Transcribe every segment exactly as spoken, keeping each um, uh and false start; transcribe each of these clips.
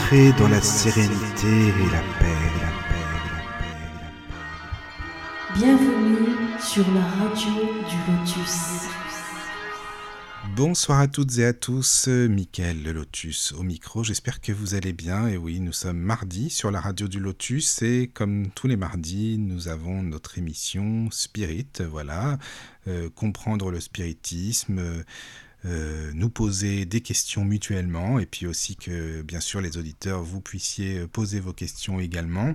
Entrez dans la sérénité et la paix, la paix, la paix, la paix. Bienvenue sur la radio du Lotus. Bonsoir à toutes et à tous, Mickaël le Lotus au micro, j'espère que vous allez bien. Et oui, nous sommes mardi sur la radio du Lotus et comme tous les mardis, nous avons notre émission Spirit, voilà, euh, comprendre le spiritisme, euh, Euh, nous poser des questions mutuellement et puis aussi que bien sûr les auditeurs vous puissiez poser vos questions également.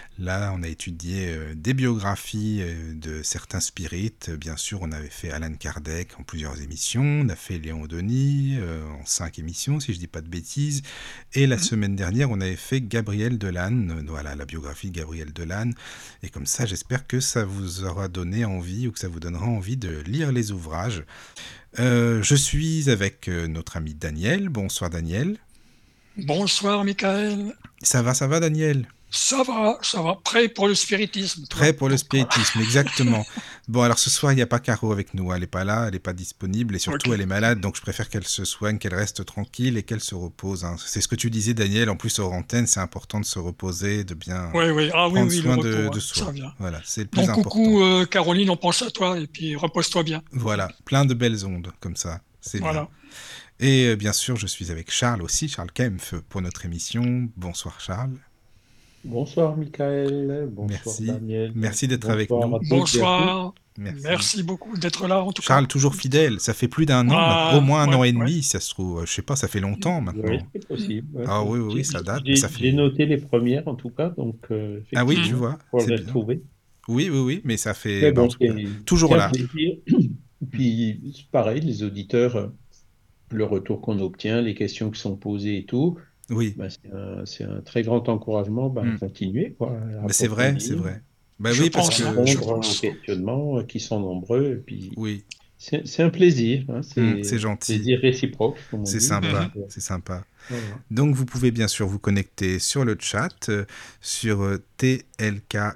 Là on a étudié euh, des biographies euh, de certains spirites, bien sûr on avait fait Allan Kardec en plusieurs émissions, on a fait Léon Denis euh, en cinq émissions si je dis pas de bêtises, et la semaine dernière on avait fait Gabriel Delanne, euh, voilà la biographie de Gabriel Delanne, et comme ça j'espère que ça vous aura donné envie ou que ça vous donnera envie de lire les ouvrages. Euh, je suis avec euh, notre ami Daniel. Bonsoir Daniel. Bonsoir Mickaël. Ça va, ça va Daniel? Ça va, ça va. Prêt pour le spiritisme, toi. Prêt pour le Donc, spiritisme, voilà. exactement. Bon, alors ce soir, il n'y a pas Caro avec nous. Elle n'est pas là, elle n'est pas disponible et surtout, Ok. elle est malade. Donc, je préfère qu'elle se soigne, qu'elle reste tranquille et qu'elle se repose. Hein. C'est ce que tu disais, Daniel. En plus, hors antenne, c'est important de se reposer, de bien Oui, oui. Ah oui, prendre oui, le soin de, repos, de hein, soi. ça vient. Voilà, c'est le plus Donc important. coucou euh, Caroline, on pense à toi et puis repose-toi bien. Voilà, plein de belles ondes comme ça. C'est bien. Voilà. Et euh, bien sûr, je suis avec Charles aussi, Charles Kempf, pour notre émission. Bonsoir Charles. Bonsoir Mickaël, bonsoir Merci. Daniel, Merci d'être avec bonsoir nous. à toutes et à tous. Bonsoir. Merci. Merci beaucoup d'être là en tout Charles, cas. toujours fidèle. Ça fait plus d'un an, Ah, au moins un ouais, an et ouais. demi, si ça se trouve. Je sais pas, ça fait longtemps maintenant. Oui, c'est possible. ouais, Ah c'est- oui, oui, oui, j'ai- ça date. Mais J'ai ça j'ai fait... noté les premières en tout cas, donc euh, Ah oui, tu effectivement, vois, pour c'est les bien. retrouver. Oui, oui, oui, mais ça fait... Mais bah, en bon, tout cas, c'est toujours c'est un là. plaisir. Et puis, c'est pareil, les auditeurs, euh, le retour qu'on obtient, les questions qui sont posées et tout, Oui. ben, c'est un, c'est un très grand encouragement ben, à Hmm. continuer, quoi, à Mais c'est vrai, c'est approfondir, vrai. Bah Je oui, parce à pense, hein, que... je répondre aux pense. questionnements euh, qui sont nombreux. Et puis, Oui, c'est c'est un plaisir, hein, hmm, c'est c'est gentil. plaisir réciproque, comme on C'est dit. Donc, sympa, Mhm. euh, c'est sympa. voilà. Donc vous pouvez bien sûr vous connecter sur le chat, euh, sur euh, tlk.io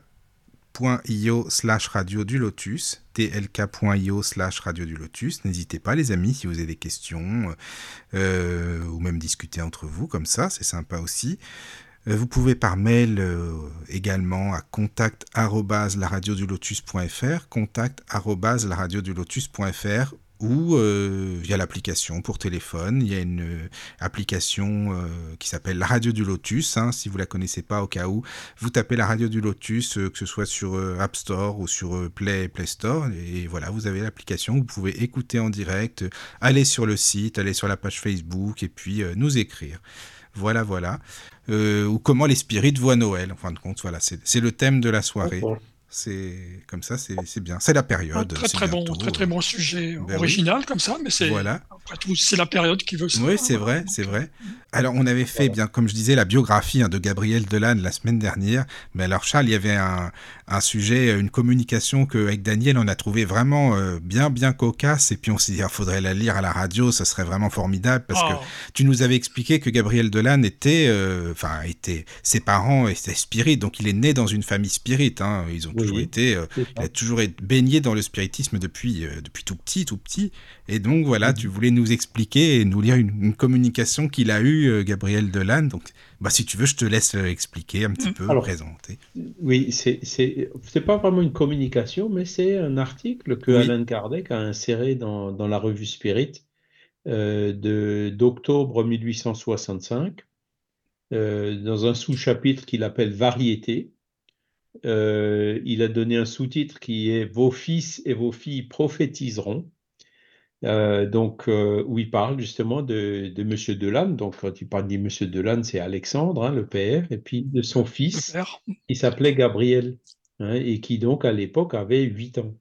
slash radio du lotus, tlk.io slash radio du lotus. N'hésitez pas les amis si vous avez des questions, euh, ou même discuter entre vous comme ça, c'est sympa aussi. Euh, vous pouvez par mail euh, également à contact arobase la radio du lotus point f r, contact arobase la radio du lotus point f r, ou euh, via l'application pour téléphone. Il y a une euh, application euh, qui s'appelle la radio du Lotus. Hein, si vous la connaissez pas, au cas où, vous tapez la radio du Lotus, euh, que ce soit sur euh, App Store ou sur euh, Play Play Store, et voilà, vous avez l'application. Vous pouvez écouter en direct, euh, aller sur le site, aller sur la page Facebook, et puis euh, nous écrire. Voilà, voilà. Euh, ou comment les spirites voient Noël. En fin de compte, voilà, c'est, c'est le thème de la soirée. D'accord. C'est comme ça, c'est, c'est bien. C'est la Un période, très c'est très bon, bientôt. très très bon sujet, Ben oui, original comme ça, mais c'est voilà. après tout c'est la période qui veut ça. Oui, hein, c'est voilà. vrai, Donc, c'est euh, vrai. Alors, on avait fait, Voilà. bien, comme je disais, la biographie hein, de Gabriel Delanne la semaine dernière. Mais alors, Charles, il y avait un, un sujet, une communication qu'avec Daniel, on a trouvé vraiment euh, bien, bien cocasse. Et puis, on s'est dit, il faudrait la lire à la radio, ça serait vraiment formidable. Parce que Ah, tu nous avais expliqué que Gabriel Delanne était, euh, enfin, était, ses parents étaient spirites. Donc, il est né dans une famille spirite. Hein. Ils ont toujours Oui, été, euh, c'est il a ça. toujours été baigné dans le spiritisme depuis, euh, depuis tout petit, tout petit. Et donc, voilà, tu Mhm. voulais nous expliquer et nous lire une, une communication qu'il a eue, euh, Gabriel Delanne. Donc, bah, si tu veux, je te laisse euh, expliquer un petit mm, peu, Alors, présenter. oui, c'est c'est c'est pas vraiment une communication, mais c'est un article que Oui, Allan Kardec a inséré dans, dans la revue Spirit euh, de d'octobre mille huit cent soixante-cinq euh, dans un sous-chapitre qu'il appelle Variété. Euh, il a donné un sous-titre qui est Vos fils et vos filles prophétiseront. Euh, donc, euh, où il parle justement de, de Monsieur Delanne. Donc, quand il parle de Monsieur Delanne, c'est Alexandre, hein, le père, et puis de son le fils, père. qui s'appelait Gabriel, hein, et qui donc à l'époque avait huit ans.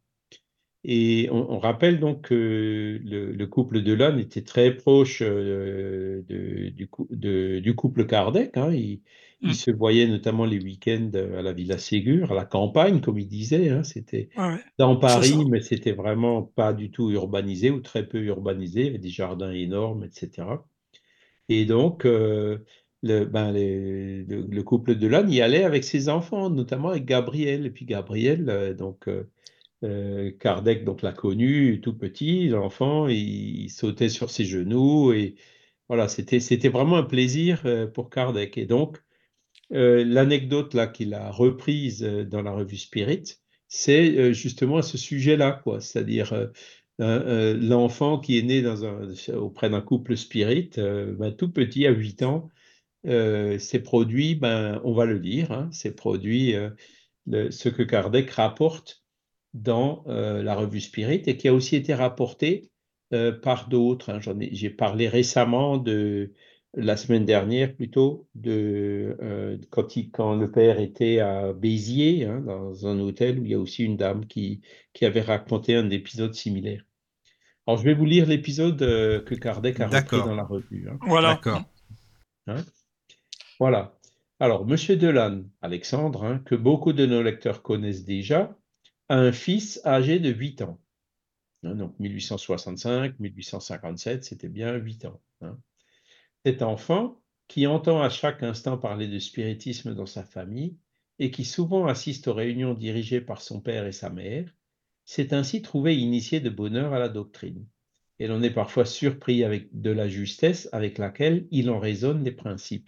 Et on, on rappelle donc que le, le couple Delanne était très proche euh, de- du, cou- de- du couple Kardec. Hein. Ils, ils Mm, se voyaient notamment les week-ends à la Villa Ségur, à la campagne, comme ils disaient. Hein. C'était ouais, ouais, dans c'est ça. Paris, mais c'était vraiment pas du tout urbanisé ou très peu urbanisé. Il y avait des jardins énormes, et cetera. Et donc, euh, le, ben, les- le, le couple Delanne y allait avec ses enfants, notamment avec Gabriel. Et puis Gabriel, euh, donc. euh, euh, Kardec donc l'a connu tout petit, l'enfant, il, il sautait sur ses genoux et voilà, c'était, c'était vraiment un plaisir euh, pour Kardec. Et donc, euh, l'anecdote là qu'il a reprise euh, dans la revue Spirit, c'est euh, justement à ce sujet-là, quoi. C'est-à-dire euh, euh, euh, l'enfant qui est né dans un, auprès d'un couple spirit, euh, ben, tout petit, à huit ans, euh, ces produits, ben, on va le lire, hein, ces produits, euh, le- ce que Kardec rapporte dans euh, la revue Spirit et qui a aussi été rapporté euh, par d'autres, hein. J'en ai, j'ai parlé récemment de la semaine dernière plutôt de euh, quand, il- quand le père était à Béziers, hein, dans un hôtel où il y a aussi une dame qui, qui avait raconté un épisode similaire. Alors je vais vous lire l'épisode euh, que Kardec a repris D'accord, dans la revue, hein. Voilà. d'accord. Hein. Voilà. Alors, Monsieur Delanne, Alexandre, hein, que beaucoup de nos lecteurs connaissent déjà, a un fils âgé de huit ans. Hein, donc mille huit cent soixante-cinq, mille huit cent cinquante-sept, c'était bien huit ans. Hein. Cet enfant, qui entend à chaque instant parler de spiritisme dans sa famille et qui souvent assiste aux réunions dirigées par son père et sa mère, s'est ainsi trouvé initié de bonne heure à la doctrine. Et l'on est parfois surpris avec de la justesse avec laquelle il en raisonne les principes.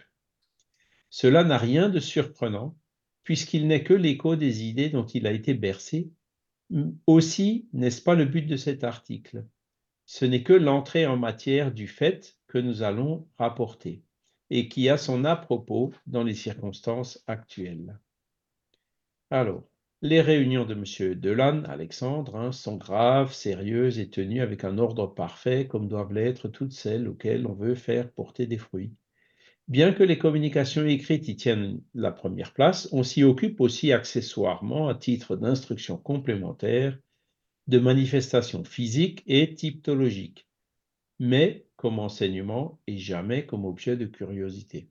Cela n'a rien de surprenant, puisqu'il n'est que l'écho des idées dont il a été bercé. Aussi, n'est-ce pas le but de cet article? Ce n'est que l'entrée en matière du fait que nous allons rapporter et qui a son à-propos dans les circonstances actuelles. Alors, les réunions de M. Delanne, Alexandre, hein, sont graves, sérieuses et tenues avec un ordre parfait, comme doivent l'être toutes celles auxquelles on veut faire porter des fruits. Bien que les communications écrites y tiennent la première place, on s'y occupe aussi accessoirement à titre d'instruction complémentaire de manifestations physiques et typologiques, mais comme enseignement et jamais comme objet de curiosité.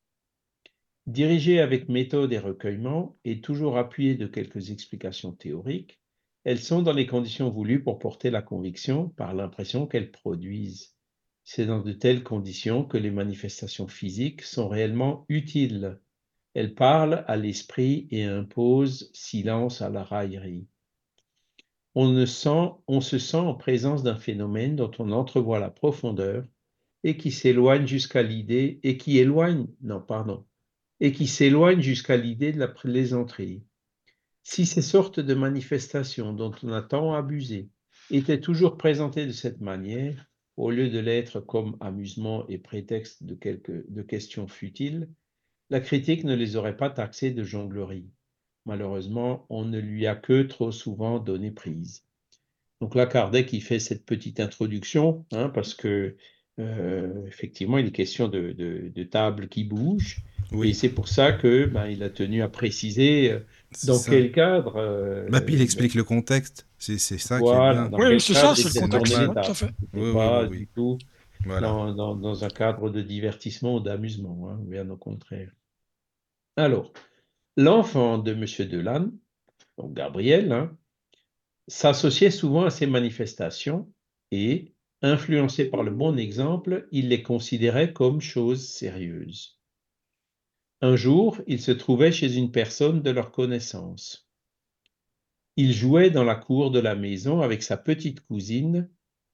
Dirigées avec méthode et recueillement et toujours appuyées de quelques explications théoriques, elles sont dans les conditions voulues pour porter la conviction par l'impression qu'elles produisent. C'est dans de telles conditions que les manifestations physiques sont réellement utiles. Elles parlent à l'esprit et imposent silence à la raillerie. On, ne sent, on se sent en présence d'un phénomène dont on entrevoit la profondeur et qui s'éloigne jusqu'à l'idée, et qui éloigne, non, pardon, et qui s'éloigne jusqu'à l'idée de la plaisanterie. Si ces sortes de manifestations dont on a tant abusé étaient toujours présentées de cette manière, au lieu de l'être comme amusement et prétexte de, quelques, de questions futiles, la critique ne les aurait pas taxées de jonglerie. Malheureusement, on ne lui a que trop souvent donné prise. Donc là, Kardec, il fait cette petite introduction, hein, parce que euh, effectivement, il est question de, de, de tables qui bougent, et Oui, c'est pour ça que ben, il a tenu à préciser euh, c'est dans ça. quel cadre, Bah, puis il euh, explique le contexte. C'est c'est ça qui est voilà, bien. dans Oui, quel c'est ça, cadre c'est le étaient C'est contexte. tournées les normal. Ouais, tout à tables. fait. C'était Oui, oui, oui, pas oui. du tout Voilà. dans, dans, dans un cadre de divertissement ou d'amusement, hein, bien au contraire. Alors, l'enfant de M. Delanne, donc Gabriel, hein, s'associait souvent à ces manifestations et, influencé par le bon exemple, il les considérait comme choses sérieuses. Un jour, il se trouvait chez une personne de leur connaissance. Il jouait dans la cour de la maison avec sa petite cousine,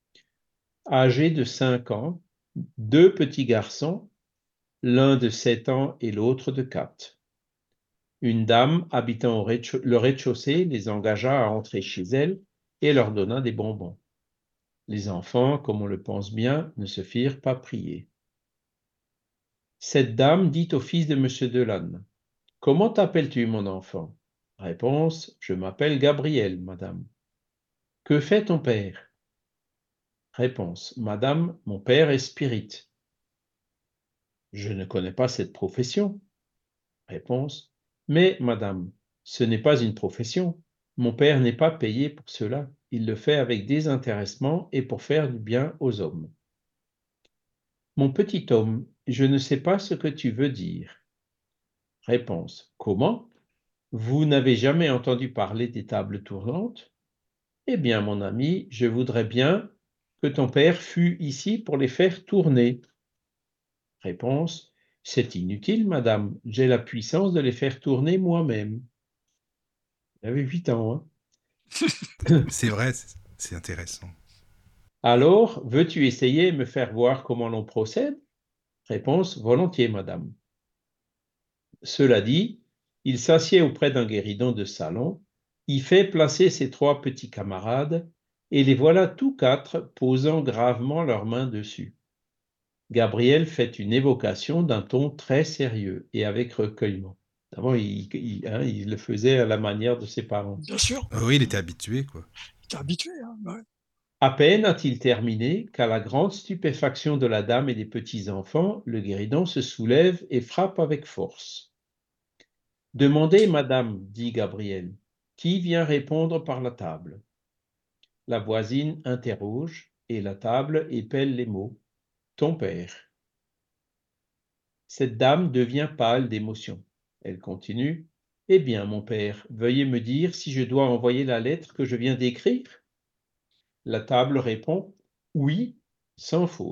âgée de cinq ans, deux petits garçons, l'un de sept ans et l'autre de quatre. Une dame habitant au rez-de- le rez-de-chaussée les engagea à entrer chez elle et leur donna des bonbons. Les enfants, comme on le pense bien, ne se firent pas prier. Cette dame dit au fils de M. Delanne: « Comment t'appelles-tu, mon enfant ? » Réponse: « Je m'appelle Gabriel, madame. » « Que fait ton père ? » Réponse: « Madame, mon père est spirit. » « Je ne connais pas cette profession. » Réponse: « Mais, madame, ce n'est pas une profession. Mon père n'est pas payé pour cela. Il le fait avec désintéressement et pour faire du bien aux hommes. » « Mon petit homme, je ne sais pas ce que tu veux dire. » Réponse: « Comment? Vous n'avez jamais entendu parler des tables tournantes? Eh bien, mon ami, je voudrais bien que ton père fût ici pour les faire tourner. » Réponse: « C'est inutile, madame, j'ai la puissance de les faire tourner moi-même. » Il avait huit ans, hein. C'est vrai, c'est intéressant. Alors, veux-tu essayer et me faire voir comment l'on procède? Réponse, volontiers, madame. Cela dit, il s'assied auprès d'un guéridon de salon, y fait placer ses trois petits camarades, et les voilà tous quatre posant gravement leurs mains dessus. Gabriel fait une évocation d'un ton très sérieux et avec recueillement. D'abord, il, il, hein, il le faisait à la manière de ses parents. Bien sûr. Ah oui, il était habitué, quoi. Il était habitué. Hein, ouais. À peine a-t-il terminé qu'à la grande stupéfaction de la dame et des petits-enfants, le guéridon se soulève et frappe avec force. « Demandez, madame, dit Gabriel, qui vient répondre par la table ?» La voisine interroge et la table épelle les mots. « Ton père. » Cette dame devient pâle d'émotion. Elle continue. « Eh bien, mon père, veuillez me dire si je dois envoyer la lettre que je viens d'écrire ?» La table répond « Oui, sans faute. »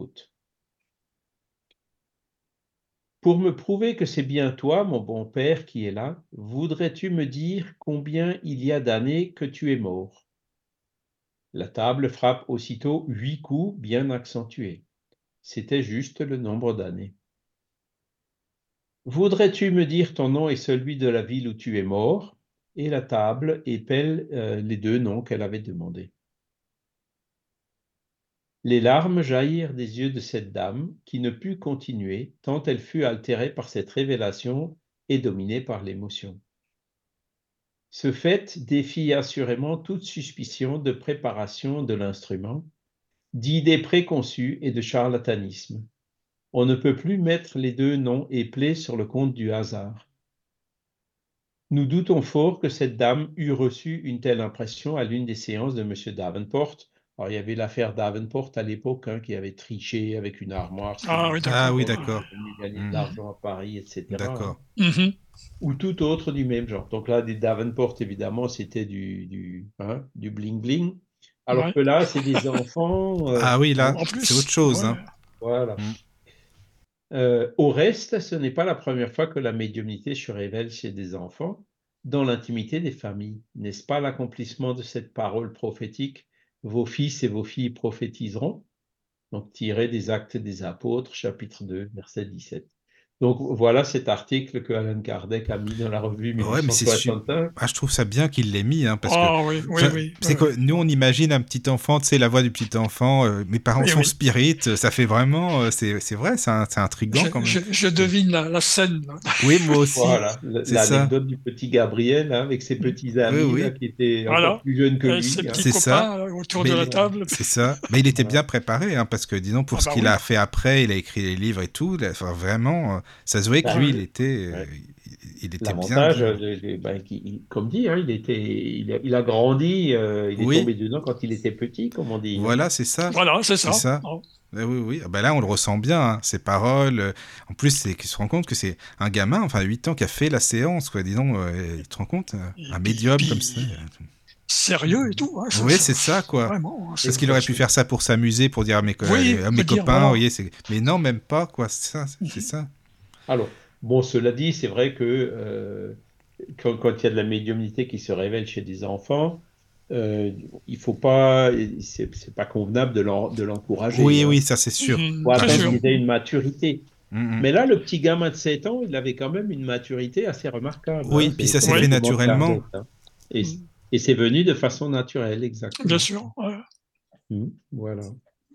Pour me prouver que c'est bien toi, mon bon père, qui es là, voudrais-tu me dire combien il y a d'années que tu es mort ? La table frappe aussitôt huit coups bien accentués. C'était juste le nombre d'années. Voudrais-tu me dire ton nom et celui de la ville où tu es mort ? Et la table épelle euh, les deux noms qu'elle avait demandés. Les larmes jaillirent des yeux de cette dame, qui ne put continuer, tant elle fut altérée par cette révélation et dominée par l'émotion. Ce fait défie assurément toute suspicion de préparation de l'instrument, d'idées préconçues et de charlatanisme. On ne peut plus mettre les deux noms éplés sur le compte du hasard. Nous doutons fort que cette dame eût reçu une telle impression à l'une des séances de M. Davenport. Alors, il y avait l'affaire Davenport à l'époque, hein, qui avait triché avec une armoire. Ah oui, d'accord. Ah oui, d'accord. Il gagnait de Mhm. l'argent à Paris, et cetera. D'accord. Mhm. Ou tout autre du même genre. Donc là, des Davenport, évidemment, c'était du, du, hein, du bling-bling. Alors Ouais. que là, c'est des enfants. euh, Ah oui, là, En plus, c'est autre chose. ouais. Hein. Voilà. Mm. Euh, au reste, ce n'est pas la première fois que la médiumnité se révèle chez des enfants, dans l'intimité des familles. N'est-ce pas l'accomplissement de cette parole prophétique ? Vos fils et vos filles prophétiseront. Donc, tiré des Actes des Apôtres, chapitre deux, verset dix-sept. Donc, voilà cet article que Alan Kardec a mis dans la revue Ouais, mais c'est su... mille neuf cent soixante-un. ah, je trouve ça bien qu'il l'ait mis, hein, parce Ah que oui, oui, ça, oui. c'est oui, que nous on imagine un petit enfant, tu sais, la voix du petit enfant. Euh, mes parents Oui, sont oui. spirit, ça fait vraiment, euh, c'est c'est vrai, c'est un- c'est intriguant Je, quand même. je, je devine la, la scène. Là. Oui, moi aussi. Voilà, l- C'est ça. l'anecdote du petit Gabriel, hein, avec ses petits amis Oui, oui. là, qui étaient Voilà. encore plus jeunes que Et lui. ses hein. petits C'est copains ça. euh, autour Mais de il la est- table. C'est ça. Mais il était Voilà. bien préparé, hein, parce que disons pour Ah ce bah qu'il oui. a fait après, il a écrit les livres et tout. là, Enfin, vraiment, euh, ça se voyait que Bah, lui, ouais. il était, euh, ouais. il, il était bien. L'avantage, bien. euh, de- de- ben, qui- il- comme dit, hein, il était, il a, il a grandi, euh, il est Oui. tombé dedans quand il était petit, comme on dit. hein. Voilà, c'est ça. Voilà, c'est ça. C'est ça. Oh. Eh oui, oui. Ah ben là, on le ressent bien, hein, ses paroles. euh, En plus, c'est qu'il se rend compte que c'est un gamin, enfin huit ans, qui a fait la séance, quoi. Disons, euh, il te rend compte, euh, Et un puis- médium puis- comme ça. Sérieux et tout. Hein, Oui, c'est ça, quoi. Vraiment. hein, Parce c'est- qu'il aurait pu faire ça pour s'amuser, pour dire à mes, co- Oui, à mes peut dire, copains, voilà. vous voyez, c'est... mais non, même pas, quoi. C'est ça, c'est c'est ça. Alors, bon, cela dit, c'est vrai que euh, quand, quand il y a de la médiumnité qui se révèle chez des enfants, euh, il faut pas, c'est c'est pas convenable de l'en- de l'encourager. Oui, hein. oui, ça c'est sûr. Mhm, Il faut c'est attendre sûr. qu'il ait une maturité. Mm, mm. Mais là, le petit gamin de sept ans, il avait quand même une maturité assez remarquable. Oui, hein. puis C'est- ça c'est s'est fait ce que demande naturellement. Kardec, hein. Et, Mhm. et c'est venu de façon naturelle, exactement. Bien sûr. ouais. Mm, voilà.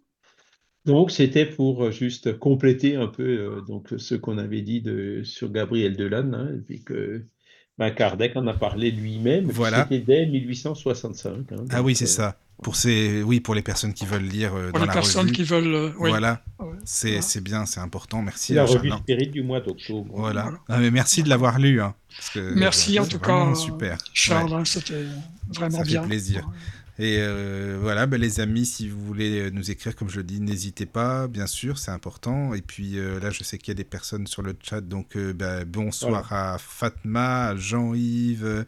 Donc, c'était pour euh, juste compléter un peu euh, donc, ce qu'on avait dit de, sur Gabriel Delanne, hein, et puis que ben, Kardec en a parlé lui-même, et puis Voilà. c'était dès mille huit cent soixante-cinq. hein, Ah donc, oui, c'est euh, ça. Pour ces, oui, pour les personnes qui veulent lire euh, Pour dans les la personnes revue. qui veulent. euh, oui. Voilà, Ouais. c'est Voilà. c'est bien, c'est important. Merci. C'est la euh, revue Charles. Spirit du mois d'octobre. Voilà. Voilà. Ah, mais merci de l'avoir lu. Hein, parce que, Merci euh, en c'est tout vraiment cas, super. Charles. Ouais. hein, C'était vraiment Ça fait bien. plaisir. Et euh, voilà, ben, les amis, si vous voulez nous écrire, comme je le dis, n'hésitez pas, bien sûr, c'est important. Et puis euh, là, je sais qu'il y a des personnes sur le chat, donc euh, ben, bonsoir Voilà. à Fatma, à Jean-Yves, euh,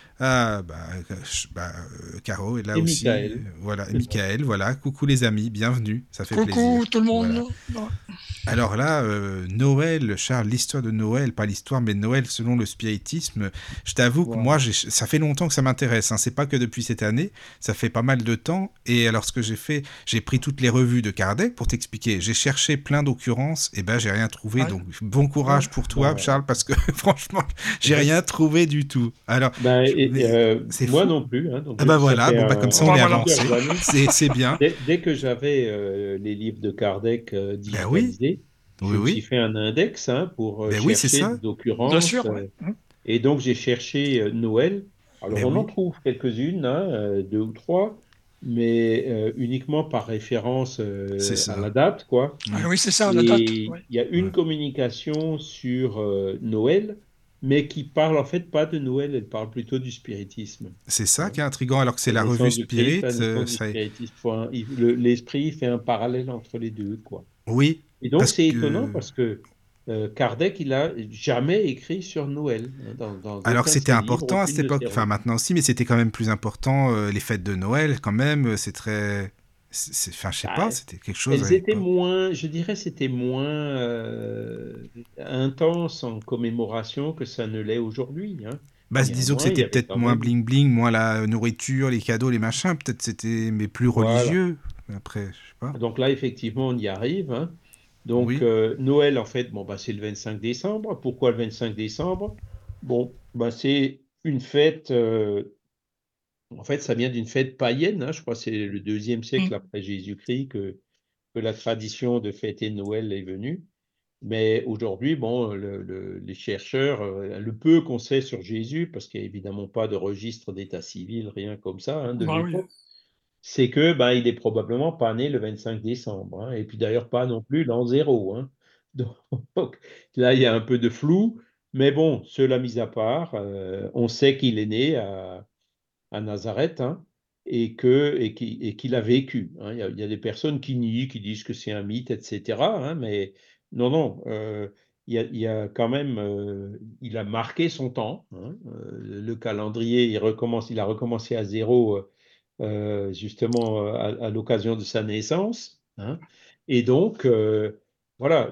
à bah, bah, euh, Caro est là Et aussi. Michael. Voilà, et C'est Michael, voilà. Coucou les amis, bienvenue, ça fait Coucou plaisir. tout le monde. Voilà. Ouais. Alors là, euh, Noël, Charles, l'histoire de Noël, pas l'histoire, mais Noël selon le spiritisme, je t'avoue que Voilà. moi, j'ai- ça fait longtemps que ça m'intéresse. Hein. C'est pas que depuis cette année, ça fait pas mal de temps. Et alors, ce que j'ai fait, j'ai pris toutes les revues de Kardec pour t'expliquer. J'ai cherché plein d'occurrences, et ben, j'ai rien trouvé. Ouais. Donc, bon courage pour toi, Bah, Charles, parce que franchement, j'ai ouais. rien trouvé du tout. Alors, Ben, je- et, mais euh, c'est moi fou. non plus, hein, donc Ah bah je- ça voilà, fait bon bah comme un- ça on est Bah, voilà. avancé. plusieurs années. C'est c'est bien. Dès, dès que j'avais euh, les livres de Kardec euh, Ben oui, digitalisés, je oui, me suis oui. fait un index hein, pour euh, Ben oui, c'est chercher ça. des Bien occurrences. sûr, euh, ouais. Hum. et donc j'ai cherché euh, Noël. Alors Ben on en oui, trouve quelques-unes, hein, euh, deux ou trois, mais euh, uniquement par référence c'est euh, à la ça. date, quoi. Mm. Ah oui, c'est ça, la date. Et Ouais. il y a une Ouais. communication sur euh, Noël, mais qui parle en fait pas de Noël, elle parle plutôt du spiritisme. C'est ça Hein. qui est intriguant, alors que c'est La la revue naissance du Christ, Spirit. la euh, naissance du ça... spiritisme. Faut un- il- le- L'esprit fait un parallèle entre les deux, quoi. Oui, Et donc parce c'est étonnant que parce que euh, Kardec, il a jamais écrit sur Noël, hein, dans, dans alors que aucun de c'était ses livres, important à aucune cette de époque, ses enfin revues. maintenant aussi, mais c'était quand même plus important euh, les fêtes de Noël quand même. euh, C'est très, c'est, c'est- enfin je sais pas, Bah, c'était quelque chose à elles étaient l'époque. moins, je dirais, c'était moins euh, intense en commémoration que ça ne l'est aujourd'hui, hein. Bah disons que Néanmoins, il y c'était avait peut-être quand moins même, bling bling, moins la nourriture, les cadeaux, les machins. Peut-être c'était mais plus voilà. religieux. Après, je sais pas. Donc là, effectivement, on y arrive, hein. Donc Oui, euh, Noël, en fait, bon, bah, c'est le vingt-cinq décembre. Pourquoi le vingt-cinq décembre? Bon, bah, c'est une fête. euh, En fait, ça vient d'une fête païenne, hein. Je crois que c'est le deuxième siècle Hum. après Jésus-Christ que, que la tradition de fêter Noël est venue. Mais aujourd'hui, bon, le- le- les chercheurs, euh, le peu qu'on sait sur Jésus, parce qu'il n'y a évidemment pas de registre d'état civil, rien comme ça, hein, de Bah oui. l'époque, c'est que ben, il est probablement pas né le vingt-cinq décembre, hein, et puis d'ailleurs pas non plus l'an zéro. Hein. Donc là, il y a un peu de flou, mais bon, cela mis à part, euh, on sait qu'il est né à, à Nazareth, hein, et que et qui- et qu'il a vécu. Hein. Il y a, il y a des personnes qui nient, qui disent que c'est un mythe, et cetera. Hein, mais non, non, euh, il y a, il y a quand même, euh, il a marqué son temps. Hein. Euh, le calendrier, il recommence, il a recommencé à zéro euh, euh, justement euh, à, à l'occasion de sa naissance. Hein. Et donc, euh, voilà,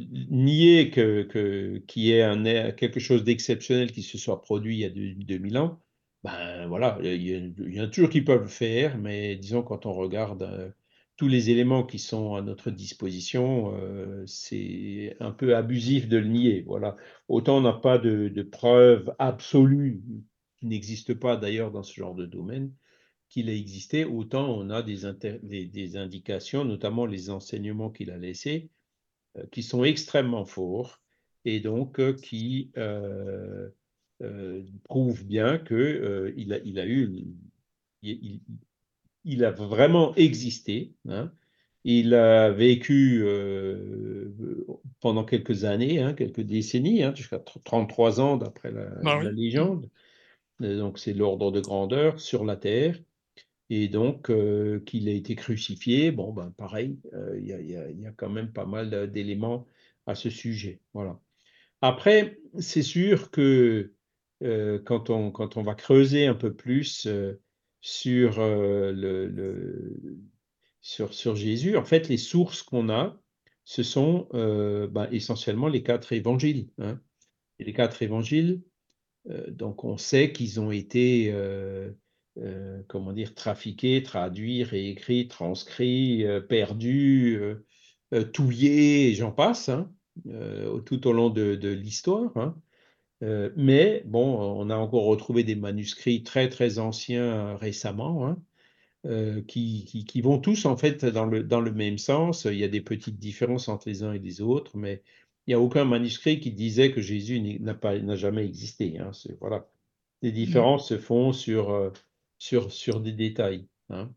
nier que, que, qu'il y ait un, quelque chose d'exceptionnel qui se soit produit il y a deux mille ans, ben voilà, il y, a, il y en a toujours qui peuvent le faire, mais disons quand on regarde euh, tous les éléments qui sont à notre disposition, euh, c'est un peu abusif de le nier. Voilà. Autant on n'a pas de, de preuves absolues, qui n'existent pas d'ailleurs dans ce genre de domaine, qu'il a existé, autant on a des, inter- des, des indications, notamment les enseignements qu'il a laissés, euh, qui sont extrêmement forts et donc euh, qui euh, euh, prouvent bien qu'il euh, a, il a eu, il, il- il a vraiment existé. Hein. Il a vécu euh, pendant quelques années, hein, quelques décennies, hein, jusqu'à trente-trois ans d'après la, Bah la oui. Hum. légende. Euh, Donc c'est l'ordre de grandeur sur la terre et donc euh, qu'il a été crucifié. Bon, ben pareil, euh, il y a, il y a- il y a quand même pas mal d'éléments à ce sujet. Voilà. Après, c'est sûr que euh, quand on, quand on va creuser un peu plus euh, sur, euh, le, le- sur, sur Jésus, en fait, les sources qu'on a, ce sont euh, ben, essentiellement les quatre évangiles. Hein. Et les quatre évangiles, euh, donc on sait qu'ils ont été, euh, euh, comment dire, trafiqués, traduits, réécrits, transcrits, euh, perdus, euh, euh, touillés, et j'en passe, hein, euh, tout au long de, de l'histoire. Hein. Euh, mais bon, on a encore retrouvé des manuscrits très très anciens euh, récemment, hein, euh, qui, qui, qui vont tous en fait dans le, dans le même sens. Il y a des petites différences entre les uns et les autres, mais il n'y a aucun manuscrit qui disait que Jésus n'est- n'a pas, n'a jamais existé. Hein. C'est- voilà. Les Hum. différences se font sur, euh, sur, sur des détails. Hein.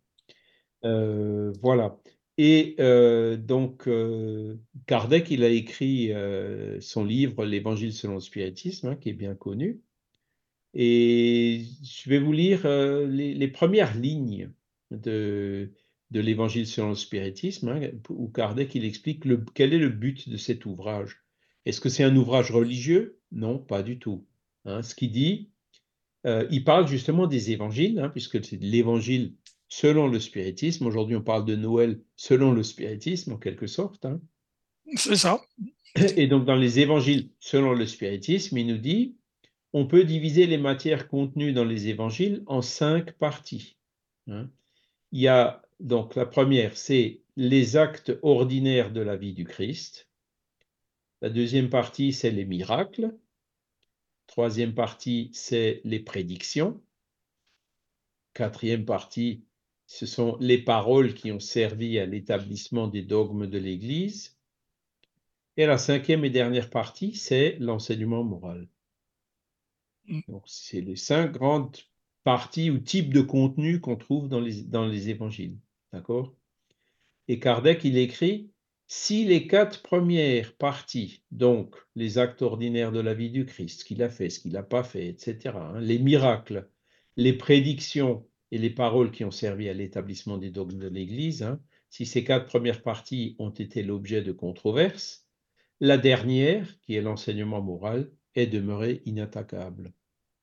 Euh, voilà. Et euh, donc, euh, Kardec, il a écrit euh, son livre, L'Évangile selon le spiritisme, hein, qui est bien connu. Et je vais vous lire euh, les, les premières lignes de, de l'Évangile selon le spiritisme, hein, où Kardec il explique le, quel est le but de cet ouvrage. Est-ce que c'est un ouvrage religieux? Non, pas du tout. Hein, ce qu'il dit, euh, il parle justement des évangiles, hein, puisque c'est l'évangile selon le spiritisme. Aujourd'hui, on parle de Noël selon le spiritisme, en quelque sorte. Hein. C'est ça. Et donc, dans les évangiles, selon le spiritisme, il nous dit, on peut diviser les matières contenues dans les évangiles en cinq parties. Hein. Il y a donc la première, c'est les actes ordinaires de la vie du Christ. La deuxième partie, c'est les miracles. Troisième partie, c'est les prédictions. Quatrième partie, ce sont les paroles qui ont servi à l'établissement des dogmes de l'Église. Et la cinquième et dernière partie, c'est l'enseignement moral. Mm. Donc, c'est les cinq grandes parties ou types de contenu qu'on trouve dans les, dans les évangiles. D'accord? Et Kardec, il écrit, si les quatre premières parties, donc les actes ordinaires de la vie du Christ, ce qu'il a fait, ce qu'il n'a pas fait, et cetera, hein, les miracles, les prédictions et les paroles qui ont servi à l'établissement des dogmes de l'Église, hein, si ces quatre premières parties ont été l'objet de controverses, la dernière, qui est l'enseignement moral, est demeurée inattaquable.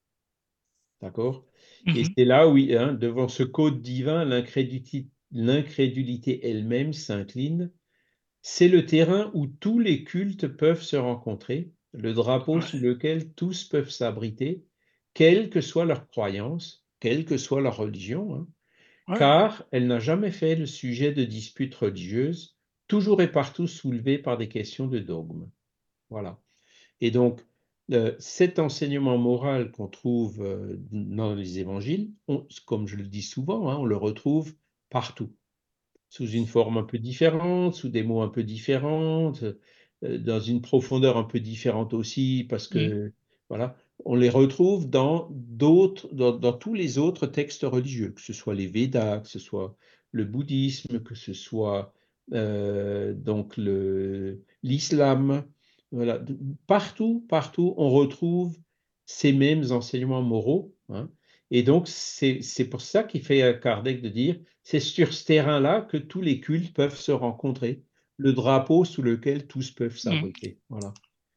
D'accord? Et Mhm. c'est là où, hein, devant ce code divin, l'incrédulité, l'incrédulité elle-même s'incline. C'est le terrain où tous les cultes peuvent se rencontrer, le drapeau Ouais. sous lequel tous peuvent s'abriter, quelle que soit leur croyance, quelle que soit leur religion, hein, Ouais. car elle n'a jamais fait le sujet de disputes religieuses, toujours et partout soulevées par des questions de dogme. Voilà. Et donc, euh, cet enseignement moral qu'on trouve euh, dans les évangiles, on, comme je le dis souvent, hein, on le retrouve partout, sous une forme un peu différente, sous des mots un peu différents, euh, dans une profondeur un peu différente aussi, parce Mm. que, voilà, on les retrouve dans d'autres, dans, dans tous les autres textes religieux, que ce soit les Védas, que ce soit le bouddhisme, que ce soit euh, donc le, l'islam. Voilà. Partout, partout, on retrouve ces mêmes enseignements moraux. Hein. Et donc, c'est c'est pour ça qu'il fait à Kardec de dire, c'est sur ce terrain-là que tous les cultes peuvent se rencontrer, le drapeau sous lequel tous peuvent Mm. s'abriter. Voilà.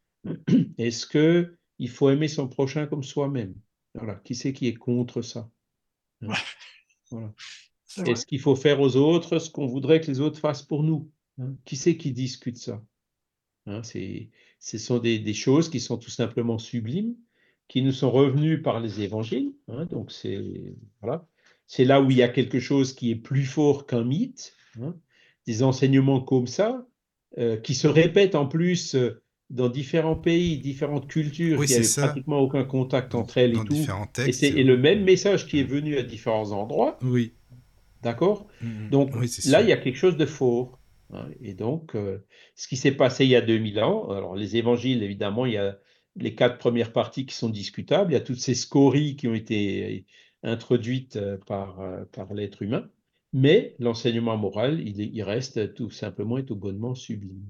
Est-ce que il faut aimer son prochain comme soi-même? Voilà. Qui c'est qui est contre ça? Hein. Ouais, Voilà. c'est vrai. Est-ce qu'il faut faire aux autres ce qu'on voudrait que les autres fassent pour nous? Hein. Qui c'est qui discute ça? Hein, c'est, ce sont des, des choses qui sont tout simplement sublimes, qui nous sont revenues par les évangiles. Hein, donc c'est voilà, c'est là où il y a quelque chose qui est plus fort qu'un mythe. Hein, des enseignements comme ça, euh, qui se répètent en plus euh, dans différents pays, différentes cultures, Oui, qui c'est avaient ça. pratiquement aucun contact Dans, entre elles dans et tout. différents Et c'est textes. et le même message qui est Mm. venu à différents endroits. Oui. D'accord? Mm, mm. Donc Oui, c'est là, il sûr. y a quelque chose de fort. Hein. Et donc, euh, ce qui s'est passé il y a deux mille ans, alors les évangiles, évidemment, il y a les quatre premières parties qui sont discutables, il y a toutes ces scories qui ont été introduites euh, par, euh, par l'être humain, mais l'enseignement moral, il, est- il reste tout simplement et tout bonnement sublime.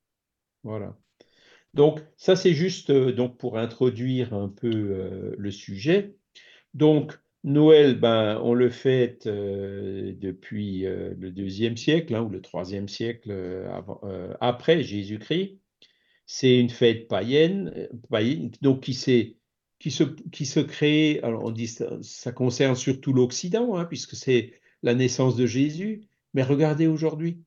Voilà. Donc, ça, c'est juste euh, donc pour introduire un peu euh, le sujet. Donc, Noël, ben, on le fête euh, depuis euh, le deuxième siècle hein, ou le troisième siècle euh, avant- euh, après Jésus-Christ. C'est une fête païenne, euh, païenne donc qui, s'est- qui, se, qui se crée, alors on dit ça, ça concerne surtout l'Occident, hein, puisque c'est la naissance de Jésus. Mais regardez aujourd'hui,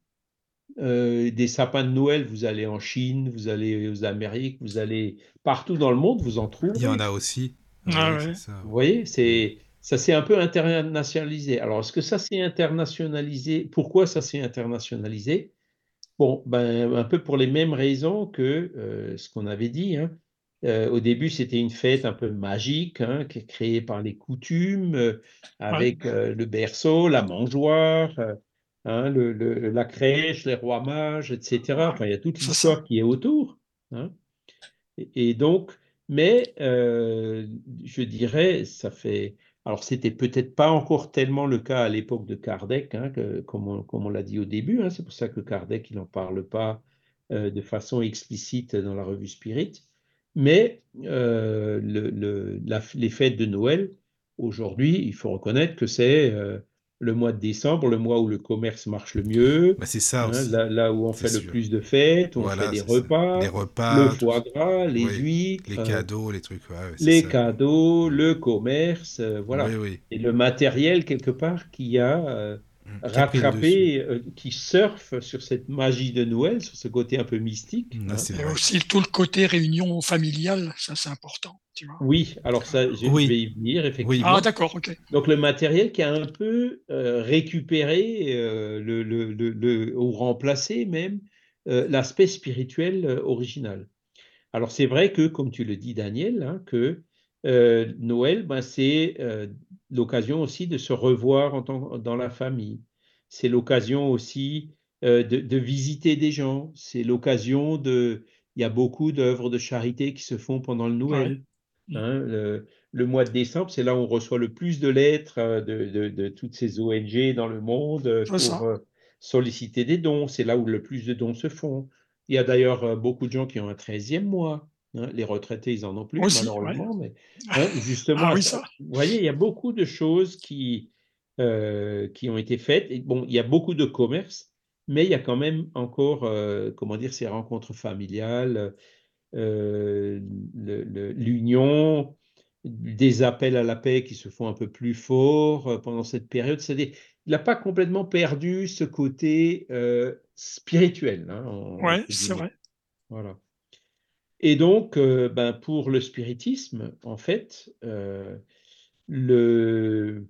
euh, des sapins de Noël, vous allez en Chine, vous allez aux Amériques, vous allez partout dans le monde, vous en Il y en trouverez. a aussi. Ah Ah oui, c'est ouais. ça. Vous voyez, Mm. c'est, ça s'est un peu internationalisé. Alors, est-ce que ça s'est internationalisé? Pourquoi ça s'est internationalisé? Bon, ben, un peu pour les mêmes raisons que euh, ce qu'on avait dit. Hein. Euh, au début, c'était une fête un peu magique, hein, qui est créée par les coutumes, euh, Ouais. avec euh, le berceau, la mangeoire, euh, hein, le- le- la crèche, les rois mages, et cetera. Enfin, il y a toute C'est ça. l'histoire qui est autour. Hein. Et, et donc, mais euh, je dirais, ça fait. Alors, c'était peut-être pas encore tellement le cas à l'époque de Kardec, hein, que- comme on, comme on l'a dit au début. Hein, c'est pour ça que Kardec, il n'en parle pas euh, de façon explicite dans la revue Spirit. Mais euh, le- le- la- les fêtes de Noël, aujourd'hui, il faut reconnaître que c'est euh, le mois de décembre, le mois où le commerce marche le mieux, Bah, c'est ça hein, aussi. là, là où on C'est fait le sûr. plus de fêtes, où on fait Voilà, des c'est ça. Les repas, le repas, tout foie ça. gras, les Oui. huîtres, Les euh, cadeaux, les trucs. Ouais, ouais, c'est les ça. cadeaux, Mm. le commerce, euh, Oui, voilà. oui. Et le matériel, quelque part, qu'il y a euh, Qui a pris le dessus. rattraper, euh, qui surfe sur cette magie de Noël, sur ce côté un peu mystique. Là, Hein. c'est Et vrai. aussi tout le côté réunion familiale, ça c'est important, tu vois. Oui, alors ça, je, je vais Oui, y venir, oui. Ah effectivement. d'accord, ok. Donc le matériel qui a un peu euh, récupéré euh, le, le- le- le- ou remplacé même euh, l'aspect spirituel euh, original. Alors c'est vrai que, comme tu le dis Daniel, hein, que euh, Noël, ben, c'est euh, l'occasion aussi de se revoir en tant- dans la famille. C'est l'occasion aussi euh, de, de visiter des gens. C'est l'occasion de... Il y a beaucoup d'œuvres de charité qui se font pendant le Ouais. Noël. Mm. Hein, le, le mois de décembre, c'est là où on reçoit le plus de lettres euh, de, de- de toutes ces O N G dans le monde euh, C'est pour ça. euh, solliciter des dons. C'est là où le plus de dons se font. Il y a d'ailleurs euh, beaucoup de gens qui ont un treizième mois. Hein. Les retraités, ils en ont plus, Aussi, ouais. malheureusement. Mais hein, justement, Ah à oui, ça- ça. vous voyez, il y a beaucoup de choses qui, euh, qui ont été faites. Et bon, il y a beaucoup de commerce, mais il y a quand même encore, euh, comment dire, ces rencontres familiales, euh, le- le- l'union, des appels à la paix qui se font un peu plus forts euh, pendant cette période. C'est-à-dire, il n'a pas complètement perdu ce côté euh, spirituel, hein, en- Ouais, entre c'est guillemets. vrai. Voilà. Et donc, euh, ben, pour le spiritisme, en fait, euh, le,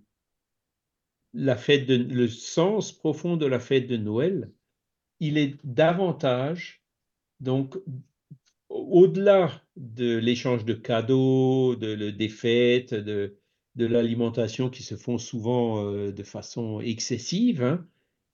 la fête de, le sens profond de la fête de Noël, il est davantage, donc, au-delà de l'échange de cadeaux, de, de- des fêtes, de, de l'alimentation qui se font souvent euh, de façon excessive, hein,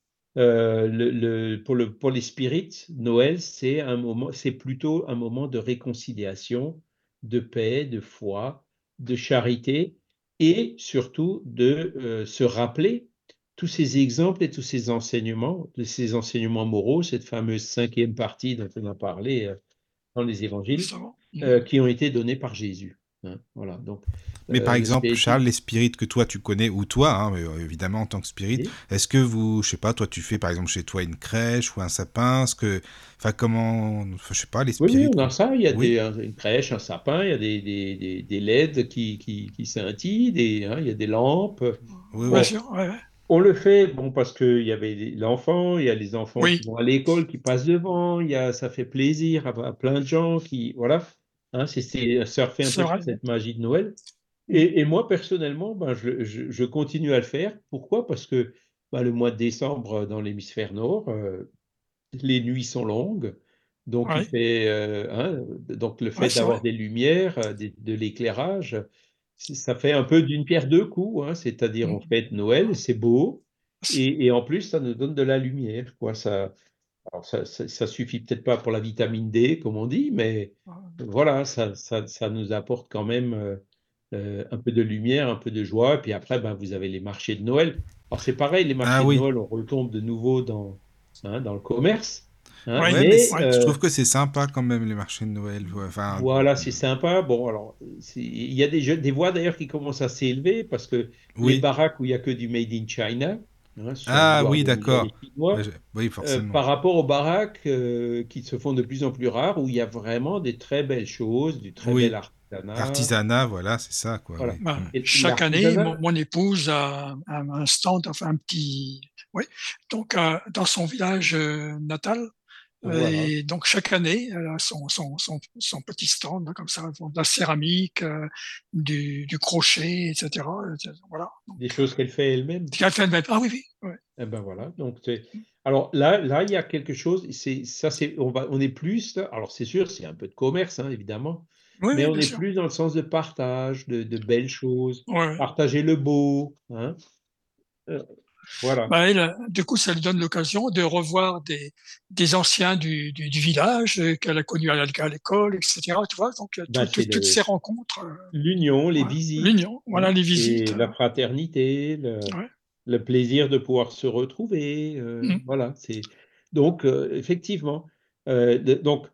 euh, le, le- pour le, pour les spirites, Noël, c'est un moment, c'est plutôt un moment de réconciliation, de paix, de foi, de charité et surtout de euh, se rappeler tous ces exemples et tous ces enseignements, de ces enseignements moraux, cette fameuse cinquième partie dont on a parlé euh, dans les évangiles, Ça va. euh, Mm. qui ont été donnés par Jésus. Hein. Voilà. Donc, Mais par euh, le exemple, Charles, spiritisme. les spirites que toi tu connais, ou toi, hein, mais, euh, évidemment en tant que spirit, est-ce que vous, je sais pas, toi tu fais par exemple chez toi une crèche ou un sapin, ce que, enfin comment, enfin, je sais pas, les Oui, oui, spirites on que a vous... ça. Il y a Oui, des, un- une crèche, un sapin, il y a des, des, des, des L E D qui, qui, qui scintillent, des, hein, il y a des lampes. oui, Bien oui. Bon, sûr, ouais, ouais. on le fait bon, parce qu'il y avait l'enfant, il y a les enfants qui Oui, vont à l'école, qui passent devant, il y a, ça fait plaisir à, à plein de gens qui, voilà, hein, c'est c'est surfer un c'est peu sur vrai. cette magie de Noël. Et, et moi, personnellement, ben, je, je- je continue à le faire. Pourquoi? Parce que ben, le mois de décembre, dans l'hémisphère nord, euh, les nuits sont longues, donc il Ouais, fait, euh, hein, donc le ouais, fait c'est d'avoir vrai. des lumières, euh, des- de l'éclairage, c- ça fait un peu d'une pierre deux coups, hein, c'est-à-dire on Mm. fête Noël, c'est beau, et, et en plus ça nous donne de la lumière, quoi. Ça, alors ça, ça, ça suffit peut-être pas pour la vitamine D, comme on dit, mais voilà, ça, ça, ça nous apporte quand même euh, euh, un peu de lumière, un peu de joie, et puis après, ben, vous avez les marchés de Noël. Alors c'est pareil, les Ah marchés de oui, Noël, on retombe de nouveau dans, hein, dans le commerce, hein, Oui, ouais, mais mais c- oui, je euh, trouve que c'est sympa quand même les marchés de Noël. Ouais, enfin, voilà, c'est sympa. Bon, alors, c'est- il y a des, jeux- des voix d'ailleurs qui commencent à s'élever parce que les oui. baraques où il n'y a que du Made in China, hein, sans Ah vouloir oui, dénigrer d'accord. les Ouais, Chinois, je- Oui, euh, forcément. par rapport aux baraques euh, qui se font de plus en plus rares, où il y a vraiment des très belles choses, du très bel Oui, artisanat. artisanat, voilà, c'est ça, quoi. Voilà. Oui. ben, Mm. Et chaque année, mon, l'artisanat, mon épouse a, a un stand, enfin un petit, oui, donc euh, dans son village euh, natal. Euh, voilà, Et donc chaque année, elle a son, son, son, son petit stand, là, comme ça, ils font de la céramique, euh, du, du crochet, et cetera. Et voilà. Donc, des euh, choses qu'elle fait elle-même. ce qu'elle fait elle-même. Ah oui, oui, ouais. Eh ben voilà. Donc, c'est- alors là, là, il y a quelque chose. C'est ça, c'est on va, on est plus là. Alors c'est sûr, c'est un peu de commerce, hein, évidemment, Oui, mais oui, on bien est sûr. plus dans le sens de partage, de, de belles choses, Ouais, ouais. partager le beau, hein. Euh, voilà. Bah, elle, du coup, ça lui donne l'occasion de revoir des, des anciens du, du, du village euh, qu'elle a connus à l'é- à l'école, et cetera. Tu vois, donc euh, Ben, tout- tout- c'est toutes ces le rencontres, euh, l'union, les voilà. visites, L'union, hein, voilà les et visites. la euh, fraternité, le, ouais. le plaisir de pouvoir se retrouver. euh, Mm. voilà. C'est donc euh, effectivement. euh, de- donc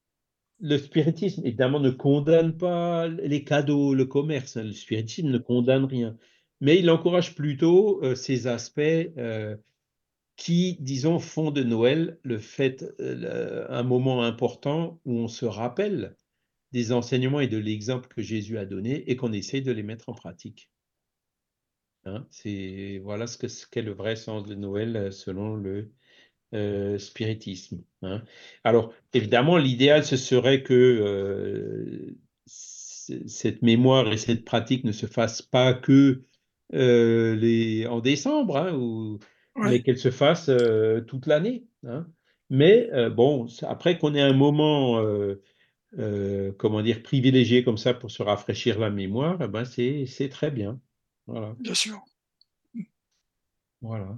le spiritisme, évidemment, ne condamne pas les cadeaux, le commerce. Hein. Le spiritisme ne condamne rien. Mais il encourage plutôt euh, ces aspects euh, qui, disons, font de Noël le fait, euh, le- un moment important où on se rappelle des enseignements et de l'exemple que Jésus a donné et qu'on essaye de les mettre en pratique. hein. C'est, voilà ce que, ce qu'est le vrai sens de Noël euh, selon le euh, spiritisme, hein. Alors, évidemment, l'idéal, ce serait que euh, c- cette mémoire et cette pratique ne se fassent pas que euh, les, en décembre, hein, ou- mais Ouais, qu'elles se fassent euh, toute l'année, hein. Mais euh, bon, c'est- après qu'on ait un moment, euh, euh, comment dire, privilégié comme ça pour se rafraîchir la mémoire, eh ben c'est, c'est très bien. Voilà, bien sûr. voilà.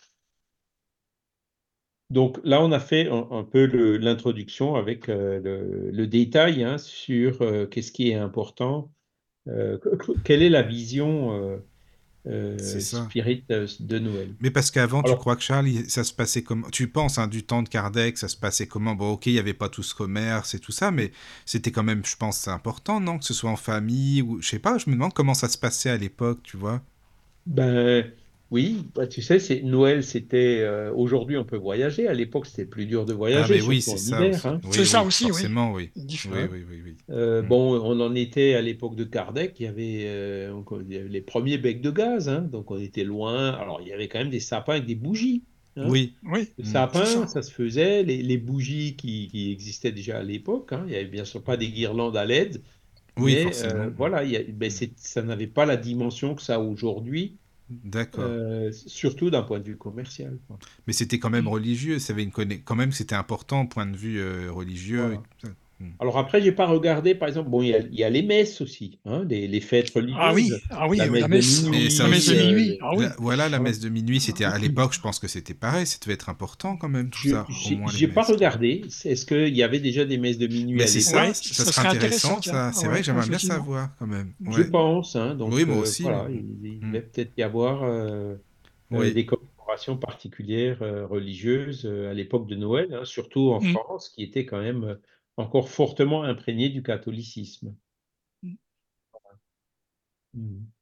Donc là, on a fait un, un peu le- l'introduction avec euh, le, le détail, hein, sur euh, qu'est-ce qui est important, euh, que- que- quelle est la vision euh, C'est euh, ça. spirit euh, de Noël. Mais parce qu'avant, tu Alors, crois que Charles, il- ça se passait comme... Tu penses, hein, du temps de Kardec, ça se passait comment? Bon, ok, il n'y avait pas tout ce commerce et tout ça, mais c'était quand même, je pense, c'est important, non? Que ce soit en famille ou... Je sais pas, je me demande comment ça se passait à l'époque, tu vois? ben oui, bah, tu sais, c'est Noël, c'était euh, aujourd'hui on peut voyager. À l'époque, c'était plus dur de Ah, voyager, mais oui, surtout c'est en ça hiver, aussi. hein. Oui, C'est ça oui, aussi, oui. forcément, oui. Diff- Oui, Hein. oui, oui, oui. Euh, Hmm. bon, on en était à l'époque de Kardec, il y avait, euh, encore- il y avait les premiers becs de gaz, hein, donc on était loin. Alors, il y avait quand même des sapins avec des bougies, hein. Oui. Oui, Le Hmm. c'est sapin, ça. ça se faisait, les, les bougies qui, qui existaient déjà à l'époque, hein. Il n'y avait bien sûr pas des guirlandes à L E D, Oui, mais euh, forcément. voilà, il y a- ben, Hmm. c'est- ça n'avait pas la dimension que ça a aujourd'hui, D'accord. euh, surtout d'un point de vue commercial, quoi. Mais c'était quand même Mm. religieux, ça avait une conne- quand même c'était important au point de vue euh, religieux et Voilà. tout ça. Hmm. Alors après, j'ai pas regardé, par exemple, bon, il y a, il y a les messes aussi, hein, les, les fêtes Ah oui, religieuses, ah oui, la euh, la messe de messe, Et ça la messe minuit, de aussi, euh, minuit. le- Ah la- oui. voilà, la voilà. messe de minuit, c'était à l'époque, je pense que c'était pareil, ça devait être important quand même, tout Je ça, au j'ai moins les j'ai pas messes, quoi. regardé. Est-ce qu'il y avait déjà des messes de minuit Mais à c'est l'époque? ça, Ouais, ça ça serait serait intéressant, intéressant, tiens. ça. Ah C'est vrai ouais, que j'aimerais bien effectivement. savoir quand même. Je Ouais. pense, hein, Oui, donc moi euh, aussi. voilà, Oui. il, il Hmm. devait peut-être y avoir euh, euh, Oui, des commémorations particulières euh, religieuses euh, à l'époque de Noël, hein, surtout en Mm. France, qui était quand même euh, encore fortement imprégnée du catholicisme. Mm. Mhm.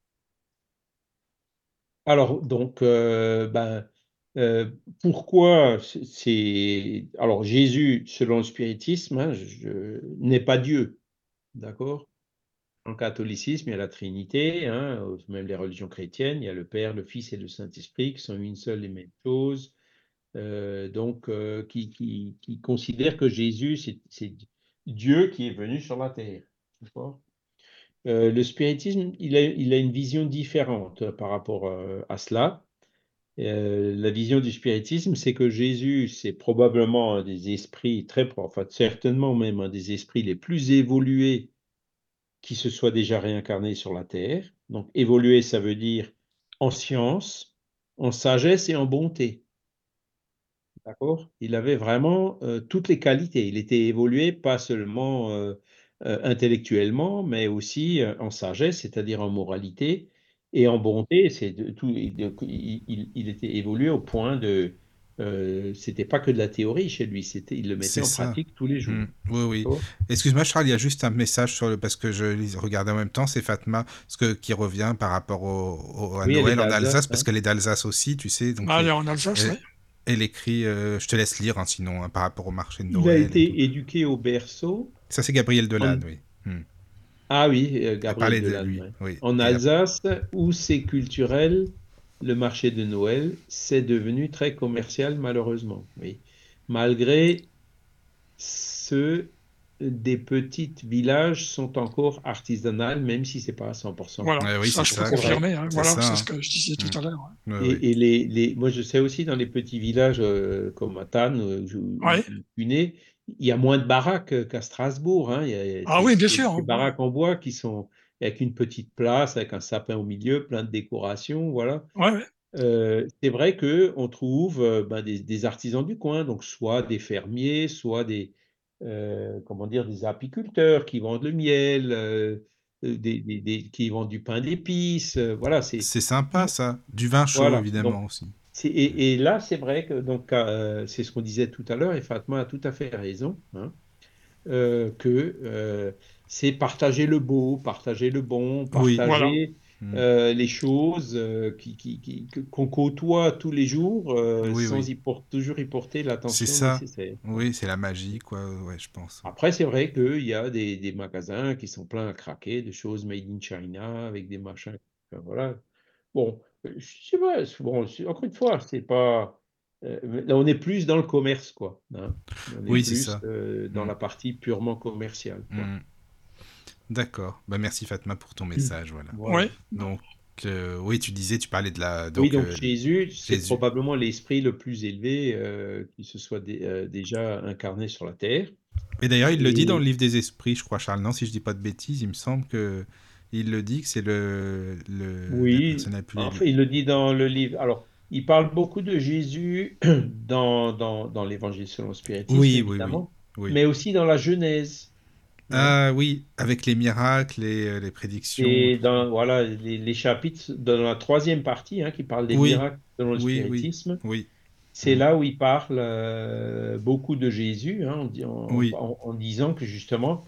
Alors, donc, euh, ben, euh, pourquoi c'est... c'est- Alors, Jésus, selon le spiritisme, hein, je- je- n'est pas Dieu, d'accord? Dans le catholicisme, il y a la Trinité, hein, même les religions chrétiennes, il y a le Père, le Fils et le Saint-Esprit qui sont une seule et même chose, euh, donc euh, qui, qui, qui considèrent que Jésus, c'est c'est Dieu qui est venu sur la terre. D'accord. Euh, le spiritisme, il a, il a une vision différente par rapport euh, à cela. Euh, la vision du spiritisme, c'est que Jésus, c'est probablement un des esprits très, pro- enfin certainement même un des esprits les plus évolués qui se soit déjà réincarné sur la Terre. Donc évoluer, ça veut dire en science, en sagesse et en bonté. D'accord? Il avait vraiment euh, toutes les qualités. Il était évolué pas seulement euh, euh, intellectuellement, mais aussi euh, en sagesse, c'est-à-dire en moralité, et en bonté. C'est de, tout, il, il- il était évolué au point de, euh, c'était pas que de la théorie chez lui, c'était, il le mettait c'est en ça. pratique tous les Hmm. jours. Oui, oui. D'accord? Excuse-moi, Charles, il y a juste un message sur le... Parce que je lis- regardais en même temps, c'est Fatma, ce que... qui revient par rapport au... au- à Oui, elle est Noël en d'Alsace, Alsace, parce hein. qu'elle est d'Alsace aussi, tu sais. Donc, Ah, il- elle est en Alsace, elle, oui. elle écrit... euh, je te laisse lire, hein, sinon, hein, par rapport au marché de Il a Noël et tout. été éduqué au berceau. Ça, c'est Gabriel En... Delanne, oui. Hmm. Ah oui, euh, Elle Gabriel parlait de Delanne, lui, ouais. oui. En Et ap- Alsace, où c'est culturel, le marché de Noël, c'est devenu très commercial, malheureusement. Oui. Malgré ce, des petits villages sont encore artisanales, même si c'est pas à cent pour cent. Voilà, ouais, oui, ça c'est je peux ça, C'est quoi. vrai. confirmer, hein. C'est Voilà, ça, c'est ce hein. que je disais tout Hmm. à l'heure. Oui, oui. Et, et les, les, moi, je sais aussi, dans les petits villages euh, comme à Tannes, euh, où, où- Ouais. où je suis né, il y a moins de baraques euh, qu'à Strasbourg, hein. Il y a, Ah c'est oui, bien c'est sûr, des hein. baraques en bois qui sont avec une petite place, avec un sapin au milieu, plein de décorations, voilà. Ouais, ouais. Euh, c'est vrai que on trouve euh, ben, des, des artisans du coin, donc soit des fermiers, soit des, euh, comment dire, des apiculteurs qui vendent le miel, euh, euh, des, des- des- qui vendent du pain d'épices, euh, voilà, c'est C'est sympa, Mm. ça. Du vin chaud, voilà. Donc évidemment, aussi. c'est- Et, et là, c'est vrai que donc euh, c'est ce qu'on disait tout à l'heure, et Fatma a tout à fait raison, hein, euh, que euh, c'est partager le beau, partager le bon, Oui. Voilà. partager Hmm. euh, les choses euh, qui, qui- qui- que- qu'on côtoie tous les jours euh, Oui, sans oui. y por- toujours y porter C'est l'attention ça. nécessaire. Oui, c'est la magie, quoi. Ouais, je pense. Après, c'est vrai qu'il y a des, des magasins qui sont pleins à craquer de choses made in China avec des machins. Enfin, voilà. Bon. Je sais pas, c'est- bon, c'est- encore une fois, c'est pas. Euh, là, on est plus dans le commerce, quoi. Hein. On est Oui, c'est plus ça. euh, dans Mm, la partie purement commerciale, quoi. mm. D'accord. Bah, merci Fatma pour ton message. Voilà. Oui, Voilà. Donc, euh, oui, tu disais, tu parlais de la. Oui, Donc, donc euh, Jésus, c'est Jésus. probablement l'esprit le plus élevé euh, qui se soit dé- euh, déjà incarné sur la terre. Et d'ailleurs, il le dit dans le Et livre des esprits, je crois, Charles. Non, si je dis pas de bêtises, il me semble que il le dit que c'est le, le la oui, personne la plus. enfin, il le dit dans le livre. Alors, il parle beaucoup de Jésus dans, dans, dans l'Évangile selon le spiritisme, Oui, oui, oui, évidemment, oui. mais aussi dans la Genèse. Hein. Ah oui, avec les miracles et euh, les prédictions. Et dans voilà, les, les chapitres dans la troisième partie, hein, qui parle des Oui, miracles selon le oui, oui, spiritisme, oui, c'est mm, là où il parle euh, beaucoup de Jésus, hein, en, di- en- oui, en- en disant que justement,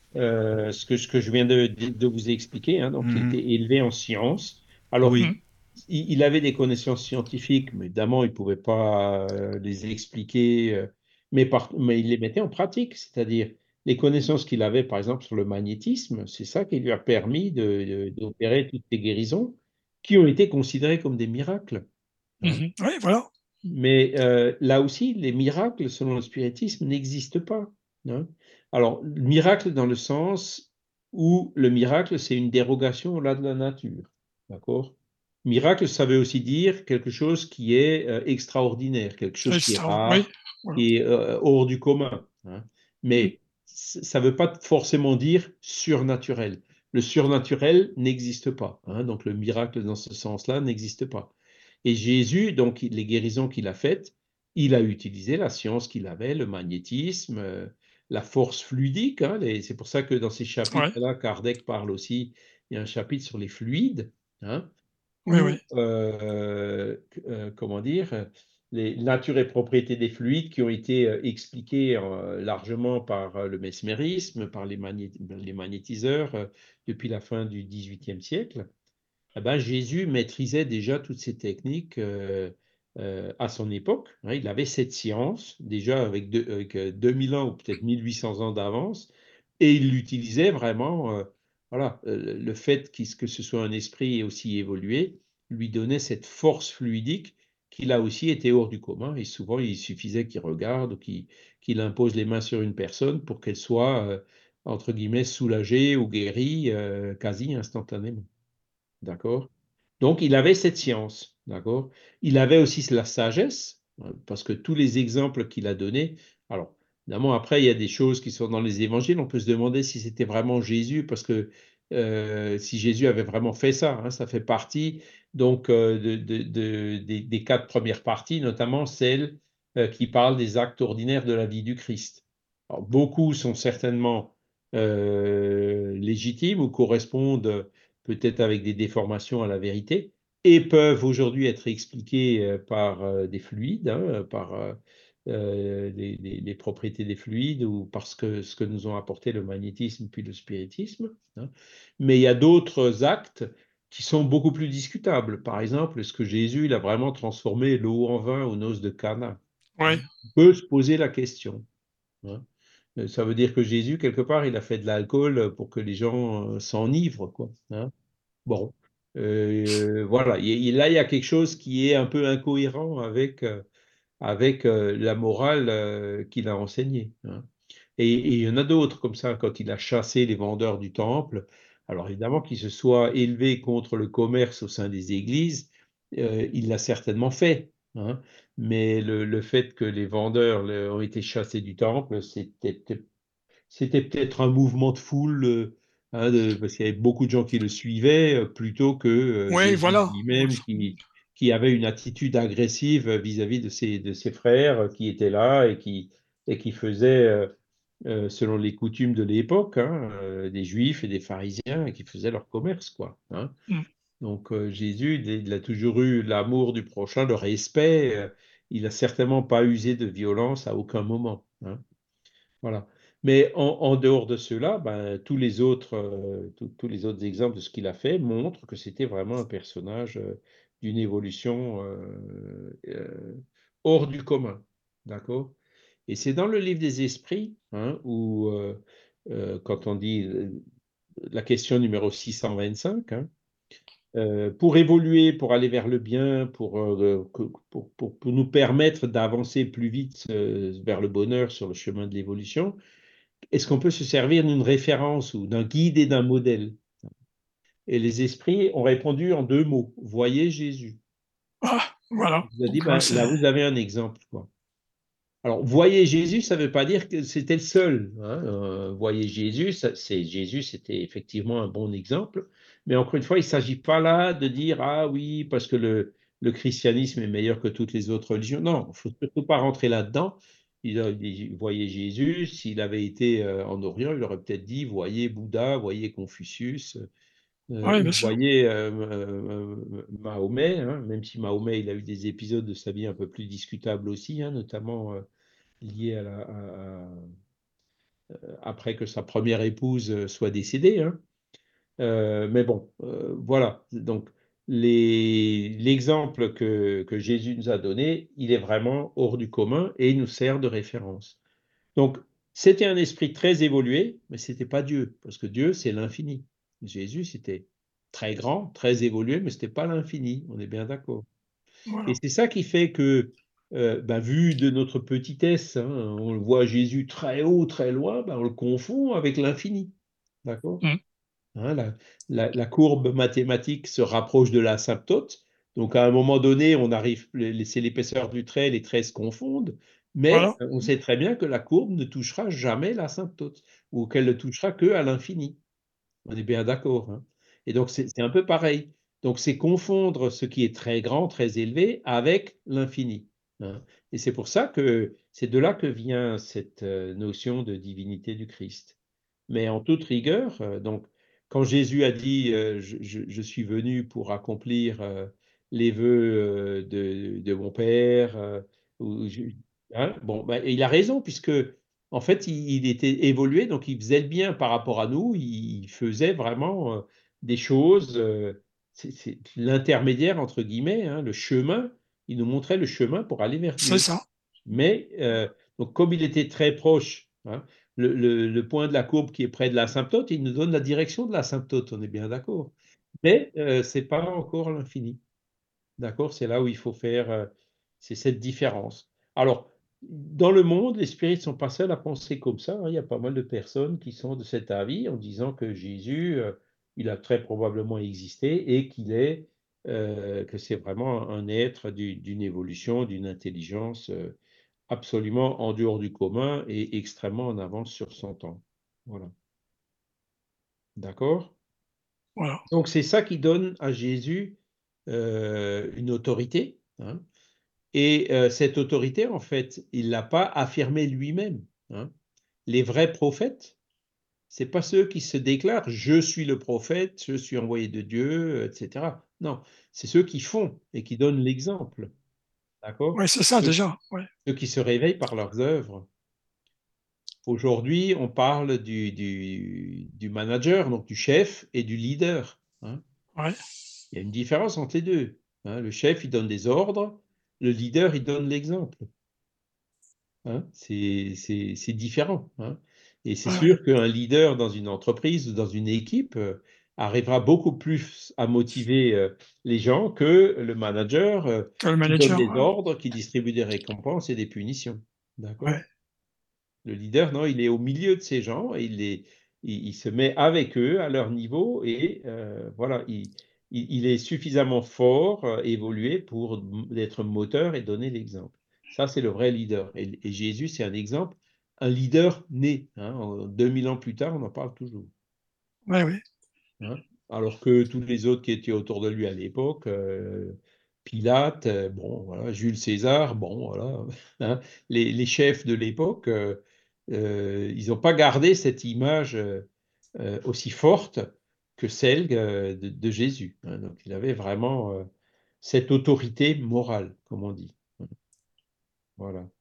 euh, ce que, ce que je viens de, de vous expliquer, hein, donc il mhm, était élevé en sciences. Alors, oui, mm, il, il avait des connaissances scientifiques, mais évidemment, il ne pouvait pas euh, les expliquer, euh, mais, par- mais il les mettait en pratique, c'est-à-dire les connaissances qu'il avait, par exemple, sur le magnétisme, c'est ça qui lui a permis de- de- d'opérer toutes ces guérisons qui ont été considérées comme des miracles. Hein. mhm. Oui, voilà. Mais euh, là aussi, les miracles, selon le spiritisme, n'existent pas. Hein. Alors, miracle dans le sens où le miracle, c'est une dérogation au-delà de la nature. D'accord? Miracle, ça veut aussi dire quelque chose qui est euh, extraordinaire, quelque chose qui est Extra, oui, rare, voilà. qui est euh, hors du commun. Hein. Mm, Mais c- ça ne veut pas forcément dire surnaturel. Le surnaturel n'existe pas. Hein. Donc, le miracle dans ce sens-là n'existe pas. Et Jésus, donc les guérisons qu'il a faites, il a utilisé la science qu'il avait, le magnétisme, euh, la force fluidique. Hein, les- c'est pour ça que dans ces ouais, chapitres-là, Kardec parle aussi, il y a un chapitre sur les fluides, hein, oui, oui. où, euh, euh, comment dire, les natures et propriétés des fluides qui ont été euh, expliquées euh, largement par euh, le mesmérisme, par les, magné- les magnétiseurs euh, depuis la fin du dix-huitième siècle. Eh ben, Jésus maîtrisait déjà toutes ces techniques euh, euh, à son époque. Hein. Il avait cette science déjà avec, deux, avec euh, deux mille ans ou peut-être mille huit cents ans d'avance, et il l'utilisait vraiment. Euh, voilà, euh, le fait qu'il- que ce soit un esprit aussi évolué lui donnait cette force fluidique qu'il a aussi été hors du commun. Et souvent, il suffisait qu'il regarde ou qu'il qu'il impose les mains sur une personne pour qu'elle soit, euh, entre guillemets, soulagée ou guérie euh, quasi instantanément. D'accord? Donc, il avait cette science. D'accord? Il avait aussi la sagesse, hein, parce que tous les exemples qu'il a donnés, alors, évidemment, après, il y a des choses qui sont dans les évangiles. On peut se demander si c'était vraiment Jésus, parce que euh, si Jésus avait vraiment fait ça, hein, ça fait partie donc euh, de, de- de- des, des quatre premières parties, notamment celles euh, qui parlent des actes ordinaires de la vie du Christ. Alors, beaucoup sont certainement euh, légitimes ou correspondent peut-être avec des déformations à la vérité, et peuvent aujourd'hui être expliquées euh, par euh, des fluides, hein, par euh, euh, les, les- les propriétés des fluides ou parce que ce que nous ont apporté le magnétisme puis le spiritisme. Hein. Mais il y a d'autres actes qui sont beaucoup plus discutables. Par exemple, est-ce que Jésus il a vraiment transformé l'eau en vin aux noces de Cana? Ouais, Hein. On peut se poser la question. Hein. Euh, Ça veut dire que Jésus, quelque part, il a fait de l'alcool pour que les gens euh, s'enivrent, quoi. Hein. Bon, Euh, voilà, il y a- là, il y a quelque chose qui est un peu incohérent avec, euh, avec euh, la morale euh, qu'il a enseignée. Hein. Et, et il y en a d'autres comme ça, quand il a chassé les vendeurs du temple. Alors évidemment, qu'il se soit élevé contre le commerce au sein des églises, euh, il l'a certainement fait. Hein. Mais le, le fait que les vendeurs le- ont été chassés du temple, c'était c'était peut-être un mouvement de foule, euh, hein, de- parce qu'il y avait beaucoup de gens qui le suivaient, euh, plutôt que euh, ouais, Jésus voilà. lui-même qui, qui avait une attitude agressive euh, vis-à-vis de ses, de ses frères euh, qui étaient là et qui, et qui faisaient, euh, euh, selon les coutumes de l'époque, hein, euh, des Juifs et des pharisiens et qui faisaient leur commerce, quoi. Hein. Mm. Donc euh, Jésus, il il a toujours eu l'amour du prochain, le respect. Euh, il n'a certainement pas usé de violence à aucun moment. Hein. Voilà. Mais en, en dehors de cela, ben, tous les autres, euh, tous tous les autres exemples de ce qu'il a fait montrent que c'était vraiment un personnage euh, d'une évolution euh, euh, hors du commun. D'accord? Et c'est dans le livre des esprits, hein, où, euh, euh, quand on dit euh, la question numéro six cent vingt-cinq, hein, euh, pour évoluer, pour aller vers le bien, pour, euh, que- pour, pour, pour nous permettre d'avancer plus vite euh, vers le bonheur sur le chemin de l'évolution, est-ce qu'on peut se servir d'une référence ou d'un guide et d'un modèle? Et les esprits ont répondu en deux mots, voyez Jésus. Ah, voilà. Je vous ai dit, Donc, euh, ben, c'est, là, vous avez un exemple, quoi. Alors, voyez Jésus, ça ne veut pas dire que c'était le seul, hein. Euh, voyez Jésus, ça, c'est, Jésus, c'était effectivement un bon exemple. Mais encore une fois, il ne s'agit pas là de dire, ah oui, parce que le, le christianisme est meilleur que toutes les autres religions. Non, il ne faut surtout pas rentrer là-dedans. Il a dit, voyez Jésus, s'il avait été euh, en Orient, il aurait peut-être dit, voyez Bouddha, voyez Confucius, euh, oui, ou bien sûr. voyez euh, euh, euh, Mahomet, hein, même si Mahomet, il a eu des épisodes de sa vie un peu plus discutables aussi, hein, notamment euh, liés à la, à- à- après que sa première épouse euh, soit décédée, hein. Euh, mais bon, euh, voilà. Donc, les- l'exemple que, que Jésus nous a donné, il est vraiment hors du commun et il nous sert de référence. Donc, c'était un esprit très évolué, mais ce n'était pas Dieu, parce que Dieu, c'est l'infini. Jésus, c'était très grand, très évolué, mais ce n'était pas l'infini, on est bien d'accord. Et Voilà. c'est ça qui fait que, euh, ben, vu de notre petitesse, hein, on le voit Jésus très haut, très loin, ben, on le confond avec l'infini. D'accord? Mm. Hein, la, la- la courbe mathématique se rapproche de l'asymptote. Donc, à un moment donné, on arrive, les- c'est l'épaisseur du trait, les traits se confondent, mais Voilà. euh, on sait très bien que la courbe ne touchera jamais l'asymptote, ou qu'elle ne touchera que à l'infini. On est bien d'accord, hein. Et donc, c'est c'est un peu pareil. Donc, c'est confondre ce qui est très grand, très élevé, avec l'infini, hein. Et c'est pour ça que c'est de là que vient cette euh, notion de divinité du Christ. Mais en toute rigueur, euh, donc, quand Jésus a dit euh, je, je- je suis venu pour accomplir euh, les vœux euh, de, de mon Père, euh, ou je- hein, bon, ben, il a raison, puisque en fait, il, il était évolué, donc il faisait le bien par rapport à nous, il, il faisait vraiment euh, des choses, euh, c'est c'est l'intermédiaire, entre guillemets, hein, le chemin, il nous montrait le chemin pour aller vers C'est Dieu. ça. Mais euh, donc, comme il était très proche, hein, le, le- le point de la courbe qui est près de l'asymptote, il nous donne la direction de l'asymptote, on est bien d'accord. Mais euh, ce n'est pas encore l'infini. D'accord? C'est là où il faut faire, euh, c'est cette différence. Alors, dans le monde, les spirites ne sont pas seuls à penser comme ça, hein. Il y a pas mal de personnes qui sont de cet avis en disant que Jésus, euh, il a très probablement existé et qu'il est, euh, que c'est vraiment un être du- d'une évolution, d'une intelligence euh, absolument en dehors du commun et extrêmement en avance sur son temps. Voilà. D'accord? Voilà. Donc, c'est ça qui donne à Jésus euh, une autorité, hein. Et euh, cette autorité, en fait, il ne l'a pas affirmée lui-même, hein. Les vrais prophètes, c'est pas ceux qui se déclarent je suis le prophète, je suis envoyé de Dieu, et cetera. Non, c'est ceux qui font et qui donnent l'exemple, d'accord? Oui, c'est ça Ceux, déjà. Oui. ceux qui se réveillent par leurs œuvres. Aujourd'hui, on parle du, du, du manager, donc du chef et du leader, hein. Ouais. Il y a une différence entre les deux, hein. Le chef, il donne des ordres, le leader, il donne l'exemple. Hein, c'est c'est- c'est différent, hein. Et c'est Ouais, ouais. sûr qu'un leader dans une entreprise ou dans une équipe euh, arrivera beaucoup plus à motiver euh, les gens que le manager euh, Que le qui donne manager. des Ouais. ordres, qui distribue des récompenses et des punitions. D'accord? Ouais. Le leader, non, il est au milieu de ces gens et il, les- il, il se met avec eux à leur niveau et euh, voilà, il, il- il est suffisamment fort, euh, évolué pour m- être moteur et donner l'exemple. Ça, c'est le vrai leader. Et, et Jésus, c'est un exemple, un leader né, hein. En- deux mille ans plus tard, on en parle toujours, Ouais, oui. hein. Alors que tous les autres qui étaient autour de lui à l'époque, euh, Pilate, euh, bon, voilà, Jules César, bon, voilà, hein, les, les chefs de l'époque, euh, euh, ils n'ont pas gardé cette image euh, euh, aussi forte que celle euh, de, de Jésus, hein. Donc, il avait vraiment euh, cette autorité morale, comme on dit. Voilà.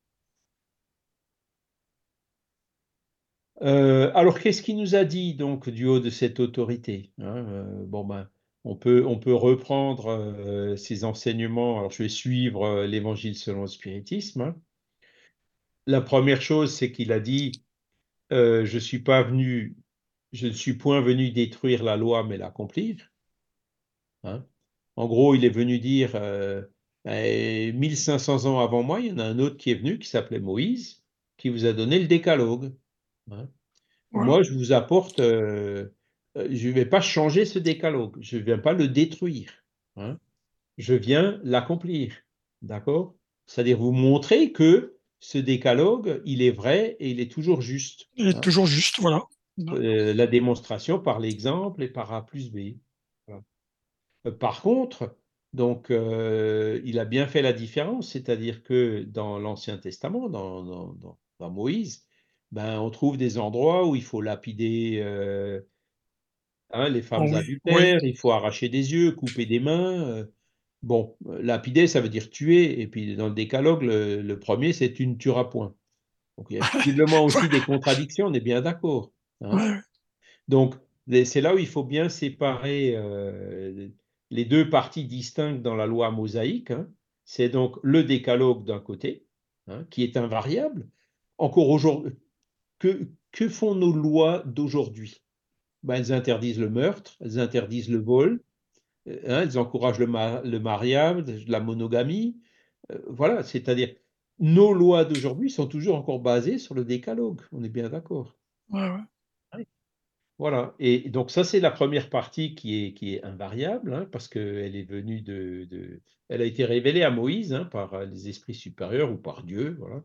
Euh, alors, qu'est-ce qu'il nous a dit donc du haut de cette autorité, hein? Euh, bon ben, on peut, on peut reprendre euh, ces enseignements. Alors, je vais suivre euh, l'Évangile selon le spiritisme, hein. La première chose, c'est qu'il a dit euh, je suis pas venu, je ne suis point venu détruire la loi, mais l'accomplir, hein. En gros, il est venu dire, euh, eh, mille cinq cents ans avant moi, il y en a un autre qui est venu, qui s'appelait Moïse, qui vous a donné le décalogue, hein. Voilà. Moi, je vous apporte, euh, euh, je ne vais pas changer ce décalogue, je ne viens pas le détruire, hein. Je viens l'accomplir, d'accord? C'est-à-dire vous montrer que ce décalogue, il est vrai et il est toujours juste, Il est hein. toujours juste, voilà. Euh, la démonstration par l'exemple et par A plus B. Voilà. Euh, Par contre, donc, euh, il a bien fait la différence, c'est-à-dire que dans l'Ancien Testament, dans, dans- dans- dans Moïse, ben, on trouve des endroits où il faut lapider euh, hein, les Oh femmes oui, oui, adultères, il faut arracher des yeux, couper des mains. euh, Bon, euh, lapider, ça veut dire tuer. Et puis dans le décalogue, le, le premier, c'est tu ne tueras point. Donc il y a visiblement aussi des contradictions, on est bien d'accord, hein. ouais, Donc les- c'est là où il faut bien séparer euh, les deux parties distinctes dans la loi mosaïque, hein. C'est donc le décalogue d'un côté, hein, qui est invariable. Encore aujourd'hui, que, que font nos lois d'aujourd'hui? Ben, elles interdisent le meurtre, elles interdisent le vol, euh, hein, elles encouragent le, ma- le mariage, la monogamie. Euh, voilà, c'est-à-dire, nos lois d'aujourd'hui sont toujours encore basées sur le décalogue, on est bien d'accord. ouais, ouais. Oui. Voilà, et donc ça, c'est la première partie qui est, qui est invariable, hein, parce qu'elle est venue de, de- Elle a été révélée à Moïse, hein, par les esprits supérieurs ou par Dieu, voilà.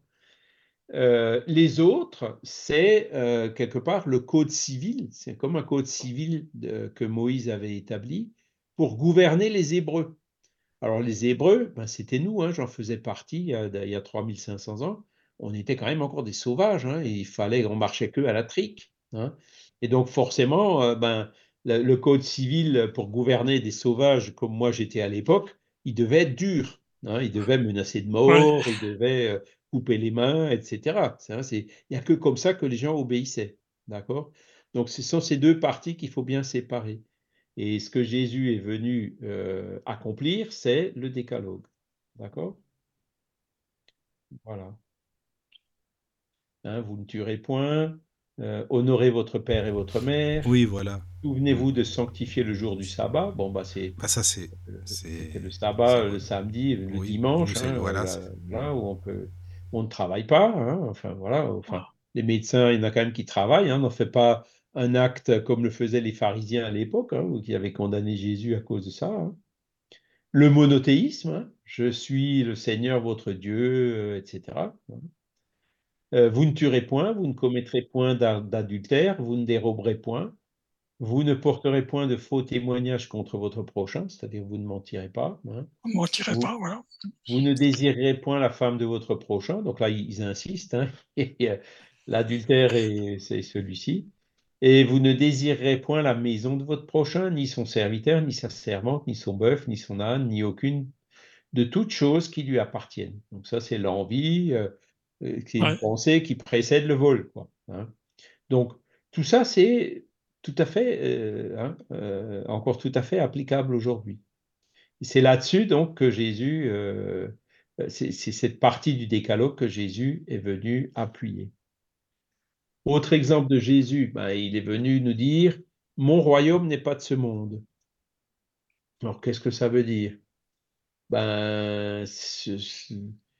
Euh, les autres, c'est euh, quelque part le code civil, c'est comme un code civil de- que Moïse avait établi pour gouverner les Hébreux. Alors les Hébreux, ben, c'était nous, hein, j'en faisais partie il y a, il y a trois mille cinq cents ans. On était quand même encore des sauvages, hein, et il fallait, on marchait que à la trique, hein. Et donc forcément, euh, ben, le, le code civil pour gouverner des sauvages comme moi j'étais à l'époque, il devait être dur, hein, il devait menacer de Ouais, mort, il devait euh, couper les mains, et cetera. C'est, hein, c'est- il n'y a que comme ça que les gens obéissaient, d'accord? Donc ce sont ces deux parties qu'il faut bien séparer. Et ce que Jésus est venu euh, accomplir, c'est le décalogue. D'accord? Voilà. Hein, vous ne tuerez point, euh, honorez votre père et votre mère, Oui, voilà. Mm. souvenez-vous de sanctifier le jour du sabbat. Bon, bah, c'est, Bah ça, c'est... euh, c'était C'est... le c'est sabbat, le voilà. samedi, le Oui, dimanche, nous, c'est... hein, Voilà. là, c'est- là où on peut, on ne travaille pas, hein, enfin, voilà, enfin, voilà. les médecins, il y en a quand même qui travaillent, hein, on n'en fait pas un acte comme le faisaient les pharisiens à l'époque, hein, ou qui avaient condamné Jésus à cause de ça, hein. Le monothéisme, hein, je suis le Seigneur votre Dieu, euh, et cetera. Euh, vous ne tuerez point, vous ne commettrez point d'a- d'adultère, vous ne déroberez point, vous ne porterez point de faux témoignages contre votre prochain, c'est-à-dire vous ne mentirez pas, hein. On ne mentirait Vous, pas, voilà. vous ne désirerez point la femme de votre prochain, donc là ils, ils insistent, hein, et, euh, l'adultère est- c'est celui-ci. Et vous ne désirerez point la maison de votre prochain, ni son serviteur, ni sa servante, ni son bœuf, ni son âne, ni aucune de toutes choses qui lui appartiennent. Donc ça, c'est l'envie, euh, euh, qui est une Ouais, pensée qui précède le vol, quoi, hein. Donc tout ça, c'est tout à fait, euh, hein, euh, encore tout à fait applicable aujourd'hui. Et c'est là-dessus donc que Jésus, euh, c'est c'est cette partie du décalogue que Jésus est venu appuyer. Autre exemple de Jésus, ben, il est venu nous dire, mon royaume n'est pas de ce monde. Alors qu'est-ce que ça veut dire? Ben, ce- ce-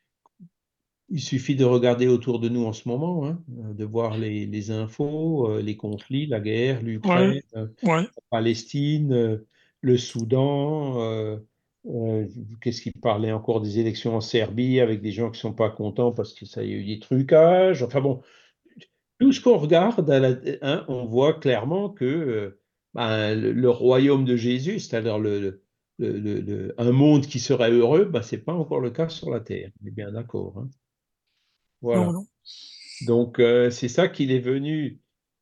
Il suffit de regarder autour de nous en ce moment, hein, euh, de voir les, les infos, euh, les conflits, la guerre, ouais, l'Ukraine, euh, ouais. la Palestine, euh, le Soudan. euh, euh, qu'est-ce qu'il parlait encore des élections en Serbie avec des gens qui sont pas contents parce que ça y a eu des trucages. Enfin bon, tout ce qu'on regarde, à la- hein, on voit clairement que euh, ben, le, le royaume de Jésus, c'est-à-dire le, le- le- le- un monde qui serait heureux, ben, c'est pas encore le cas sur la terre. On est bien d'accord, hein. Non, Voilà. non. Donc, euh, c'est ça qu'il est venu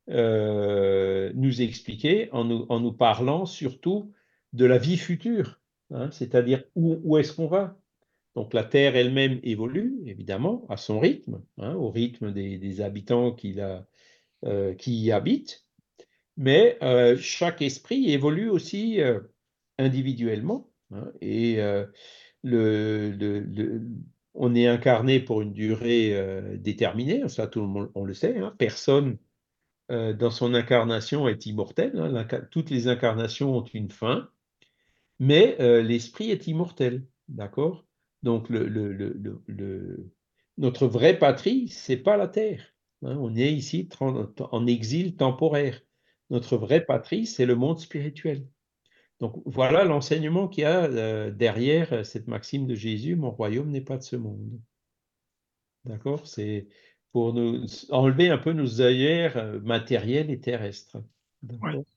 euh, nous expliquer en nous, en nous parlant surtout de la vie future, hein, c'est-à-dire où, où est-ce qu'on va. Donc, la Terre elle-même évolue, évidemment, à son rythme, hein, au rythme des, des habitants qui, la, euh, qui y habitent, mais euh, chaque esprit évolue aussi euh, individuellement, hein, et euh, le, le- le- on est incarné pour une durée euh, déterminée, ça tout le monde on le sait, hein. Personne euh, dans son incarnation est immortel, hein. L'inca- Toutes les incarnations ont une fin, mais euh, l'esprit est immortel, d'accord? Donc le, le, le, le, le- notre vraie patrie, c'est pas la terre. Hein, on est ici en exil temporaire. Notre vraie patrie, c'est le monde spirituel. Donc voilà l'enseignement qu'il y a euh, derrière cette maxime de Jésus, mon royaume n'est pas de ce monde. D'accord? C'est pour nous enlever un peu nos œillères euh, matérielles et terrestres. Ouais. D'accord?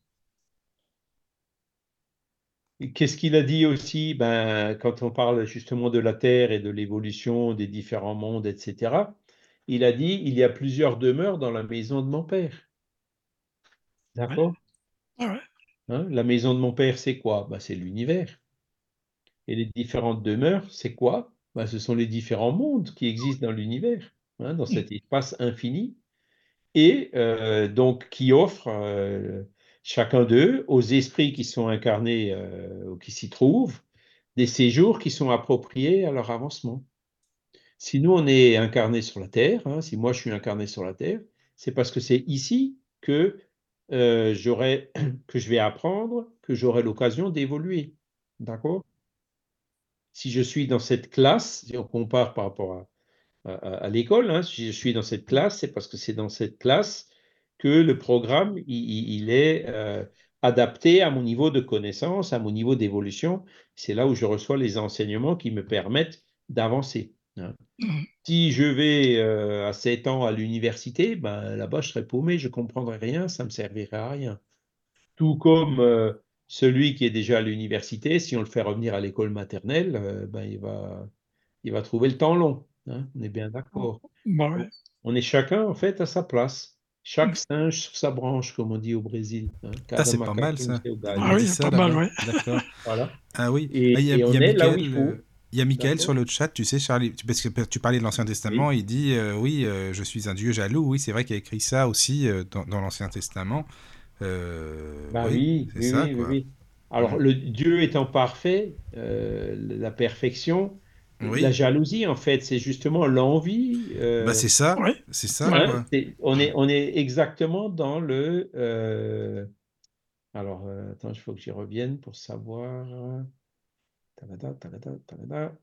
Et qu'est-ce qu'il a dit aussi? Ben, quand on parle justement de la Terre et de l'évolution des différents mondes, et cetera, il a dit, il y a plusieurs demeures dans la maison de mon Père. Ouais. D'accord? Ah ouais. Hein, la maison de mon Père, c'est quoi? Ben, c'est l'univers. Et les différentes demeures, c'est quoi? Ben, ce sont les différents mondes qui existent dans l'univers, hein, dans Mm. cet espace infini, et euh, donc qui offre euh, chacun d'eux aux esprits qui sont incarnés euh, ou qui s'y trouvent des séjours qui sont appropriés à leur avancement. Si nous on est incarné sur la Terre, hein, si moi je suis incarné sur la Terre, c'est parce que c'est ici que euh, j'aurai, que je vais apprendre, que j'aurai l'occasion d'évoluer. D'accord? Si je suis dans cette classe, si on compare par rapport à, à, à l'école, hein, si je suis dans cette classe, c'est parce que c'est dans cette classe que le programme il, il est euh, adapté à mon niveau de connaissance, à mon niveau d'évolution. C'est là où je reçois les enseignements qui me permettent d'avancer. Hein. Mm. Si je vais euh, à sept ans à l'université, ben, là-bas je serai paumé, je ne comprendrai rien, ça ne me servirait à rien. Tout comme euh, celui qui est déjà à l'université, si on le fait revenir à l'école maternelle, euh, ben, il va, il va trouver le temps long. Hein, on est bien d'accord. Bah Donc, ouais. on est chacun en fait à sa place. Mm. Chaque singe sur sa branche, comme on dit au Brésil. Hein, Ça, cada c'est pas mal, macaco no ça. seu On Ah galho. dit oui, ça pas mal, là-bas. ouais. D'accord. Voilà. Ah oui. Ah, Il Et, y a, et il y on a est là où il Michael, faut. euh, il y a Michael sur D'accord? le chat, tu sais, Charlie, tu- parce que tu parlais de l'Ancien Testament, Oui. il dit euh, oui, euh, je suis un Dieu jaloux. Oui, c'est vrai qu'il a écrit ça aussi euh, dans, dans l'Ancien Testament. Euh, Bah oui, oui, c'est oui, ça, oui, oui, quoi. oui. Mm. Alors, le Dieu étant parfait, euh, la perfection, la Oui, jalousie, en fait, c'est justement l'envie. bah euh, c'est ça, Ouais. c'est ça, Ouais. hein, quoi. c'est- on est, on est exactement dans le. euh, alors, euh, attends, il faut que j'y revienne pour savoir. Talada, talada, talada.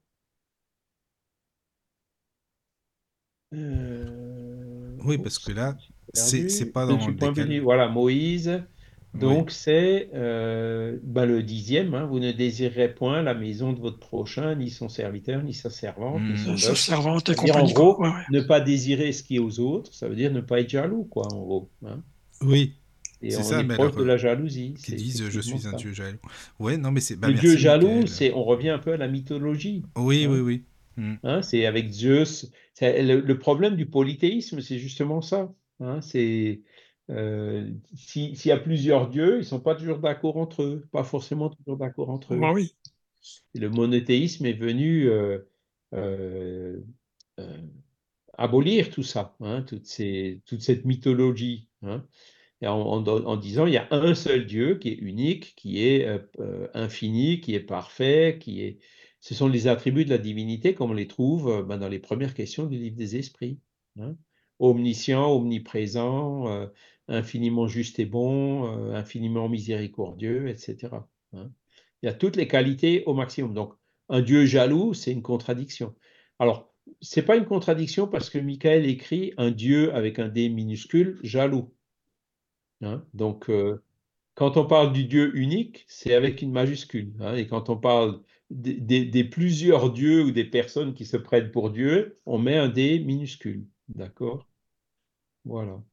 Euh, Oui, parce que oups, je là, me suis c'est c'est perdu. pas Je ne dans suis le point béni. décal. Voilà, Moïse. Oui. Donc, c'est euh, ben, le dixième. Hein, vous ne désirerez point la maison de votre prochain, ni son serviteur, ni sa servante, ni Mm. son Sa bœuf. servante et C'est-à-dire, en compagnie, quoi. gros, Ouais, ouais. ne pas désirer ce qui est aux autres, ça veut dire ne pas être jaloux, quoi, en gros. Hein. Oui, Et c'est on ça, est mais proche alors, de euh, la jalousie, qui c'est disent euh, je effectivement suis un ça. Dieu jaloux. Ouais, non, mais c'est. Bah Le Dieu merci, jaloux, Michael. c'est, on revient un peu à la mythologie. Oui, oui, Hein. oui. Mm. Hein, c'est avec Zeus. C'est- Le, le problème du polythéisme, c'est justement ça. Hein, c'est euh, si- s'il y a plusieurs dieux, ils ne sont pas toujours d'accord entre eux, pas forcément toujours d'accord entre Bah eux. oui. Et le monothéisme est venu euh, euh, euh, abolir tout ça, hein, toute ces- toute cette mythologie. Hein, et en, en- en disant il y a un seul Dieu qui est unique, qui est euh, euh, infini, qui est parfait, qui est. Ce sont les attributs de la divinité comme on les trouve euh, ben, dans les premières questions du livre des Esprits. Hein. Omniscient, omniprésent, euh, infiniment juste et bon, euh, infiniment miséricordieux, et cetera. Hein. Il y a toutes les qualités au maximum. Donc, un Dieu jaloux, c'est une contradiction. Alors, c'est pas une contradiction parce que Michael écrit un Dieu avec un D minuscule, jaloux. Hein. Donc, euh, quand on parle du Dieu unique, c'est avec une majuscule. Hein. Et quand on parle des, des- des plusieurs dieux ou des personnes qui se prennent pour Dieu, on met un D minuscule. D'accord? Voilà.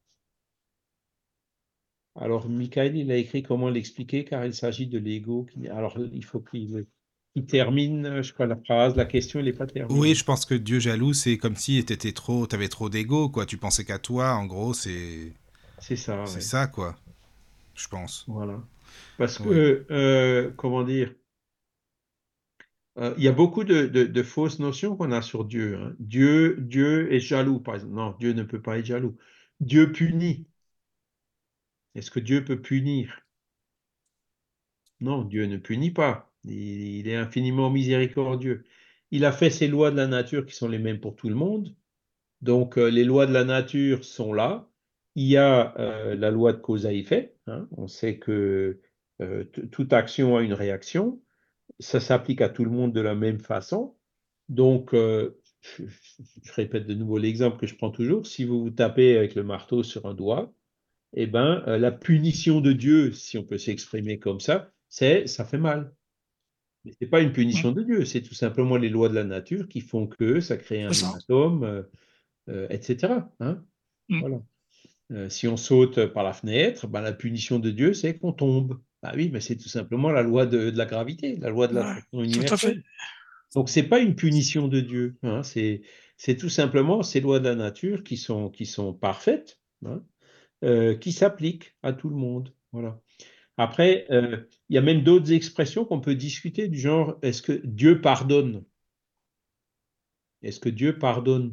Alors, Michael, il a écrit comment l'expliquer, car il s'agit de l'ego. qui- Alors, il faut qu'il qu'il termine, je crois, la phrase. La question, il n'est pas Oui, terminée. je pense que Dieu jaloux, c'est comme si t'étais trop, t'avais trop d'ego, quoi. Tu pensais qu'à toi, en gros, c'est, C'est ça, c'est ouais. ça, quoi. Je pense. Voilà. Parce Oui. que, euh, comment dire, Euh, il y a beaucoup de, de- de fausses notions qu'on a sur Dieu. Hein. Dieu, Dieu est jaloux, par exemple. Non, Dieu ne peut pas être jaloux. Dieu punit. Est-ce que Dieu peut punir? Non, Dieu ne punit pas. Il, il est infiniment miséricordieux. Il a fait ses lois de la nature qui sont les mêmes pour tout le monde. Donc, euh, les lois de la nature sont là. Il y a euh, la loi de cause à effet. Hein. On sait que euh, t- toute action a une réaction. ça s'applique à tout le monde de la même façon. Donc, euh, je, je répète de nouveau l'exemple que je prends toujours. Si vous vous tapez avec le marteau sur un doigt, eh ben, euh, la punition de Dieu, si on peut s'exprimer comme ça, c'est ça fait mal. Mais ce n'est pas une Mm. punition de Dieu, c'est tout simplement les lois de la nature qui font que ça crée C'est un ça. hématome, euh, euh, et cetera. Hein. Mm. Voilà. Euh, si on saute par la fenêtre, ben, la punition de Dieu, c'est qu'on tombe. Bah oui, mais c'est tout simplement la loi de, de la gravité, la loi de Ouais, l'attraction tout à fait. universelle. Donc, c'est pas une punition de Dieu. Hein, c'est, c'est tout simplement ces lois de la nature qui sont, qui sont parfaites, hein, euh, qui s'appliquent à tout le monde. Voilà. Après, euh, il y a même d'autres expressions qu'on peut discuter du genre, est-ce que Dieu pardonne? Est-ce que Dieu pardonne?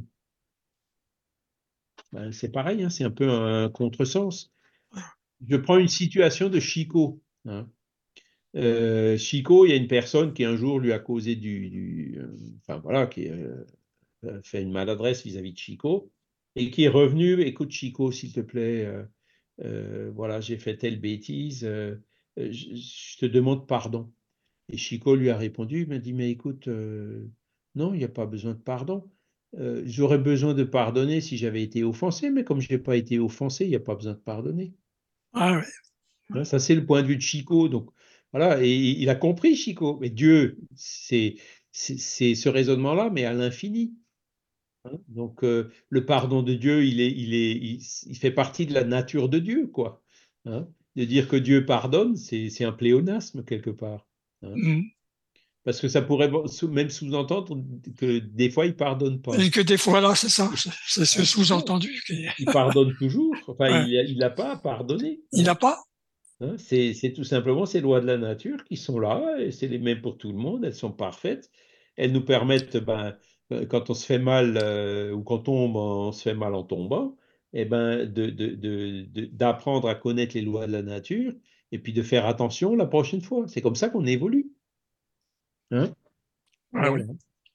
Ben, c'est pareil, hein, c'est un peu un contresens. Je prends une situation de Chico. Hein. Euh, Chico, il y a une personne qui un jour lui a causé du, du euh, enfin voilà, qui euh, a fait une maladresse vis-à-vis de Chico et qui est revenu. Écoute, Chico, s'il te plaît, euh, euh, voilà, j'ai fait telle bêtise, euh, je, je te demande pardon. Et Chico lui a répondu, il m'a dit, mais écoute, euh, non, il n'y a pas besoin de pardon. Euh, j'aurais besoin de pardonner si j'avais été offensé, mais comme je n'ai pas été offensé, il n'y a pas besoin de pardonner. Ah ouais. Hein, ça, c'est le point de vue de Chico. Donc, voilà, et il a compris, Chico. Mais Dieu, c'est c'est c'est ce raisonnement-là, mais à l'infini. Hein. Donc, euh, le pardon de Dieu, il est, il est, il, il fait partie de la nature de Dieu, quoi. Hein. De dire que Dieu pardonne, c'est c'est un pléonasme quelque part. Hein. Mm. Parce que ça pourrait sous- même sous-entendre que des fois, il pardonne pas. Et que des fois, là, c'est ça. C'est c'est ce Hein. Non, sous-entendu. qui- il pardonne toujours. Enfin, Ouais. il n'a il a pas à pardonner. Il Hein. n'a pas? Hein, c'est c'est tout simplement ces lois de la nature qui sont là, et c'est les mêmes pour tout le monde, elles sont parfaites. Elles nous permettent, ben, euh, quand on se fait mal euh, ou quand on tombe, on se fait mal en tombant, eh ben, de, de- de- de- d'apprendre à connaître les lois de la nature et puis de faire attention la prochaine fois. C'est comme ça qu'on évolue. Hein. Ah Voilà. oui.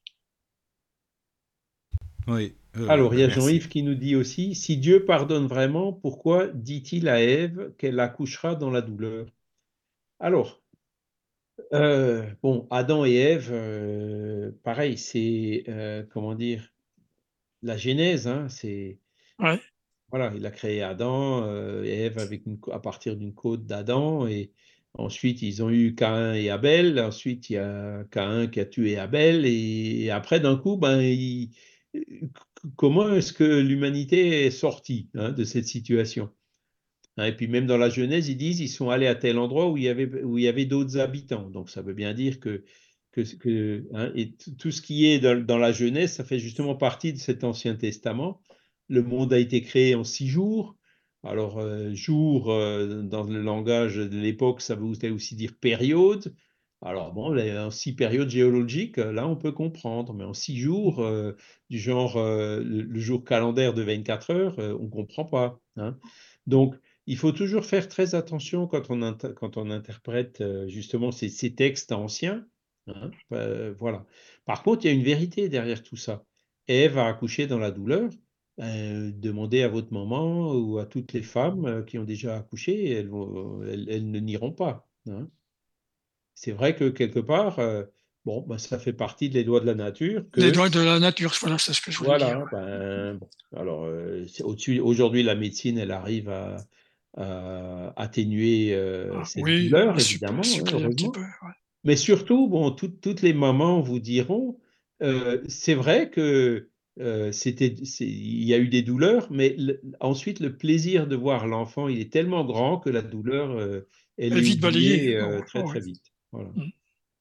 Oui, euh, Alors, il y ben a merci. Jean-Yves qui nous dit aussi, si Dieu pardonne vraiment, pourquoi dit-il à Ève qu'elle accouchera dans la douleur? Alors, Euh, bon, Adam et Ève, euh, pareil, c'est, euh, comment dire, la Genèse, hein, c'est, Ouais. voilà, il a créé Adam euh, et Ève avec une, à partir d'une côte d'Adam, et ensuite ils ont eu Caïn et Abel, ensuite il y a Caïn qui a tué Abel, et, et après d'un coup, ben, il- comment est-ce que l'humanité est sortie, hein, de cette situation? Hein, et puis même dans la Genèse, ils disent ils sont allés à tel endroit où il y avait, où il y avait d'autres habitants. Donc ça veut bien dire que, que, que hein, et t- tout ce qui est dans, dans la Genèse, ça fait justement partie de cet Ancien Testament. Le monde a été créé en six jours. Alors, euh, jour, euh, dans le langage de l'époque, ça voulait aussi dire période. Alors bon, les- en six périodes géologiques, euh, là, on peut comprendre. Mais en six jours, euh, du genre euh, le, le jour calendaire de vingt-quatre heures, euh, on ne comprend pas. Hein. Donc, il faut toujours faire très attention quand on, inter- quand on interprète euh, justement ces, ces textes anciens. Hein, euh, voilà. Par contre, il y a une vérité derrière tout ça. Ève a accouché dans la douleur. Euh, demandez à votre maman ou à toutes les femmes euh, qui ont déjà accouché, elles, vont- elles- elles ne nieront pas. Hein. C'est vrai que quelque part, euh, bon, ben, ça fait partie des lois de la nature Les que lois de la nature, voilà, c'est ce que je voulais dire. voilà, ben, bon. Alors, euh, c'est au-dessus, aujourd'hui, la médecine, elle arrive à, à atténuer euh, Ah, cette oui, douleur, à supplé- évidemment, hein, suppléer un petit heureusement. peu. Ouais. Mais surtout, bon, tout- toutes les mamans vous diront, euh, c'est vrai que euh, c'était, c'est- il y a eu des douleurs, mais le- ensuite, le plaisir de voir l'enfant, il est tellement grand que la douleur, euh, elle Et est vite balayé. oubliée Oh, euh, très, oh, ouais. très vite. Voilà. Mm.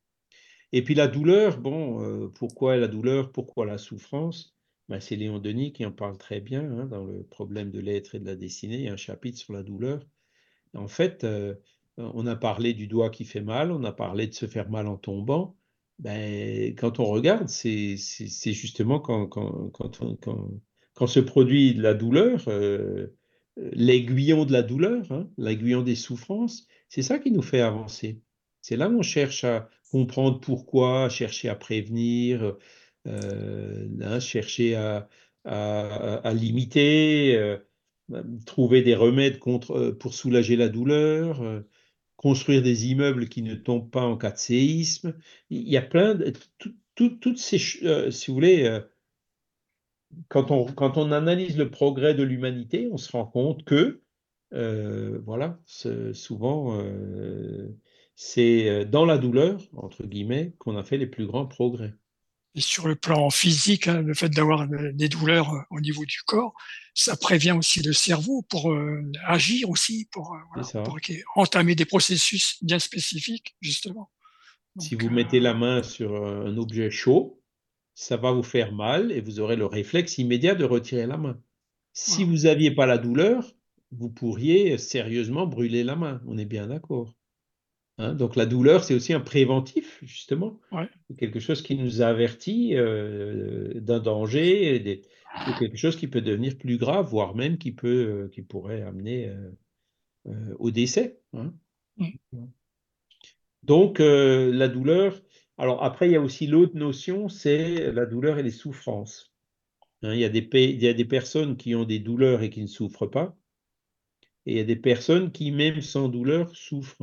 Et puis la douleur, bon, euh, pourquoi la douleur, pourquoi la souffrance? Ben, c'est Léon Denis qui en parle très bien hein, dans le problème de l'être et de la destinée. Il y a un chapitre sur la douleur. En fait, euh, on a parlé du doigt qui fait mal, on a parlé de se faire mal en tombant. Ben, quand on regarde, c'est c'est- c'est justement quand, quand, quand, on- quand, quand se produit de la douleur, euh, l'aiguillon de la douleur, hein, l'aiguillon des souffrances, c'est ça qui nous fait avancer. C'est là où on cherche à comprendre pourquoi, chercher à prévenir, euh, hein, chercher à, à- à limiter. euh, trouver des remèdes contre, euh, pour soulager la douleur, euh, construire des immeubles qui ne tombent pas en cas de séisme. Il y a plein de... tout- tout- toutes ces... ch- euh, si vous voulez, euh, quand on, quand on analyse le progrès de l'humanité, on se rend compte que, euh, voilà, c'est- souvent, euh, c'est euh, dans la douleur, entre guillemets, qu'on a fait les plus grands progrès. Et sur le plan physique, hein, le fait d'avoir euh, des douleurs euh, au niveau du corps, ça prévient aussi le cerveau pour euh, agir aussi, pour, euh, C'est voilà, ça. pour qu'il- entamer des processus bien spécifiques, justement. Si Donc, vous euh, mettez la main sur un objet chaud, ça va vous faire mal et vous aurez le réflexe immédiat de retirer la main. Si voilà. vous n'aviez pas la douleur, vous pourriez sérieusement brûler la main. On est bien d'accord. Hein, donc la douleur, c'est aussi un préventif, justement. Ouais. C'est quelque chose qui nous avertit euh, d'un danger, et des- de quelque chose qui peut devenir plus grave, voire même qui peut, euh, qui pourrait amener euh, euh, au décès. Hein. Mm. Donc euh, la douleur. Alors après, il y a aussi l'autre notion, c'est la douleur et les souffrances. Hein, il y a des, pa- il y a des personnes qui ont des douleurs et qui ne souffrent pas, et il y a des personnes qui, même sans douleur, souffrent.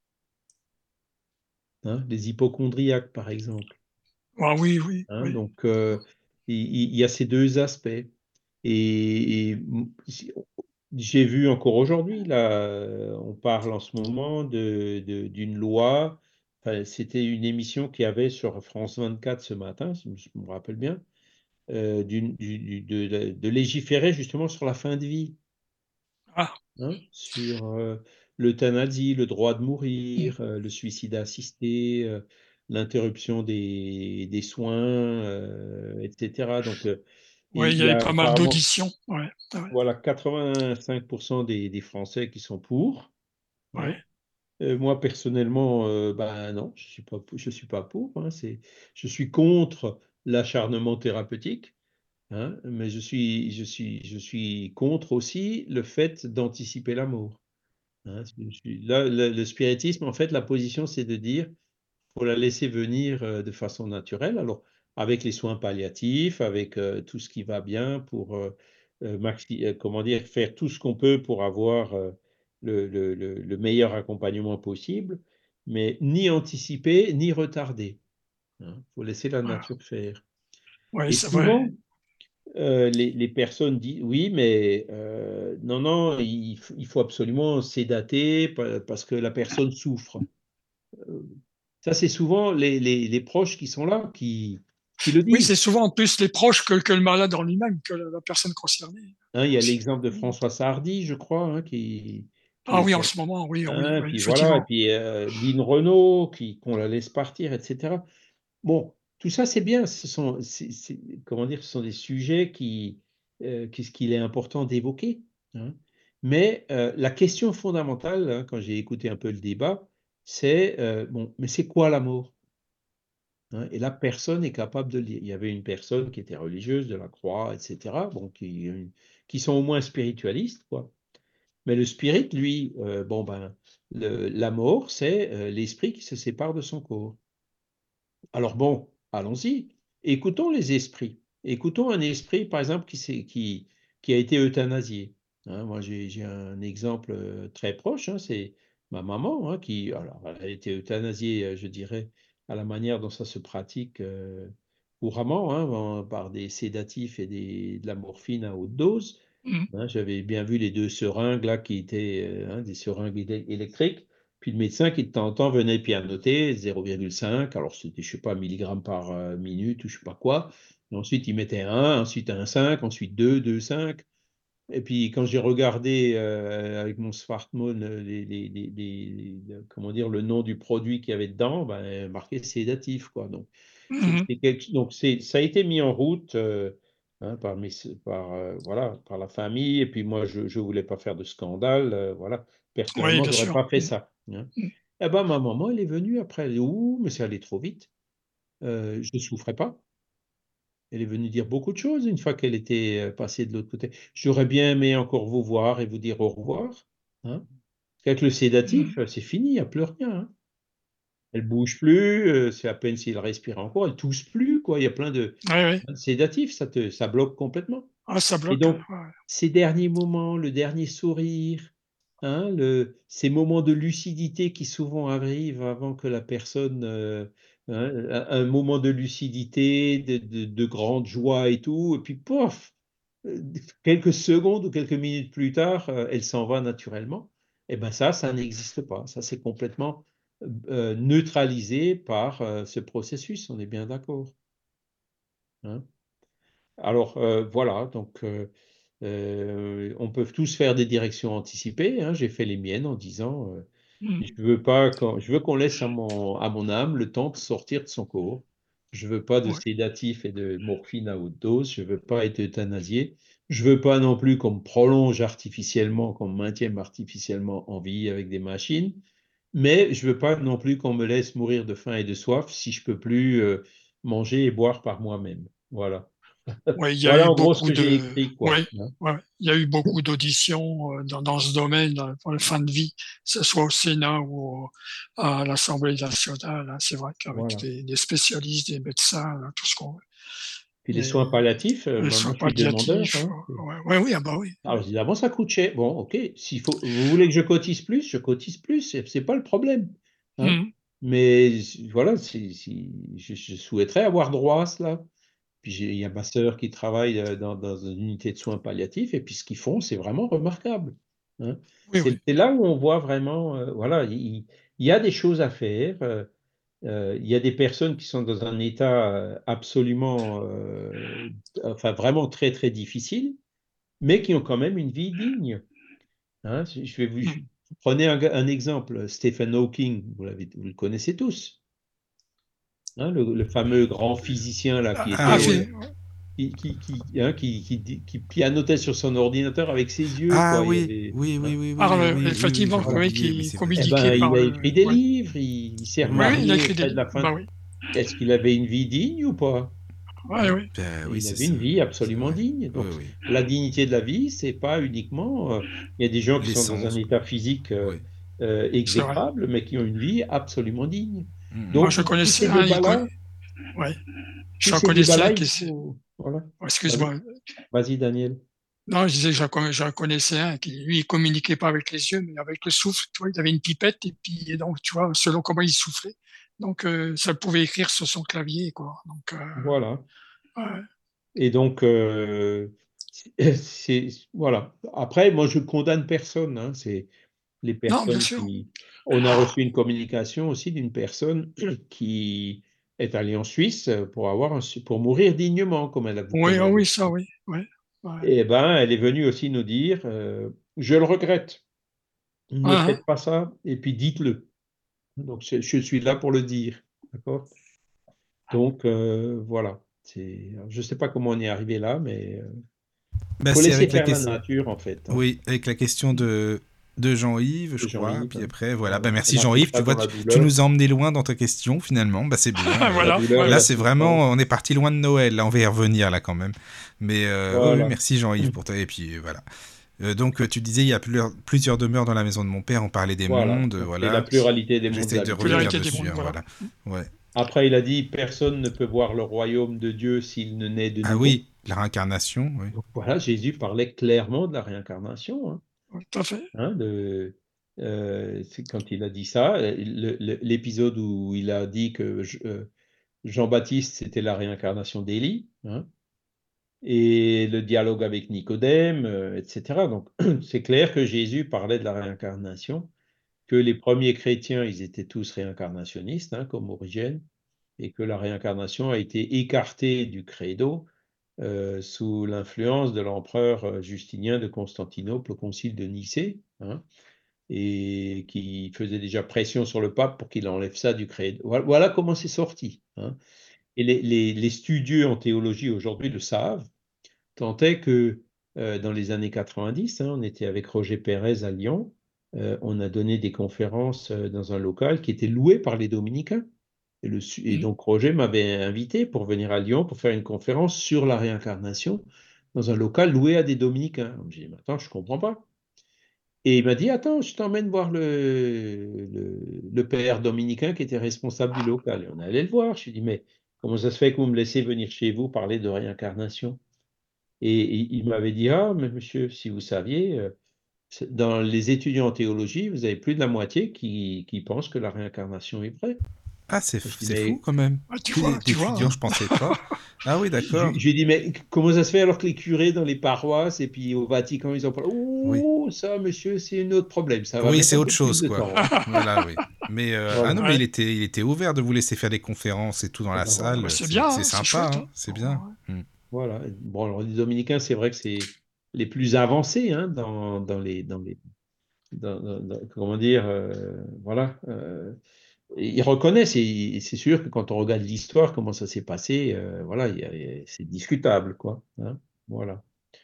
Hein, les hypochondriaques, par exemple. Ah oui, oui, Hein, oui. donc, euh, il, il y a ces deux aspects. Et, et j'ai vu encore aujourd'hui, là, euh, on parle en ce moment de, de- d'une loi. Enfin, c'était une émission qu'il y avait sur France vingt-quatre ce matin, si je me rappelle bien, euh, d'une- du- du- de, de légiférer justement sur la fin de vie. Ah, Hein, sur euh, l'euthanasie, le droit de mm. mourir, euh, le suicide assisté, euh, l'interruption des, des soins, euh, et cetera. Donc, euh, Ouais, il il y y avait a pas mal apparemment, d'auditions. Ouais, ouais, voilà, quatre-vingt-cinq pour cent des, des Français qui sont pour. Hein. ouais. Euh, moi, personnellement, euh, ben non, je suis pas, je suis pas pour. Hein. C'est, je suis contre l'acharnement thérapeutique. Hein, mais je suis, je suis, je suis contre aussi le fait d'anticiper la mort. Hein, je suis- là, le, le spiritisme, en fait, la position, c'est de dire, faut la laisser venir euh, de façon naturelle. Alors, avec les soins palliatifs, avec euh, tout ce qui va bien pour, euh, euh, maxi- euh, comment dire, faire tout ce qu'on peut pour avoir euh, le, le- le- le meilleur accompagnement possible, mais ni anticiper, ni retarder. Il faut laisser la Voilà. nature faire. Ouais, Et c'est vrai. souvent, euh, les, les personnes disent oui, mais euh, non, non, il, f- il faut absolument sédater pa- parce que la personne souffre. Euh, Ça, c'est souvent les, les- les proches qui sont là qui, qui le Oui, c'est disent. souvent plus les proches que, que le malade en lui-même, que la, la personne concernée Hein, il y a aussi. l'exemple de François Sardy, je crois, hein, qui, qui Ah oui, en était. ce moment, oui, oui, Hein, oui, puis voilà, et effectivement. puis euh, Lynn Renault, qui, qu'on la laisse partir, et cetera. Bon, tout ça, c'est bien. Ce sont, c'est- c'est- comment dire, ce sont des sujets qui, euh, qu'est-ce qu'il est important d'évoquer. Hein. Mais euh, la question fondamentale, hein, quand j'ai écouté un peu le débat, c'est euh, bon, mais c'est quoi l'amour? Hein. Et là, personne n'est capable de le dire. Il y avait une personne qui était religieuse de la croix, et cetera. Bon, qui, qui sont au moins spiritualistes, quoi. Mais le spirit, lui, euh, bon ben, le- la mort, c'est euh, l'esprit qui se sépare de son corps. Alors bon, allons-y. Écoutons les esprits. Écoutons un esprit, par exemple, qui, s'est- qui, qui a été euthanasié. Hein, moi, j'ai j'ai un exemple euh, très proche, hein, c'est ma maman, hein, qui alors, elle a été euthanasiée, euh, je dirais, à la manière dont ça se pratique euh, couramment, hein, en- par des sédatifs et des, de la morphine à haute dose. Mhm. Hein, j'avais bien vu les deux seringues là qui étaient euh, hein, des seringues éle- électriques. Puis le médecin qui de temps en temps venait puis annoter zéro virgule cinq, alors c'était, je sais pas, milligrammes par euh, minute ou je sais pas quoi. Et ensuite, il mettait un, ensuite un cinq, ensuite deux, deux, cinq. Et puis quand j'ai regardé euh, avec mon smartphone euh, les, les- les- les- les- comment dire, le nom du produit qu'il y avait dedans, ben, marqué sédatif, quoi. Donc, c'est, Mhm. c'est quelque- donc c'est, ça a été mis en route euh, hein, par, mes, par, euh, voilà, par la famille. Et puis moi, je ne voulais pas faire de scandale. Euh, voilà. Oui, Personnellement, bien j'aurais sûr. pas fait Mhm. ça. Hein. Mhm. Eh ben, ma maman, elle est venue après. Elle dit, ouh, mais ça allait trop vite. Euh, je ne souffrais pas. Elle est venue dire beaucoup de choses une fois qu'elle était euh, passée de l'autre côté. J'aurais bien aimé encore vous voir et vous dire au revoir. Hein. Avec le Mhm. sédatif, euh, c'est fini, il n'y a plus rien. Hein. Elle bouge plus, euh, c'est à peine si elle respire encore, elle tousse plus, quoi. Il y a plein de Oui, oui. de sédatifs, ça te, ça bloque complètement. Ah, ça Et bloque. donc, Ouais. ces derniers moments, le dernier sourire, hein, le, ces moments de lucidité qui souvent arrivent avant que la personne, euh, hein, un, un moment de lucidité, de, de, de grande joie et tout, et puis pof, euh, quelques secondes ou quelques minutes plus tard, euh, elle s'en va naturellement. Et ben ça, ça n'existe pas. Ça, c'est complètement euh, neutralisé par euh, ce processus. On est bien d'accord, hein. Alors euh, voilà, donc euh, euh, on peut tous faire des directions anticipées, hein. J'ai fait les miennes en disant euh, Mm. je veux pas quand, je veux qu'on laisse à mon, à mon âme le temps de sortir de son corps. Je veux pas de Ouais. sédatif et de morphine à haute dose. Je veux pas être euthanasié. Je veux pas non plus qu'on me prolonge artificiellement, qu'on me maintienne artificiellement en vie avec des machines. Mais je veux pas non plus qu'on me laisse mourir de faim et de soif si je peux plus euh, manger et boire par moi-même. Voilà. Ouais, il y a Voilà eu en gros ce beaucoup que j'ai de, écrit, quoi, ouais, hein. ouais, il y a eu beaucoup d'auditions euh, dans, dans ce domaine euh, pour la fin de vie, que ce soit au Sénat ou au- à l'Assemblée nationale, hein. C'est vrai qu'avec Voilà. des, des spécialistes, des médecins, là, tout ce qu'on veut, Puis les et soins palliatifs, euh, les ben, moi soins je suis demandeur, palliatifs, hein. euh, ouais, ouais, oui, ah bah oui, Alors ouais. je dis d'abord ça coûte cher. Bon, ok, s'il faut, vous voulez que je cotise plus, je cotise plus, c'est c'est pas le problème, hein. Mhm. Mais voilà, si, si- je, je souhaiterais avoir droit à cela. Puis j'ai- il y a ma sœur qui travaille euh, dans, dans une unité de soins palliatifs, et puis ce qu'ils font, c'est vraiment remarquable, hein. Oui, C'est oui. c'est là où on voit vraiment, euh, voilà, il, il y a des choses à faire. euh, euh, il y a des personnes qui sont dans un état euh, absolument, euh, enfin vraiment très très difficile, mais qui ont quand même une vie digne, hein. Je je vais vous, je- Mhm. prenez un, un exemple, Stephen Hawking, vous l'avez, vous le connaissez tous, hein, le, le fameux grand physicien là qui Ah, ah, Ah était, oui. fait- euh, qui, qui, qui, hein, qui, qui, dit- qui pianotait sur son ordinateur avec ses yeux, Ah quoi. Il y oui, avait, oui, oui, hein. oui, ah, oui, le- oui, oui, oui, effectivement, j'avais Voilà. oui, oublié, mais qui c'est vrai. Eh communiquait ben, il par a le, écrit des ouais. livres, il, il s'est Oui, oui, il a remarié écrit des près de livres, la fin. bah oui, Est-ce qu'il avait une vie digne ou pas? ouais, Hein? oui. Ben Et oui, il c'est avait ça, une vie c'est absolument vrai. digne. Oui, Donc, oui. la dignité de la vie, c'est pas uniquement. euh, il y a des gens qui sont dans un L'essence, quoi. état physique euh, Oui. euh, C'est vrai. exécrable, mais qui ont une vie absolument digne. Mm, Moi, mm. je Donc, tous connaissais ces un, il con- débats-là, ouais, tous j'en ces connaissais un débats-là, qui, il s'est- faut. Voilà. oh, Vas-y, excuse-moi. vas-y, Daniel. Non, je disais que j'en con- j'en connaissais un qui, lui, il communiquait pas avec les yeux, mais avec le souffle. Tu vois, il avait une pipette et puis, et donc, tu vois, selon comment il soufflait. Donc, euh, ça pouvait écrire sur son clavier, quoi. Donc, euh, Voilà. ouais. Et donc, euh, c'est. Voilà. Après, moi, je condamne personne, hein. C'est les Non, bien personnes sûr. qui... On a reçu une communication aussi d'une personne qui est allée en Suisse pour avoir un, pour mourir dignement, comme elle a, Oui, comme ah elle avait oui, ça, fait. oui. Ouais, ouais. Et ben, elle est venue aussi nous dire, euh, je le regrette, ne Ah, faites pas ça, et puis dites-le. Donc, je, je suis là pour le dire, d'accord? Donc, euh, voilà. C'est, je ne sais pas comment on est arrivé là, mais il Bah, faut c'est laisser avec la faire la question. nature, en fait, hein. Oui, avec la question de, de Jean-Yves, je De crois. Jean-Yves, Puis hein. après, voilà. Voilà. Bah, On merci n'accouche Jean-Yves. Tu pas vois, dans tu, la tu douleur. nous as emmené loin dans ta question, finalement. Bah, c'est bien. euh, La voilà, douleur et là, la voilà. c'est souffrance. vraiment. On est parti loin de Noël. Là, on va y revenir, là, quand même. Mais euh, oui, oui, Voilà. merci Jean-Yves pour toi. Et puis, euh, voilà. Euh, donc, euh, tu disais, il y a plusieurs, plusieurs demeures dans la maison de mon père. On parlait des Voilà, mondes. euh, donc c'est la Voilà. pluralité des mondes J'essaye de habités. revenir Pluralité des dessus. mondes, Hein, voilà. voilà. Ouais. Après, il a dit, personne ne peut voir le royaume de Dieu s'il ne naît de Ah nouveau. oui, la réincarnation. Oui. Donc voilà, Jésus parlait clairement de la réincarnation, hein, Oui, tout à fait. hein, de, euh, c'est quand il a dit ça, le- le- l'épisode où il a dit que je- euh, Jean-Baptiste, c'était la réincarnation d'Élie, hein, et le dialogue avec Nicodème, euh, et cetera. Donc, c'est clair que Jésus parlait de la réincarnation, que les premiers chrétiens, ils étaient tous réincarnationnistes, hein, comme Origène, et que la réincarnation a été écartée du credo euh, sous l'influence de l'empereur euh, Justinien de Constantinople au concile de Nicée, hein, et qui faisait déjà pression sur le pape pour qu'il enlève ça du credo. Voilà, voilà comment c'est sorti, hein. Et les, les, les studieux en théologie aujourd'hui le savent, tant est que euh, dans les années quatre-vingt-dix, hein, on était avec Roger Pérez à Lyon, euh, on a donné des conférences euh, dans un local qui était loué par les dominicains. Et, le, et Mhm. donc Roger m'avait invité pour venir à Lyon pour faire une conférence sur la réincarnation dans un local loué à des dominicains. J'ai dit, attends, je ne comprends pas. Et il m'a dit, attends, je t'emmène voir le, le, le père dominicain qui était responsable du local. Et on allait le voir. Je lui ai dit, mais comment ça se fait que vous me laissez venir chez vous parler de réincarnation? Et il, il m'avait dit, ah, mais monsieur, si vous saviez, euh, Dans les étudiants en théologie, vous avez plus de la moitié qui, qui pensent que la réincarnation est vraie. Ah, c'est Je dis, c'est mais fou quand même. Ah, tu Plus vois, tu vois. d'étudiants, hein. je pensais pas. Ah oui, je, d'accord. je lui ai dit, mais comment ça se fait alors que les curés dans les paroisses et puis au Vatican, ils en parlent? Oui. Oh, ça, monsieur, c'est un autre problème. Ça va Oui, mettre c'est un autre peu plus chose, de quoi. temps. hein. Voilà, oui. Mais euh, Voilà. ah non, mais Ouais. il était, il était ouvert de vous laisser faire des conférences et tout dans Ah la ben voilà. Ah bah, salle. c'est C'est bien, c'est hein, c'est sympa, chouette. hein. Hein. C'est Ouais, bien. ouais. Hmm. Voilà. Bon, alors les dominicains, c'est vrai que c'est les plus avancés hein, dans, dans les, dans les, dans- dans- dans- comment dire, euh, voilà. euh, ils reconnaissent et c'est sûr que quand on regarde l'histoire, comment ça s'est passé, euh, voilà, il y a- c'est discutable, quoi. hein, voilà.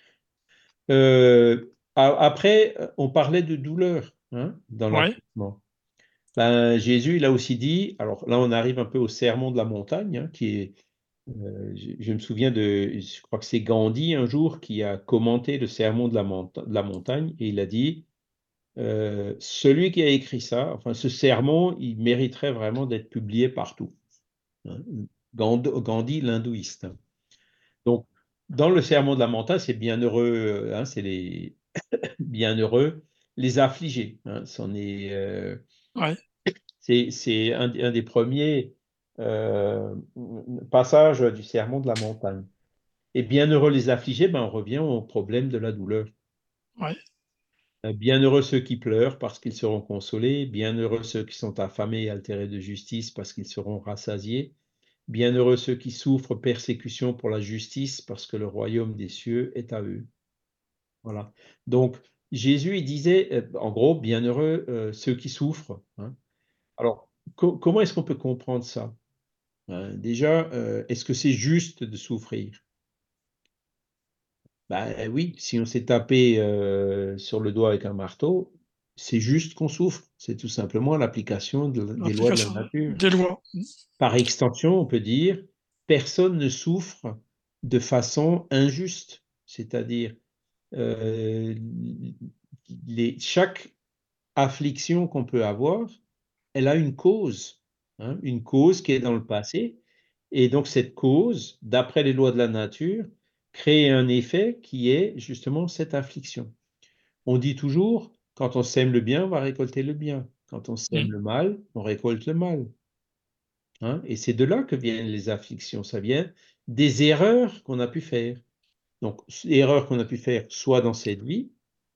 Euh, a- après, on parlait de douleur hein, dans Ouais, l'accouchement. Ben, Jésus, il a aussi dit, alors là, on arrive un peu au sermon de la montagne, hein, qui est, euh, je, je me souviens de, je crois que c'est Gandhi un jour qui a commenté le sermon de la, monta- de la montagne et il a dit, euh, celui qui a écrit ça, enfin, ce sermon, il mériterait vraiment d'être publié partout. hein. Gand- Gandhi, l'hindouiste. hein. Donc, dans le sermon de la montagne, c'est bienheureux, euh, hein, c'est les bienheureux, les affligés. hein. C'en est, euh, ouais, c'est c'est un, un des premiers euh, passages du sermon de la montagne. Et bienheureux les affligés, ben, on revient au problème de la douleur. ouais. Euh, Bienheureux ceux qui pleurent parce qu'ils seront consolés. Bienheureux ceux qui sont affamés et altérés de justice parce qu'ils seront rassasiés. Bienheureux ceux qui souffrent persécution pour la justice parce que le royaume des cieux est à eux. Voilà. Donc, Jésus, il disait, euh, en gros, bienheureux euh, ceux qui souffrent. hein. Alors, co- comment est-ce qu'on peut comprendre ça? Hein, déjà, euh, est-ce que c'est juste de souffrir? Ben oui, si on s'est tapé euh, sur le doigt avec un marteau, c'est juste qu'on souffre. C'est tout simplement l'application de- des lois de la L'application nature. des lois. Par extension, on peut dire, personne ne souffre de façon injuste. C'est-à-dire, euh, les, chaque affliction qu'on peut avoir, elle a une cause, hein, une cause qui est dans le passé. Et donc cette cause, d'après les lois de la nature, crée un effet qui est justement cette affliction. On dit toujours, quand on sème le bien, on va récolter le bien. Quand on sème Mm. le mal, on récolte le mal. hein. Et c'est de là que viennent les afflictions. Ça vient des erreurs qu'on a pu faire. Donc, erreurs qu'on a pu faire soit dans cette vie,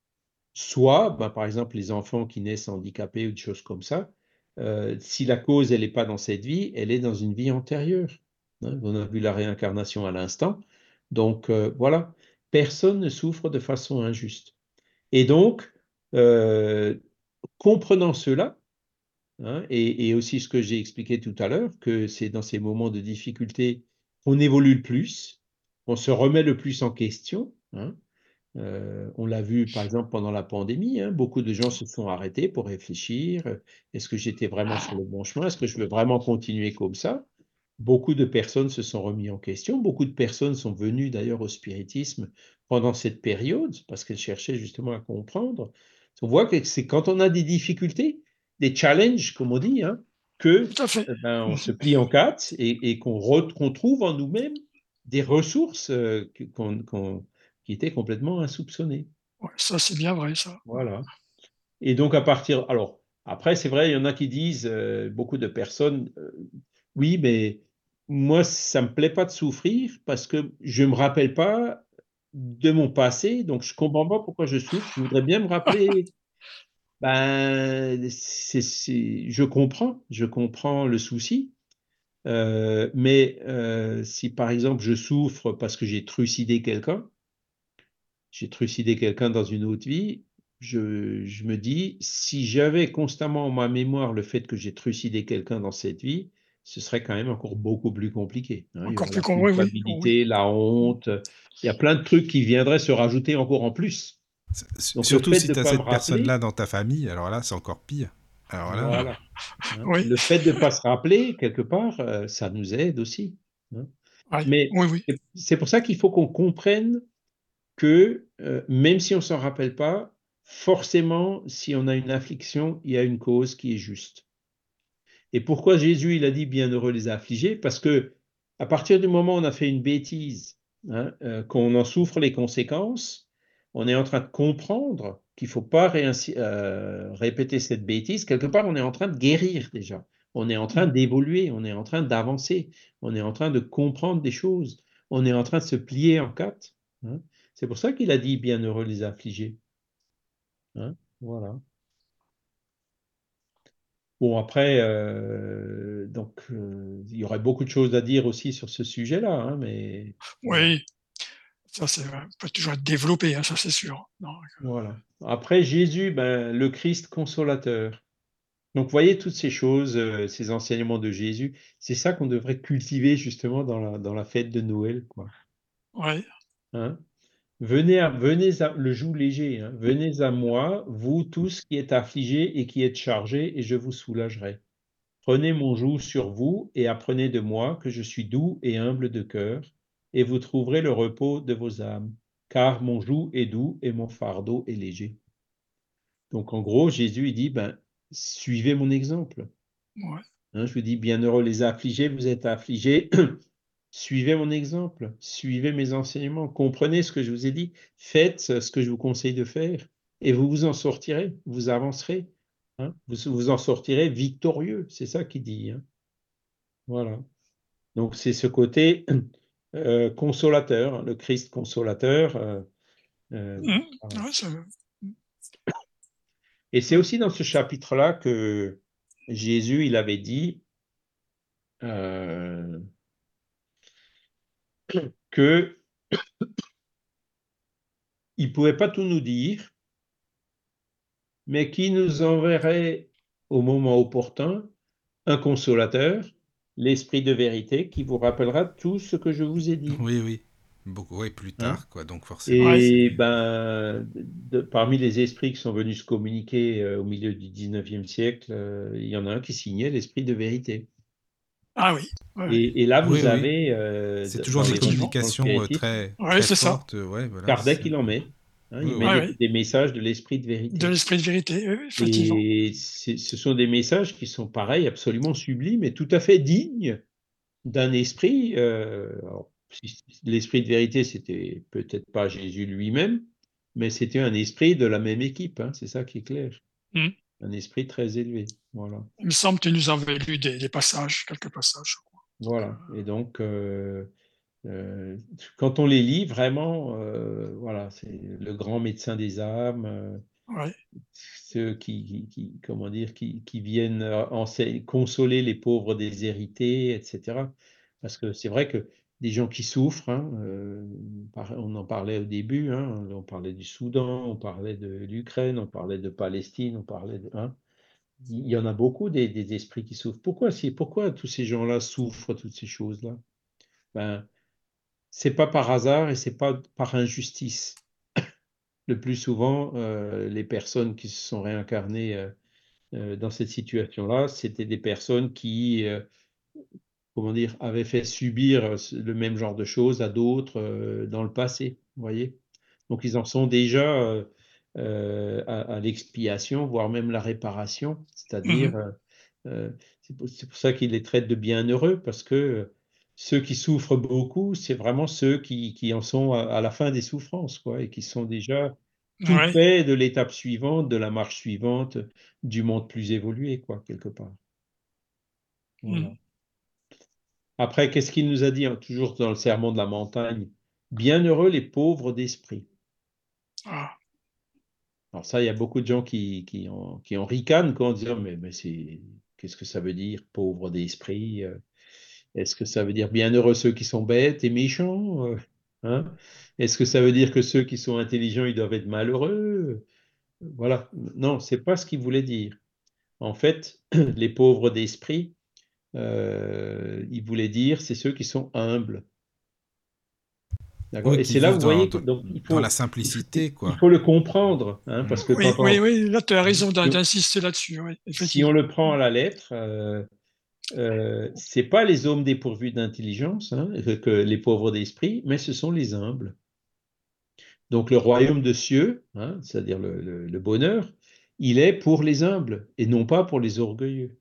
soit, bah, par exemple, les enfants qui naissent handicapés ou des choses comme ça, euh, si la cause, elle n'est pas dans cette vie, elle est dans une vie antérieure. hein. On a vu la réincarnation à l'instant. Donc, euh, voilà, personne ne souffre de façon injuste. Et donc, euh, comprenant cela, hein, et, et aussi ce que j'ai expliqué tout à l'heure, que c'est dans ces moments de difficulté qu'on évolue le plus, on se remet le plus en question. hein, euh, on l'a vu par exemple pendant la pandémie, hein, beaucoup de gens se sont arrêtés pour réfléchir. euh, Est-ce que j'étais vraiment sur le bon chemin? Est-ce que je veux vraiment continuer comme ça? Beaucoup de personnes se sont remis en question. Beaucoup de personnes sont venues d'ailleurs au spiritisme pendant cette période parce qu'elles cherchaient justement à comprendre. On voit que c'est quand on a des difficultés, des challenges, comme on dit, hein, que Tout à fait. eh ben, on se Mhm. plie en quatre et, et qu'on re- qu'on trouve en nous-mêmes des ressources euh, que- qu'on- qu'on- qui étaient complètement insoupçonnées. Ouais, ça, c'est bien vrai, ça. Voilà. Et donc à partir, alors après c'est vrai, il y en a qui disent, euh, beaucoup de personnes, euh, oui, mais moi ça me plaît pas de souffrir parce que je me rappelle pas de mon passé, donc je comprends pas pourquoi je souffre. Je voudrais bien me rappeler. Ben, c'est, c'est- je comprends, je comprends le souci, euh, mais euh, si par exemple je souffre parce que j'ai trucidé quelqu'un, j'ai trucidé quelqu'un dans une autre vie, je, je me dis, si j'avais constamment en ma mémoire le fait que j'ai trucidé quelqu'un dans cette vie, ce serait quand même encore beaucoup plus compliqué. hein. Il y Encore aurait plus la con. Oui, oui, oui. culpabilité, la honte, il y a plein de trucs qui viendraient se rajouter encore en plus. S- Donc le Surtout fait si de tu ne as pas me cette rappeler, personne-là dans ta famille, alors là, c'est encore pire. Alors là, voilà. hein. Oui, Le fait de ne pas se rappeler, quelque part, euh, ça nous aide aussi. hein. oui, Mais oui, oui. c'est c'est pour ça qu'il faut qu'on comprenne que euh, même si on ne s'en rappelle pas, forcément, si on a une affliction, il y a une cause qui est juste. Et pourquoi Jésus, il a dit bienheureux les affligés? Parce que à partir du moment où on a fait une bêtise, hein, euh, qu'on en souffre les conséquences, on est en train de comprendre qu'il ne faut pas réinsi- euh, répéter cette bêtise. Quelque part, on est en train de guérir déjà. On est en train d'évoluer, on est en train d'avancer, on est en train de comprendre des choses, on est en train de se plier en quatre. Hein. C'est pour ça qu'il a dit bienheureux les affligés. Hein. Voilà. Bon, après, euh, donc, euh, il y aurait beaucoup de choses à dire aussi sur ce sujet-là, hein, mais voilà. Oui, ça c'est vrai. On peut toujours être développé, hein, ça c'est sûr. Non, Voilà. Après, Jésus, ben, le Christ consolateur. Donc, vous voyez toutes ces choses, euh, ces enseignements de Jésus, c'est ça qu'on devrait cultiver justement dans la, dans la fête de Noël, quoi. ouais. Hein? Venez à, venez à, le joug léger, hein. Venez à moi, vous tous qui êtes affligés et qui êtes chargés, et je vous soulagerai. Prenez mon joug sur vous et apprenez de moi que je suis doux et humble de cœur, et vous trouverez le repos de vos âmes, car mon joug est doux et mon fardeau est léger. Donc en gros, Jésus il dit, ben, suivez mon exemple. Ouais. Hein, je vous dis, bienheureux les affligés, vous êtes affligés, suivez mon exemple, suivez mes enseignements, comprenez ce que je vous ai dit, faites ce que je vous conseille de faire, et vous vous en sortirez, vous avancerez, hein, vous vous en sortirez victorieux, c'est ça qu'il dit. Hein. Voilà. Donc c'est ce côté euh, consolateur, hein, le Christ consolateur. euh, euh, Mmh. voilà. Ouais, ça- Et c'est aussi dans ce chapitre-là que Jésus, il avait dit euh, que il pouvait pas tout nous dire, mais qu'il nous enverrait au moment opportun un consolateur, l'Esprit de vérité, qui vous rappellera tout ce que je vous ai dit. Oui, oui. Beaucoup, oui, plus Hein. tard, quoi. Donc forcément, ouais. c'est... Et ben, de- parmi les esprits qui sont venus se communiquer euh, au milieu du dix-neuvième siècle, euh, il y en a un qui signait l'Esprit de vérité. Ah oui, ouais, ouais. Et, et là, Oui, vous oui. avez euh, C'est d- toujours dans des les revues, Effectivement. dans le communications euh, spiritisme, très, Ouais, très c'est ça. fortes. Ouais, voilà. Kardec, c'est- il en met. Hein, Oui, il met oui. Ouais, des, ouais. des messages de l'Esprit de De vérité. l'esprit de vérité, oui, oui, effectivement. Et c'est- ce sont des messages qui sont pareils, absolument sublimes et tout à fait dignes d'un esprit. euh, alors, si- l'esprit de vérité, c'était peut-être pas Jésus lui-même, mais c'était un esprit de la même équipe. Hein, c'est ça qui est clair. Mmh. Un esprit très élevé. Voilà. Il me semble que tu nous avais lu des, des passages, quelques passages, je crois. Donc, Voilà. Et donc, euh, euh, quand on les lit, vraiment, euh, voilà, c'est le grand médecin des âmes. euh, euh, ouais. ceux qui, qui, qui- comment dire, qui, qui viennent euh, ense- consoler les pauvres déshérités, et cetera. Parce que c'est vrai que des gens qui souffrent, hein, euh, par- on en parlait au début, hein, on parlait du Soudan, on parlait de l'Ukraine, on parlait de Palestine, on parlait de, hein, il y en a beaucoup des, des esprits qui souffrent. Pourquoi, si, pourquoi tous ces gens-là souffrent toutes ces choses-là? Ben, c'est pas par hasard et c'est pas par injustice. Le plus souvent, euh, les personnes qui se sont réincarnées euh, euh, dans cette situation-là, c'était des personnes qui, euh, comment dire, avaient fait subir euh, le même genre de choses à d'autres euh, dans le passé, vous voyez. Donc ils en sont déjà euh, euh, à, à l'expiation, voire même la réparation, c'est-à-dire, Mhm. euh, euh, c'est pour, c'est pour ça qu'ils les traitent de bienheureux, parce que euh, ceux qui souffrent beaucoup, c'est vraiment ceux qui, qui en sont à, à la fin des souffrances, quoi, et qui sont déjà tout Ouais. près de l'étape suivante, de la marche suivante, du monde plus évolué, quoi, quelque part. Voilà. Mhm. Après, qu'est-ce qu'il nous a dit, hein, toujours dans le sermon de la montagne? Bienheureux les pauvres d'esprit. Ah. Alors ça, il y a beaucoup de gens qui, qui en, qui en ricanent quoi, en disant, mais, mais c'est, qu'est-ce que ça veut dire, pauvre d'esprit? euh, Est-ce que ça veut dire bienheureux ceux qui sont bêtes et méchants? euh, hein? Est-ce que ça veut dire que ceux qui sont intelligents, ils doivent être malheureux? Voilà. Non, c'est pas ce qu'il voulait dire. En fait, les pauvres d'esprit, euh, il voulait dire, c'est ceux qui sont humbles. D'accord? Oui, Et qui c'est là, vivent vous dans, voyez, dans, donc il dans la faut, il faut, simplicité, il quoi. faut le comprendre, hein, Mm. parce que Oui, quand oui, on, oui, là, tu as raison d'in- si on, d'insister là-dessus, oui, si on effectivement. le prend à la lettre, euh, euh, c'est pas les hommes dépourvus d'intelligence, hein, que, que les pauvres d'esprit, mais ce sont les humbles. Donc le royaume de cieux, hein, c'est-à-dire le, le- le bonheur, il est pour les humbles et non pas pour les orgueilleux.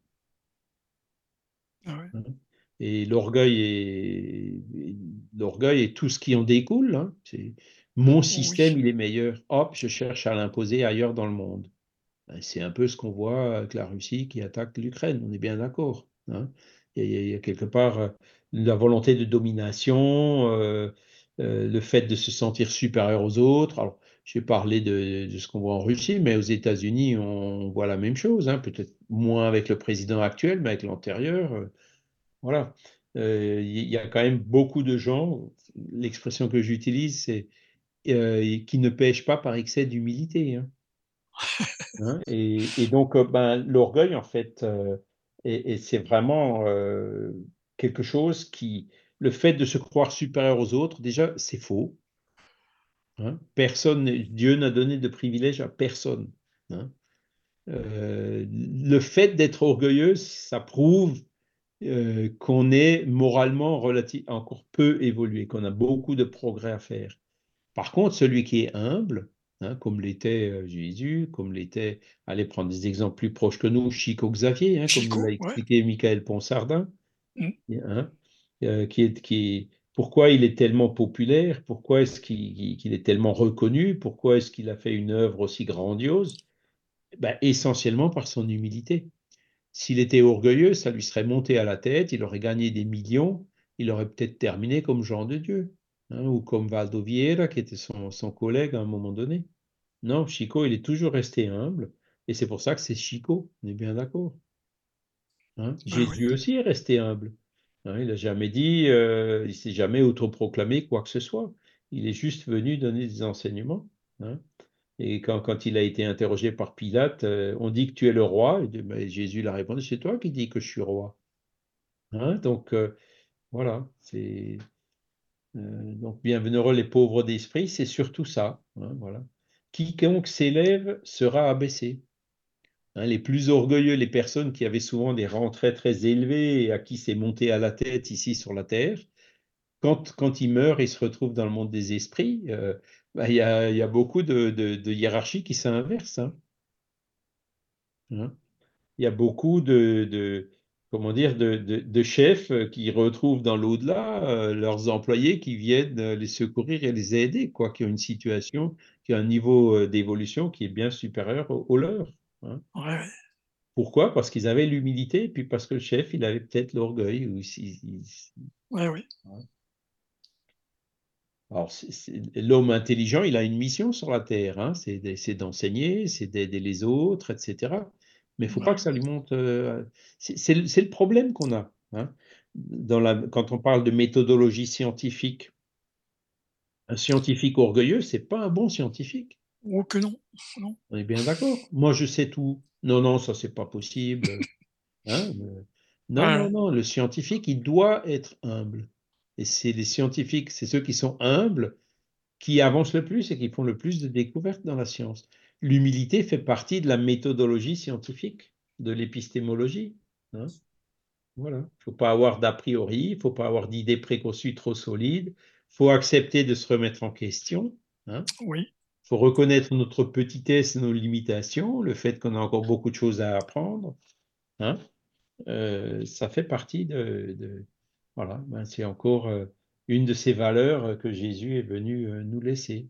Ah ouais. Hein. Et l'orgueil est, l'orgueil est tout ce qui en découle. Hein. C'est Mon Oui, système, il est meilleur. Hop, je cherche à l'imposer ailleurs dans le monde. Ben, c'est un peu ce qu'on voit avec la Russie qui attaque l'Ukraine, on est bien d'accord, hein. Il y a, il y a quelque part euh, la volonté de domination, euh, euh, le fait de se sentir supérieur aux autres. Alors, j'ai parlé de, de ce qu'on voit en Russie, mais aux États-Unis, on voit la même chose, hein, peut-être moins avec le président actuel, mais avec l'antérieur. euh, voilà. Euh, Il y a quand même beaucoup de gens, l'expression que j'utilise, c'est euh, qui ne pêchent pas par excès d'humilité, hein. Hein, et, et donc, euh, ben, l'orgueil, en fait, euh, et, et c'est vraiment euh, quelque chose qui, le fait de se croire supérieur aux autres, déjà, c'est faux, hein. Personne, Dieu n'a donné de privilège à personne, hein. Euh, le fait d'être orgueilleux, ça prouve euh, qu'on est moralement relatif, encore peu évolué, qu'on a beaucoup de progrès à faire. Par contre, celui qui est humble, hein, comme l'était euh, Jésus, comme l'était, allez prendre des exemples plus proches que nous, Chico Xavier, hein, comme nous l'a Chico, ouais. expliqué Michael Ponsardin, Mm. hein, euh, qui est, qui, pourquoi il est tellement populaire, pourquoi est-ce qu'il qu'il est tellement reconnu, pourquoi est-ce qu'il a fait une œuvre aussi grandiose? Ben, essentiellement par son humilité. S'il était orgueilleux, ça lui serait monté à la tête, il aurait gagné des millions, il aurait peut-être terminé comme Jean de Dieu, hein, ou comme Valdo Vieira, qui était son, son collègue à un moment donné. Non, Chico, il est toujours resté humble, et c'est pour ça que c'est Chico, on est bien d'accord, hein. Ben oui, Jésus aussi est resté humble, hein, il n'a jamais dit, euh, il s'est jamais autoproclamé quoi que ce soit, il est juste venu donner des enseignements, hein. Et quand, quand il a été interrogé par Pilate, euh, on dit que tu es le roi. Et ben, Jésus l'a répondu, c'est toi qui dis que je suis roi, hein. Donc euh, voilà, c'est euh, donc bienheureux les pauvres d'esprit, c'est surtout ça, hein, voilà. Quiconque s'élève sera abaissé, hein. Les plus orgueilleux, les personnes qui avaient souvent des rangs très très élevés et à qui c'est monté à la tête ici sur la terre, quand, quand ils meurent, ils se retrouvent dans le monde des esprits. euh, bah, Il y a, il y a beaucoup de, de, de hiérarchies qui s'inversent, hein, hein. Il y a beaucoup de, de- comment dire, de, de- de chefs euh, qui retrouvent dans l'au-delà euh, leurs employés qui viennent euh, les secourir et les aider, quoi, qui ont une situation, qui a un niveau euh, d'évolution qui est bien supérieur au, au leur, hein. ouais, ouais, Pourquoi? Parce qu'ils avaient l'humilité, et puis parce que le chef, il avait peut-être l'orgueil. Ou si- si- si- ouais, ouais. hein. Alors, c'est- c'est- l'homme intelligent, il a une mission sur la Terre, hein, c'est d- c'est d'enseigner, c'est d'aider les autres, et cetera. Mais il ne faut pas Ouais, que ça lui monte. euh, c'est c'est le c'est le problème qu'on a, hein. Dans la, quand on parle de méthodologie scientifique, un scientifique orgueilleux, c'est pas un bon scientifique. oh que non, non. On est bien d'accord. Moi, je sais tout. Non, non, ça, c'est pas possible, hein. euh, Non, Ouais, non, ouais, non. Le scientifique, il doit être humble. Et c'est les scientifiques, c'est ceux qui sont humbles qui avancent le plus et qui font le plus de découvertes dans la science. L'humilité fait partie de la méthodologie scientifique, de l'épistémologie, hein. Voilà. Il ne faut pas avoir d'a priori, il ne faut pas avoir d'idées préconçues trop solides, il faut accepter de se remettre en question, hein. oui, Il faut reconnaître notre petitesse, nos limitations, le fait qu'on a encore beaucoup de choses à apprendre, hein. Euh, ça fait partie de, de- voilà, ben, c'est encore euh, une de ces valeurs que Jésus est venu euh, nous laisser.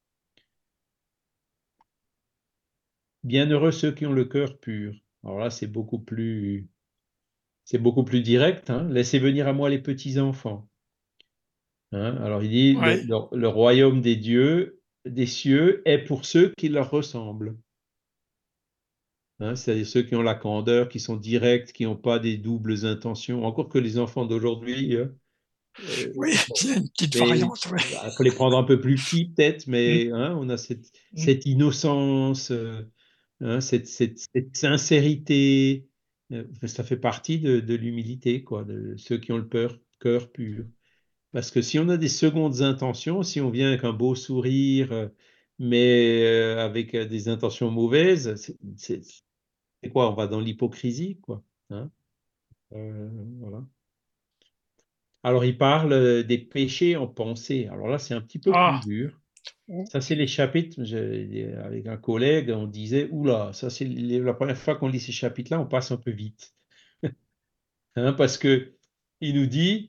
Bienheureux ceux qui ont le cœur pur. Alors là, c'est beaucoup plus, c'est beaucoup plus direct, hein. Laissez venir à moi les petits enfants, hein. Alors il dit, le, ouais, le- le royaume des dieux, des cieux, est pour ceux qui leur ressemblent, hein. C'est-à-dire ceux qui ont la candeur, qui sont directs, qui n'ont pas des doubles intentions. Encore que les enfants d'aujourd'hui, hein, euh, oui, bon, il y a une petite mais variante, ouais. il faut les prendre un peu plus petits peut-être, Mm, mais hein, on a cette, mm. cette innocence. euh, hein, cette, cette- cette sincérité, euh, ça fait partie de, de l'humilité, quoi, de ceux qui ont le peur- cœur pur. Parce que si on a des secondes intentions, si on vient avec un beau sourire, euh, mais euh, avec euh, des intentions mauvaises, c'est c'est- c'est quoi? On va dans l'hypocrisie, quoi, hein. Euh, voilà. Alors, il parle euh, des péchés en pensée. Alors là, c'est un petit peu plus Ah, dur. oh, Ça, c'est les chapitres. j'ai- Avec un collègue, on disait, oula, ça, c'est les- la première fois qu'on lit ces chapitres-là, on passe un peu vite, hein, parce que il nous dit,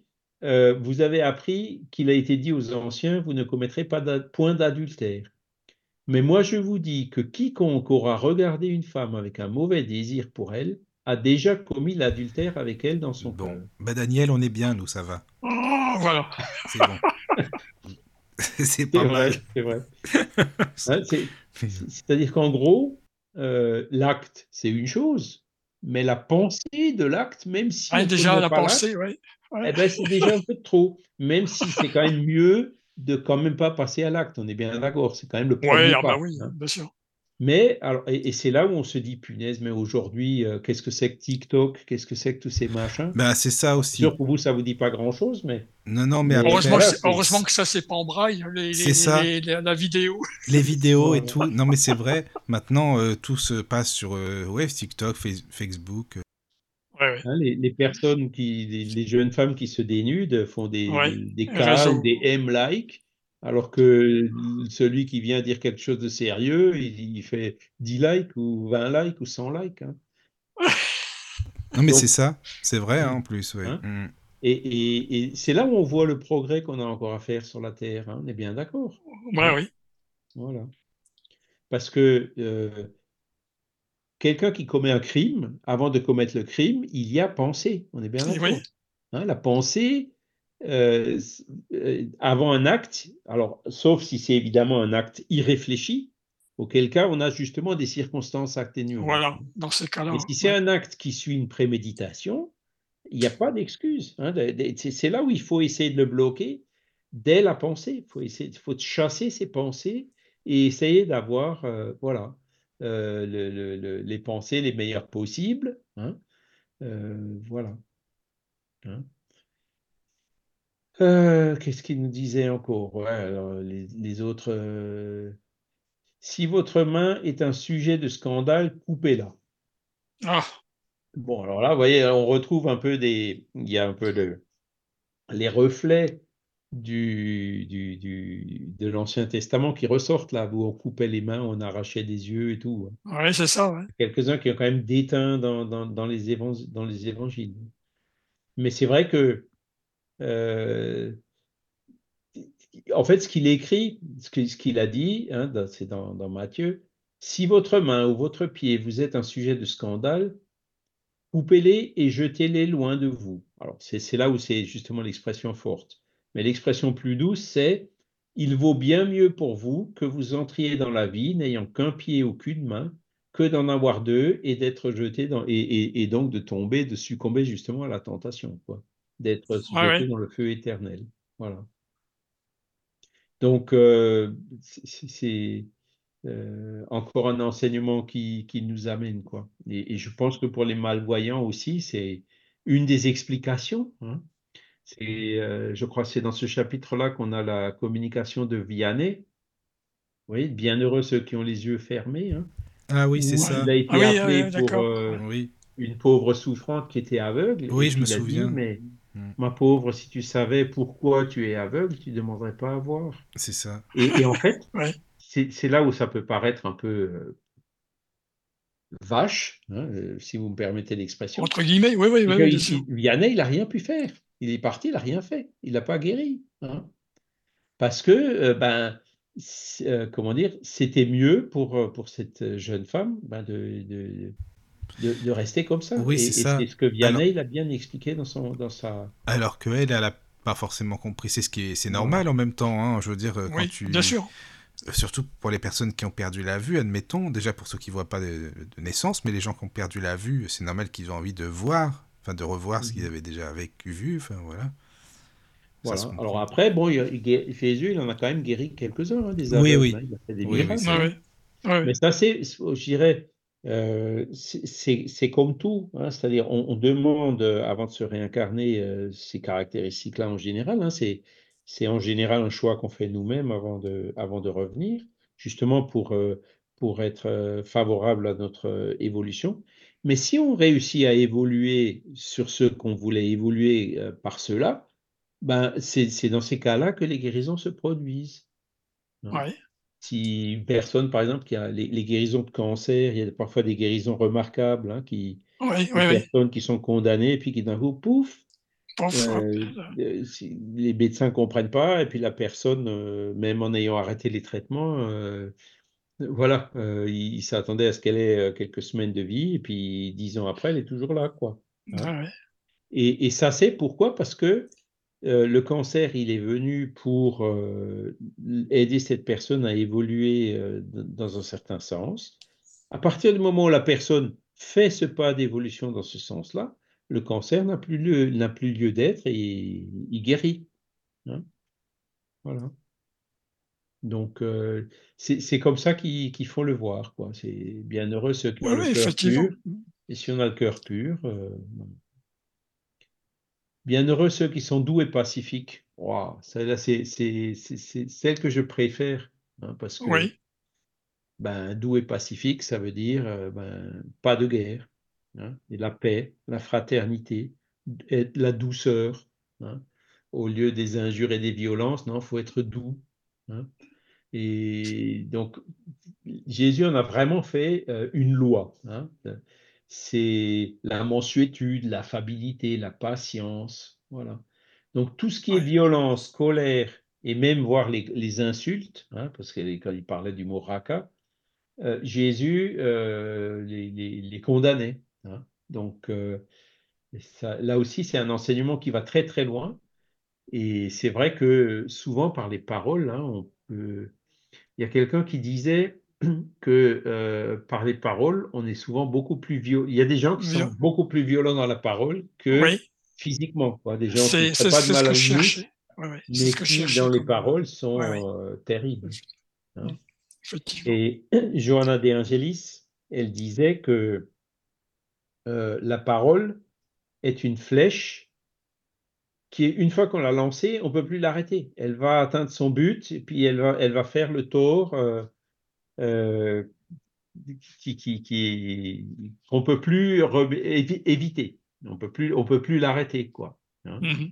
euh, vous avez appris qu'il a été dit aux anciens, vous ne commettrez pas d'ad- point d'adultère. Mais moi, je vous dis que quiconque aura regardé une femme avec un mauvais désir pour elle a déjà commis l'adultère avec elle dans son Bon, cœur. bah Daniel, on est bien, nous, ça va. Oh, voilà. C'est bon. C'est C'est pas mal. vrai, c'est vrai. Hein, c'est- c'est- c'est-à-dire qu'en gros, euh, l'acte, c'est une chose, mais la pensée de l'acte, même si on Ouais, ne déjà, commet la pas l'acte, pensée, ouais. Ouais. eh ben, c'est déjà un peu de trop. Même si c'est quand même mieux de quand même pas passer à l'acte, on est bien d'accord, c'est quand même le Ouais, premier ah bah pas. oui, Hein. bien sûr. Mais alors, et, et c'est là où on se dit, punaise, mais aujourd'hui, euh, qu'est-ce que c'est que TikTok, qu'est-ce que c'est que tous ces machins? Bah, c'est ça C'est sûr aussi. pour vous, ça vous dit pas grand-chose, mais, Non, non, mais mais après, Heureusement, que voilà, c'est- c'est heureusement que ça, c'est pas en braille, les, c'est les, ça. les- les- la vidéo. Les vidéos et voilà. tout. Non, mais c'est vrai. Maintenant, euh, tout se passe sur euh, ouais, TikTok, Face- Facebook. Ouais, ouais. Hein, les, les personnes qui, les, les jeunes femmes qui se dénudent font des, Ouais. des, des K ou Réseau. des M-like, alors que celui qui vient dire quelque chose de sérieux, il, il fait dix likes ou vingt likes ou cent likes. Hein. Non, mais c'est Donc, ça. C'est vrai, hein, en plus, ouais. hein, Mm. et, et- et c'est là où on voit le progrès qu'on a encore à faire sur la Terre. Hein, on est bien d'accord. Ouais, Hein, oui. voilà. Parce que euh, quelqu'un qui commet un crime, avant de commettre le crime, il y a pensé. On est bien Et oui. d'accord. Hein, la pensée, euh, euh, avant un acte, alors, sauf si c'est évidemment un acte irréfléchi, auquel cas on a justement des circonstances atténuantes. Voilà, dans ces Mais cas-là. si c'est Ouais. un acte qui suit une préméditation, il n'y a pas d'excuse. Hein, de- de- c'est c'est là où il faut essayer de le bloquer dès la pensée. Il faut essayer, il faut chasser ses pensées et essayer d'avoir, euh, voilà, euh, le- le- le- les pensées les meilleures possibles. Hein, euh, voilà. Hein. Euh, qu'est-ce qu'il nous disait encore? Ouais, alors, les, les autres. euh, Si votre main est un sujet de scandale, coupez-la. Ah, Bon, alors là, vous voyez, on retrouve un peu des. Il y a un peu de, les reflets du, du, du- de l'Ancien Testament qui ressortent là, où on coupait les mains, on arrachait des yeux et tout. ouais, c'est ça, ouais. Quelques-uns qui ont quand même déteint dans, dans, dans les, évang- dans les évangiles. Mais c'est vrai que. euh, En fait, ce qu'il écrit, ce que- ce qu'il a dit, hein, dans- c'est dans, dans Matthieu, si votre main ou votre pied vous est un sujet de scandale, coupez-les et jetez-les loin de vous. Alors, c'est c'est là où c'est justement l'expression forte. Mais l'expression plus douce, c'est il vaut bien mieux pour vous que vous entriez dans la vie n'ayant qu'un pied ou qu'une main, que d'en avoir deux et d'être jeté dans, et, et- et donc de tomber, de succomber justement à la tentation, quoi, d'être Ouais, jeté ouais. dans le feu éternel. Voilà. Donc, euh, c'est c'est, euh, encore un enseignement qui, qui nous amène, quoi. Et, et je pense que pour les malvoyants aussi, c'est une des explications. Hein. C'est, euh, je crois que c'est dans ce chapitre-là qu'on a la communication de Vianney. Oui, bienheureux ceux qui ont les yeux fermés, hein, Ah oui, c'est où il ça. a Ah été oui, ah appelé oui, pour d'accord. euh, Ouais. Oui. une pauvre souffrante qui était aveugle, et Oui, je puis me il a dit, souviens. mais Mm. ma pauvre, si tu savais pourquoi tu es aveugle, tu ne demanderais pas à voir. C'est ça. Et, et en fait, Ouais. c'est c'est là où ça peut paraître un peu euh, vache, hein, euh, si vous me permettez l'expression. Entre guillemets, oui, oui, C'est oui, que oui, bien il- sûr. il- Vianney, il n'a rien pu faire. Il est parti, il n'a rien fait. Il n'a pas guéri. Hein. Parce que, euh, ben, c'est- euh, comment dire, c'était mieux pour, euh, pour cette jeune femme ben, de, de, de, de rester comme ça. Oui, c'est Et, et c'est ça. ce que Alors, Vianney, il a bien expliqué dans, son, dans sa... alors que elle, elle a pas forcément compris. C'est ce qui est, c'est Voilà. normal en même temps. Hein. Je veux dire, euh, quand Oui, bien tu, sûr. euh, surtout pour les personnes qui ont perdu la vue, admettons, déjà pour ceux qui voient pas de, de naissance, mais les gens qui ont perdu la vue, c'est normal qu'ils ont envie de voir, enfin de revoir ce qu'ils Mhm. avaient déjà vécu, vu. Enfin voilà, ça se Voilà. Alors comprend. après, bon, il, il gué- Jésus, il en a quand même guéri quelques-uns, hein, des Oui, aveugles. oui, Hein. Il a fait des oui, oui, miracles. c'est Ouais, vrai. Hein. ouais. Ouais, Mais ouais. ça, c'est, je dirais, euh, c'est c'est- c'est comme tout. Hein, c'est-à-dire, on, on demande, euh, avant de se réincarner, euh, ces caractéristiques-là en général. Hein, c'est, c'est en général un choix qu'on fait nous-mêmes avant de, avant de revenir, justement pour, euh, pour être euh, favorable à notre euh, évolution. Mais si on réussit à évoluer sur ce qu'on voulait évoluer euh, par cela, ben, c'est c'est dans ces cas-là que les guérisons se produisent. Hein. Ouais. Si une personne, par exemple, qui a les, les guérisons de cancer, il y a parfois des guérisons remarquables, hein, qui, Oui, des oui, oui. personnes qui sont condamnées et puis qui d'un coup, pouf, Pauvre, Euh, euh, si les médecins ne comprennent pas, et puis la personne, euh, même en ayant arrêté les traitements, euh, voilà, euh, il, il s'attendait à ce qu'elle ait euh, quelques semaines de vie, et puis dix ans après, elle est toujours là, quoi. Hein. ouais, ouais, Et, et ça, c'est pourquoi? Parce que euh, le cancer, il est venu pour euh, aider cette personne à évoluer euh, d- dans un certain sens. À partir du moment où la personne fait ce pas d'évolution dans ce sens-là, le cancer n'a plus lieu, n'a plus lieu d'être et il guérit. Hein. Voilà. Donc, euh, c'est c'est comme ça qu'il qu'il faut le voir, quoi. C'est bienheureux ceux qui ont ouais, le ouais, cœur effectivement. pur. Et si on a le cœur pur, euh, bienheureux ceux qui sont doux et pacifiques. Waouh, celle-là, c'est c'est- c'est- c'est celle que je préfère, hein, parce que Oui, ben, doux et pacifique, ça veut dire euh, ben, pas de guerre, hein, et la paix, la fraternité, et la douceur. Hein. Au lieu des injures et des violences, non, il faut être doux. Hein. Et donc, Jésus en a vraiment fait euh, une loi. Hein. C'est la mansuétude, l'affabilité, la patience. Voilà. Donc, tout ce qui est ouais. violence, colère, et même voir les, les insultes, hein, parce que quand il parlait du mot raka, euh, Jésus euh, les, les- les condamnait. Hein. Donc, euh, ça- là aussi, c'est un enseignement qui va très, très loin. Et c'est vrai que souvent, par les paroles, hein, on peut il y a quelqu'un qui disait que euh, par les paroles, on est souvent beaucoup plus violent. Il y a des gens qui sont Viol- beaucoup plus violents dans la parole que Oui, physiquement, quoi. Des gens qui ne c'est feraient c'est pas de c'est ce mal que à je une mouche, cherchais. Ouais, ouais, c'est ce mais que je qui, dans cherchais les comme. paroles, Ouais, sont ouais, euh, terribles. Hein. effectivement. Et Johanna de Angelis, elle disait que euh, la parole est une flèche qui, est, une fois qu'on l'a lancée, on ne peut plus l'arrêter. Elle va atteindre son but, et puis elle va, elle va faire le tort. Euh, euh, qui, qui, qui, qu'on peut plus évi- éviter. On peut plus, on peut plus l'arrêter, quoi. Hein. Mhm.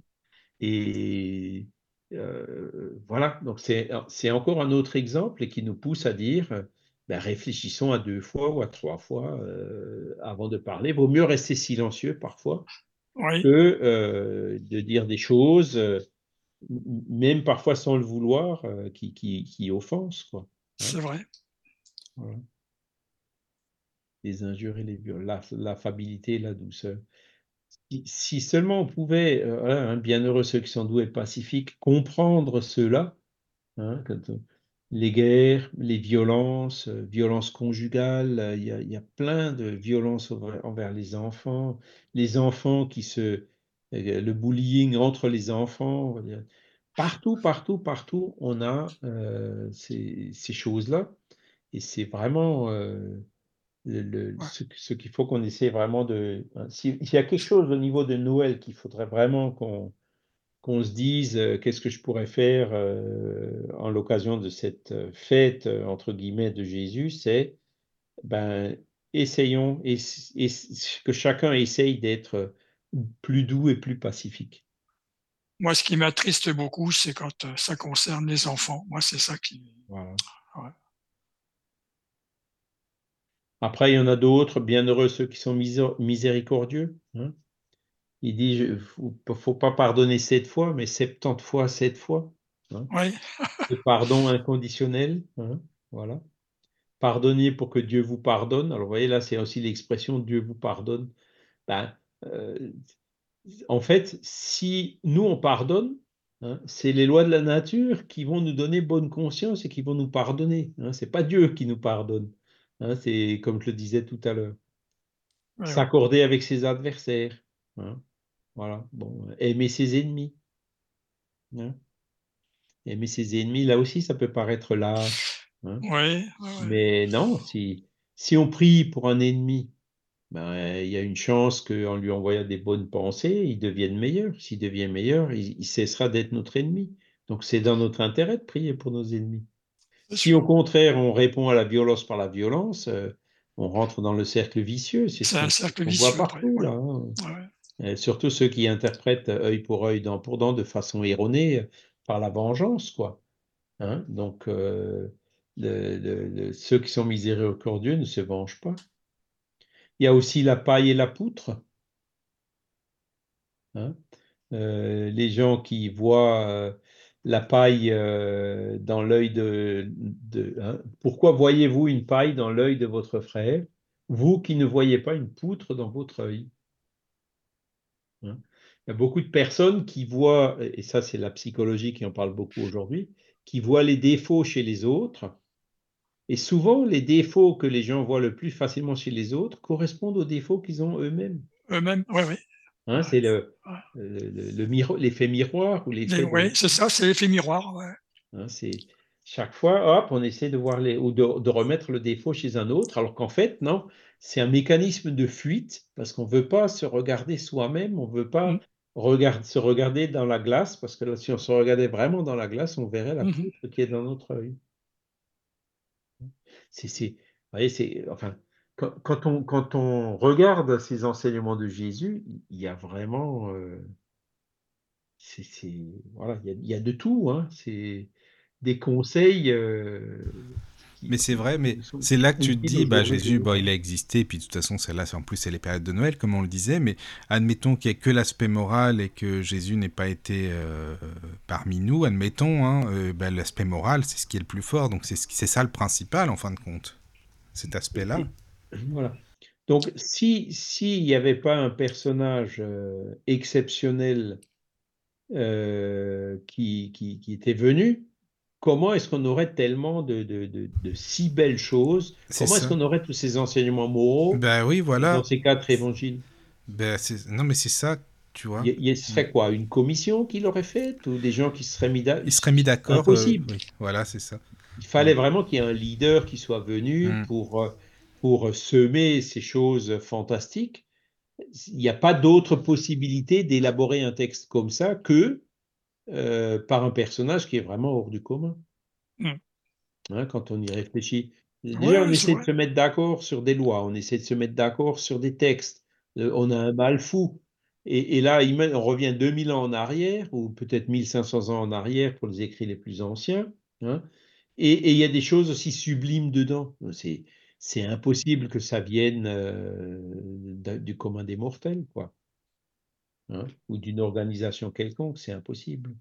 Et euh, voilà, donc c'est, c'est encore un autre exemple qui nous pousse à dire, ben, réfléchissons à deux fois ou à trois fois euh, avant de parler. Vaut mieux rester silencieux parfois que Oui, euh, de dire des choses, euh, même parfois sans le vouloir, euh, qui, qui, qui offensent, quoi. Hein. c'est vrai. Voilà. Les injures et les violences, la- l'affabilité et la douceur. Si, si seulement on pouvait, euh, voilà, hein, bienheureux ceux qui sont doux et pacifiques, comprendre cela, hein, quand, euh, les guerres, les violences, euh, violences conjugales, euh, il y a, il y a plein de violences envers, envers les enfants, les enfants qui se, euh, le bullying entre les enfants, on va dire. Partout, partout, partout, on a euh, ces, ces choses-là, et c'est vraiment euh, le- le- Ouais. ce, ce qu'il faut qu'on essaie vraiment de... Hein, si- s'il y a quelque chose au niveau de Noël qu'il faudrait vraiment qu'on qu'on se dise euh, qu'est-ce que je pourrais faire euh, en l'occasion de cette euh, fête, euh, entre guillemets, de Jésus, c'est ben, essayons et, et que chacun essaye d'être plus doux et plus pacifique. Moi, ce qui m'attriste beaucoup, c'est quand euh, ça concerne les enfants. Moi, c'est ça qui. Voilà. Ouais. Après, il y en a d'autres, bienheureux ceux qui sont misé- miséricordieux. Hein. Il dit, il ne faut, faut pas pardonner sept fois, mais septante fois sept fois. Hein. Ouais, Le pardon inconditionnel. Hein. Voilà. Pardonnez pour que Dieu vous pardonne. Alors, vous voyez, là, c'est aussi l'expression Dieu vous pardonne. Ben, euh, en fait, si nous, on pardonne, hein, c'est les lois de la nature qui vont nous donner bonne conscience et qui vont nous pardonner. Hein. Ce n'est pas Dieu qui nous pardonne. Hein, c'est comme je le disais tout à l'heure. ouais, ouais. S'accorder avec ses adversaires. Hein. Voilà. Bon, aimer ses ennemis. Hein. Aimer ses ennemis, là aussi, ça peut paraître lâche. Hein. Ouais, ouais, ouais. Mais non, si, si on prie pour un ennemi, ben, il y a une chance qu'en lui envoyant des bonnes pensées, il devienne meilleur. S'il devient meilleur, il, il cessera d'être notre ennemi. Donc c'est dans notre intérêt de prier pour nos ennemis. C'est Si au sûr. contraire on répond à la violence par la violence, euh, on rentre dans le cercle vicieux. C'est ce C'est un qu'on ce cercle qu'on voit vicieux après. partout Ouais, là. Hein. ouais. Euh, surtout ceux qui interprètent œil pour œil, dent pour dent de façon erronée euh, par la vengeance, quoi. Hein. Donc euh, le- le- le- ceux qui sont miséricordieux ne se vengent pas. Il y a aussi la paille et la poutre. Hein. euh, les gens qui voient euh, la paille euh, dans l'œil de... de- hein. Pourquoi voyez-vous une paille dans l'œil de votre frère, vous qui ne voyez pas une poutre dans votre œil? Hein. Il y a beaucoup de personnes qui voient, et ça c'est la psychologie qui en parle beaucoup aujourd'hui, qui voient les défauts chez les autres. Et souvent, les défauts que les gens voient le plus facilement chez les autres correspondent aux défauts qu'ils ont eux-mêmes. Eux-mêmes, oui, oui. Hein, Ouais, c'est le, ouais. le, le- le miro- l'effet miroir ou Les- l'effet de... ouais, c'est ça, c'est l'effet miroir. Ouais. hein, c'est chaque fois, hop, on essaie de voir les, ou de, de remettre le défaut chez un autre, alors qu'en fait, non, c'est un mécanisme de fuite parce qu'on ne veut pas se regarder soi-même, on ne veut Mm, pas regarder, se regarder dans la glace, parce que là, si on se regardait vraiment dans la glace, on verrait la mhm. poutre qui est dans notre œil. C'est, c'est, vous voyez, c'est, enfin, quand, quand on, quand on regarde ces enseignements de Jésus, il y a vraiment, euh, c'est, c'est- voilà, il y a, il y a de tout, hein. C'est des conseils euh, qui, Mais c'est qui vrai, mais sont, c'est qui là que sont tu te utiles dis, au bah jour le Jésus, jour, bah, hein. il a existé, et puis de toute façon, c'est là, c'est- en plus, c'est les périodes de Noël, comme on le disait, mais admettons qu'il n'y ait que l'aspect moral et que Jésus n'ait pas été euh, parmi nous, admettons, hein, euh, bah, l'aspect moral, c'est ce qui est le plus fort, donc c'est ce qui- c'est ça le principal, en fin de compte, cet aspect-là. Et- voilà. Donc, si s'il n'y avait pas un personnage euh, exceptionnel euh, qui, qui, qui était venu, comment est-ce qu'on aurait tellement de, de, de, de si belles choses? C'est Comment est-ce ça. qu'on aurait tous ces enseignements moraux Ben oui, dans voilà. ces quatre évangiles? Ben, c'est- non, mais c'est ça, tu Il vois. y, il y serait quoi? Une commission qui l'aurait faite ou des gens qui se seraient mis Il d'accord? serait mis d'accord, euh, Impossible. oui, voilà, c'est ça. Il Mm. fallait vraiment qu'il y ait un leader qui soit venu Mm. pour, euh, pour semer ces choses fantastiques. Il n'y a pas d'autre possibilité d'élaborer un texte comme ça que euh, par un personnage qui est vraiment hors du commun. Mm. Hein, quand on y réfléchit. Ouais, Déjà, on ouais, c'est essaie de vrai. se mettre d'accord sur des lois, on essaie de se mettre d'accord sur des textes. Euh, on a un mal fou. Et, et là, il met- on revient deux mille ans en arrière, ou peut-être mille cinq cents ans en arrière pour les écrits les plus anciens. Hein, et et il y a des choses aussi sublimes dedans. C'est, c'est impossible que ça vienne euh, d'un- du commun des mortels, quoi. Hein, ou d'une organisation quelconque, c'est impossible.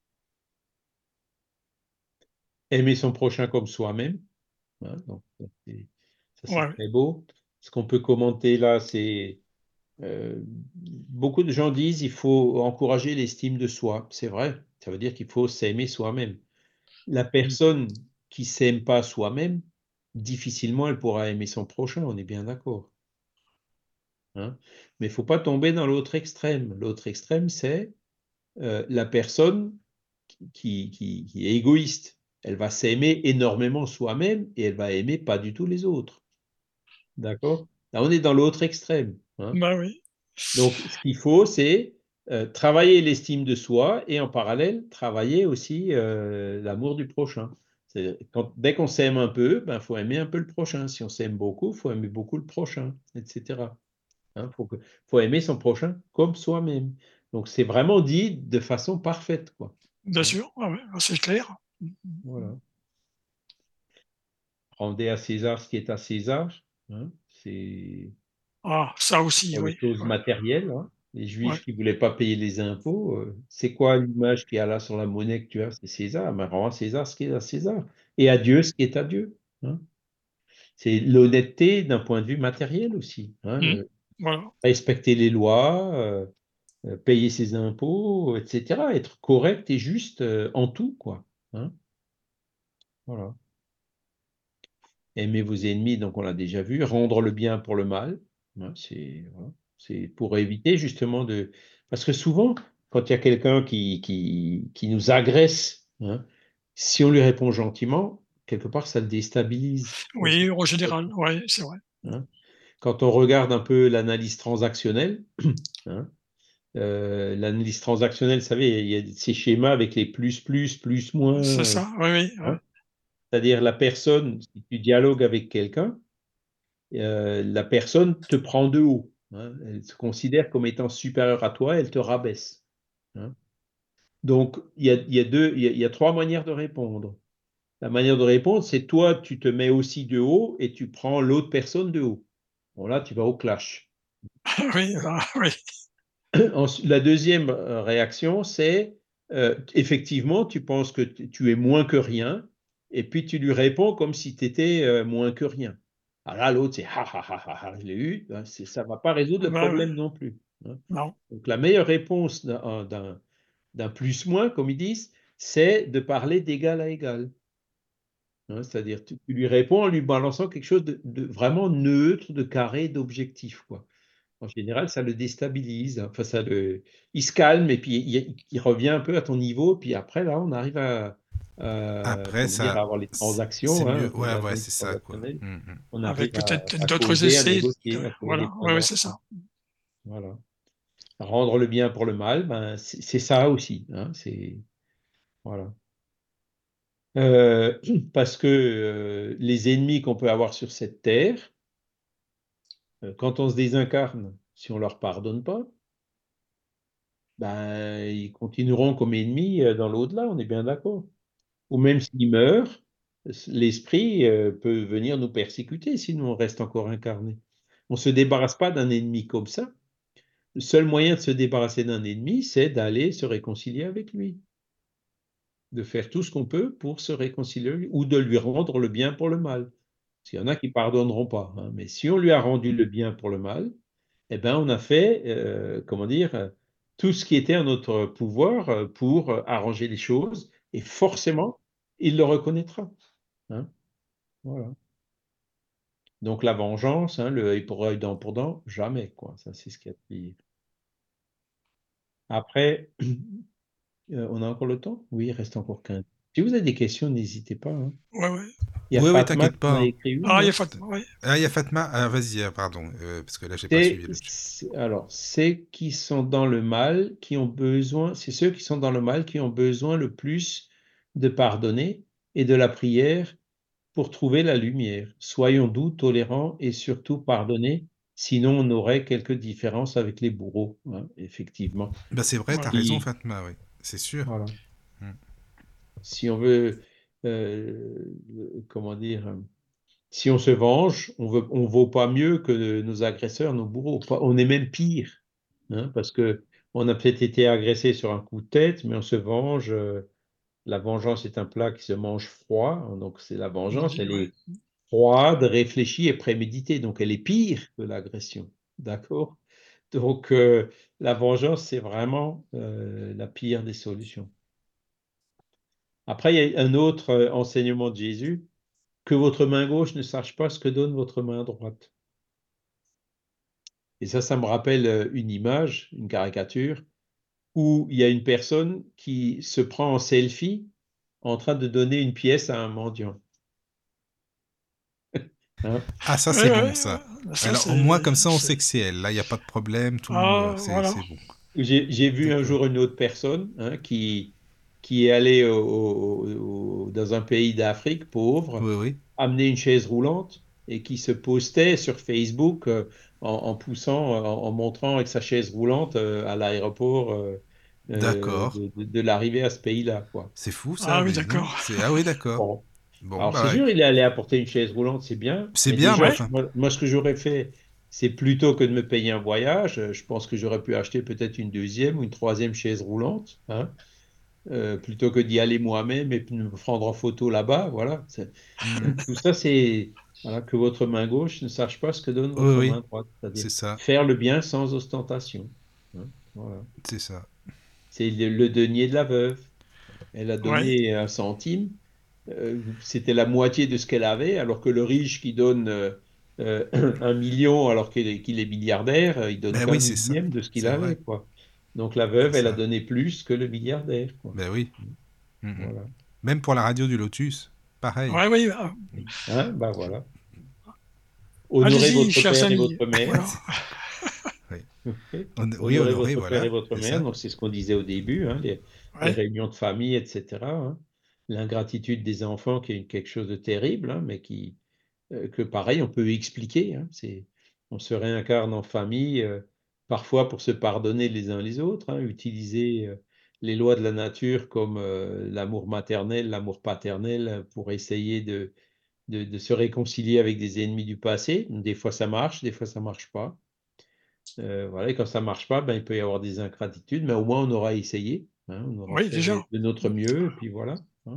Aimer son prochain comme soi-même. Hein, donc, ça, c'est ça, c'est Ouais, très beau. Ce qu'on peut commenter là, c'est euh, beaucoup de gens disent il faut encourager l'estime de soi. C'est vrai, ça veut dire qu'il faut s'aimer soi-même. La personne qui s'aime pas soi-même, difficilement elle pourra aimer son prochain, on est bien d'accord. Hein. Mais il faut pas tomber dans l'autre extrême. L'autre extrême, c'est euh, la personne qui, qui, qui est égoïste. Elle va s'aimer énormément soi-même et elle va aimer pas du tout les autres. D'accord? Là, on est dans l'autre extrême. Hein. bah oui. Donc, ce qu'il faut, c'est euh, travailler l'estime de soi et en parallèle, travailler aussi euh, l'amour du prochain. C'est- Quand, dès qu'on s'aime un peu, il ben, faut aimer un peu le prochain. Si on s'aime beaucoup, il faut aimer beaucoup le prochain, et cetera. Hein, faut que, faut aimer son prochain comme soi-même. Donc, c'est vraiment dit de façon parfaite, quoi. Bien Hein, sûr, ouais, ouais, c'est clair. voilà. Rendez à César ce qui est à César. Hein, c'est Ah, ça aussi, pour les oui. choses Ouais, matérielles. Hein. Les ouais. Juifs qui ne voulaient pas payer les impôts, euh, c'est quoi l'image qu'il y a là sur la monnaie que tu as? C'est César. Mais rends à César ce qui est à César. Et à Dieu ce qui est à Dieu. Hein. C'est l'honnêteté d'un point de vue matériel aussi. Hein. Mm. Euh, Voilà. respecter les lois, euh, euh, payer ses impôts, et cetera. Être correct et juste euh, en tout, quoi. Hein. Voilà. Aimer vos ennemis, donc on l'a déjà vu. Rendre le bien pour le mal. Hein, c'est voilà. C'est pour éviter justement de... Parce que souvent, quand il y a quelqu'un qui, qui, qui nous agresse, hein, si on lui répond gentiment, quelque part, ça le déstabilise. Oui, en général, ouais, c'est vrai. Hein. Quand on regarde un peu l'analyse transactionnelle, hein, euh, l'analyse transactionnelle, vous savez, il y a ces schémas avec les plus, plus, plus, C'est moins. ça, oui, oui, ouais. Hein. C'est-à-dire la personne, si tu dialogues avec quelqu'un, euh, la personne te prend de haut. Hein. Elle se considère comme étant supérieure à toi, elle te rabaisse. Hein. Donc, il y a, il y a deux, il y a, il y a trois manières de répondre. La manière de répondre, c'est toi, tu te mets aussi de haut et tu prends l'autre personne de haut. Bon, là, tu vas au clash. Oui, ah, oui. La deuxième réaction, c'est euh, effectivement, tu penses que tu es moins que rien, et puis tu lui réponds comme si tu étais euh, moins que rien. Alors là, l'autre, c'est ha ha ha ha, ha, je l'ai eu. Ben, ça ne va pas résoudre le Bah, ouais. problème non plus. Hein. Non. Donc la meilleure réponse d'un plus-moins, comme ils disent, c'est de parler d'égal à égal. Hein, c'est-à-dire, tu, tu lui réponds en lui balançant quelque chose de, de vraiment neutre, de carré, d'objectif, quoi. En général, ça le déstabilise. Enfin, ça le... Il se calme et puis il, il revient un peu à ton niveau. Puis après, là, on arrive à, à, Après, comment dire, à ça, avoir les c'est transactions, hein, mieux. Ouais, ouais, l'analyse c'est ça, quoi. transactionnelle. Mm, mm. On Avec arrive à, peut-être à d'autres causer, à essais. négocier, à trouver des Voilà, ouais, ouais, c'est conventions. ça. Voilà. Rendre le bien pour le mal, ben, c'est ça aussi. Hein, c'est voilà. Euh, parce que euh, les ennemis qu'on peut avoir sur cette terre, euh, quand on se désincarne, si on leur pardonne pas, ben, ils continueront comme ennemis euh, dans l'au-delà, on est bien d'accord. Ou même s'ils meurent, l'esprit euh, peut venir nous persécuter si nous on reste encore incarnés. On ne se débarrasse pas d'un ennemi comme ça. Le seul moyen de se débarrasser d'un ennemi, c'est d'aller se réconcilier avec lui, de faire tout ce qu'on peut pour se réconcilier avec lui, ou de lui rendre le bien pour le mal. Parce qu'il y en a qui pardonneront pas, hein. Mais si on lui a rendu le bien pour le mal, eh ben on a fait, euh, comment dire, euh, tout ce qui était à notre pouvoir euh, pour euh, arranger les choses, et forcément, il le reconnaîtra. Hein. Voilà. Donc la vengeance, hein, le œil pour œil, dent pour dent, jamais, quoi. Ça, c'est ce qu'il y a de pire. Après, euh, on a encore le temps? Oui, il reste encore quinze. Si vous avez des questions, n'hésitez pas. Hein. Ouais, ouais. Il y a Oui, oui, Fatma t'inquiète qui pas, en a hein. écrit une, Ah, il y a non? Fatma, ouais. Ah, il y a Fatma. Ah, vas-y, euh, pardon, euh, parce que là, j'ai pas C'est, suivi le chat. c'est- alors, c'est qui sont dans le mal, qui ont besoin, c'est ceux qui sont dans le mal qui ont besoin le plus de pardonner et de la prière pour trouver la lumière. Soyons doux, tolérants et surtout pardonnez, sinon on aurait quelques différences avec les bourreaux, hein, effectivement. Bah, c'est vrai, t'as Voilà. raison, Si, Fatma, oui. C'est sûr. voilà. Mm. Si on veut, euh, comment dire, si on se venge, on veut, on vaut pas mieux que nos agresseurs, nos bourreaux. Pas- On est même pire, hein, parce que on a peut-être été agressé sur un coup de tête, mais on se venge. euh, La vengeance est un plat qui se mange froid, donc c'est la On vengeance, dit, elle ouais. est froide, réfléchie et préméditée, donc elle est pire que l'agression, d'accord? Donc euh, la vengeance, c'est vraiment euh, la pire des solutions. Après, il y a un autre euh, enseignement de Jésus, que votre main gauche ne sache pas ce que donne votre main droite. Et ça, ça me rappelle euh, une image, une caricature, où il y a une personne qui se prend en selfie en train de donner une pièce à un mendiant. Hein. Ah, ça, Ouais, c'est ouais, bon, ouais. ça. Ça, Alors, au moins, c'est. comme ça, on c'est- sait que c'est elle. Là, il n'y a pas de problème, tout, euh, Ah, c'est voilà. c'est bon. J'ai j'ai vu un D'accord. jour une autre personne hein, qui, qui est allée au- au- au- dans un pays d'Afrique pauvre, Oui, oui. amener une chaise roulante et qui se postait sur Facebook euh, en, en poussant, en, en montrant avec sa chaise roulante euh, à l'aéroport euh, euh, D'accord. de, de- de l'arrivée à ce pays-là, quoi. C'est fou, ça, Ah oui, mais non. d'accord. C'est... Ah oui, d'accord. Bon. Bon, Alors, bah c'est ouais. sûr, il est allé apporter une chaise roulante, c'est bien, C'est mais bien, mais déjà, Ouais. enfin. moi, moi, ce que j'aurais fait, c'est plutôt que de me payer un voyage, euh, je pense que j'aurais pu acheter peut-être une deuxième ou une troisième chaise roulante, hein, euh, plutôt que d'y aller moi-même et puis de me prendre en photo là-bas, voilà. C'est- euh, Hmm. Tout ça, c'est voilà, que votre main gauche ne sache pas ce que donne Oui, votre oui, main droite, c'est-à-dire c'est ça. faire le bien sans ostentation. Hein, voilà. C'est ça. C'est le, le denier de la veuve. Elle a Ouais. donné un centime, euh, c'était la moitié de ce qu'elle avait, alors que le riche qui donne euh, euh, un million alors qu'il est, qu'il est milliardaire, euh, il donne Ben qu'un oui, c'est ça. millième de ce qu'il C'est vrai. avait, quoi. Donc la C'est veuve, elle a ça. donné plus que le milliardaire, quoi. Ben oui. Mhm. Voilà. Même pour la radio du Lotus, pareil. Ouais, oui. ah, Hein, ben voilà. Honorez Allez-y, votre chers père et amis. votre mère. Voilà. Oui, Ok. On- oui, Honorez honoré, votre père et voilà. votre C'est mère. ça. Donc c'est ce qu'on disait au début, hein, les, les Ouais. réunions de famille, et cetera, hein. L'ingratitude des enfants qui est quelque chose de terrible, hein, mais qui, euh, que pareil, on peut expliquer. Hein, c'est, on se réincarne en famille, euh, parfois pour se pardonner les uns les autres, hein, utiliser euh, les lois de la nature comme euh, l'amour maternel, l'amour paternel, euh, pour essayer de, de, de se réconcilier avec des ennemis du passé. Des fois ça marche, des fois ça marche pas. Euh, voilà, et quand ça marche pas, ben, il peut y avoir des ingratitudes, mais au moins on aura essayé, hein, on aura Oui, fait déjà. de notre mieux, et puis voilà. Hein.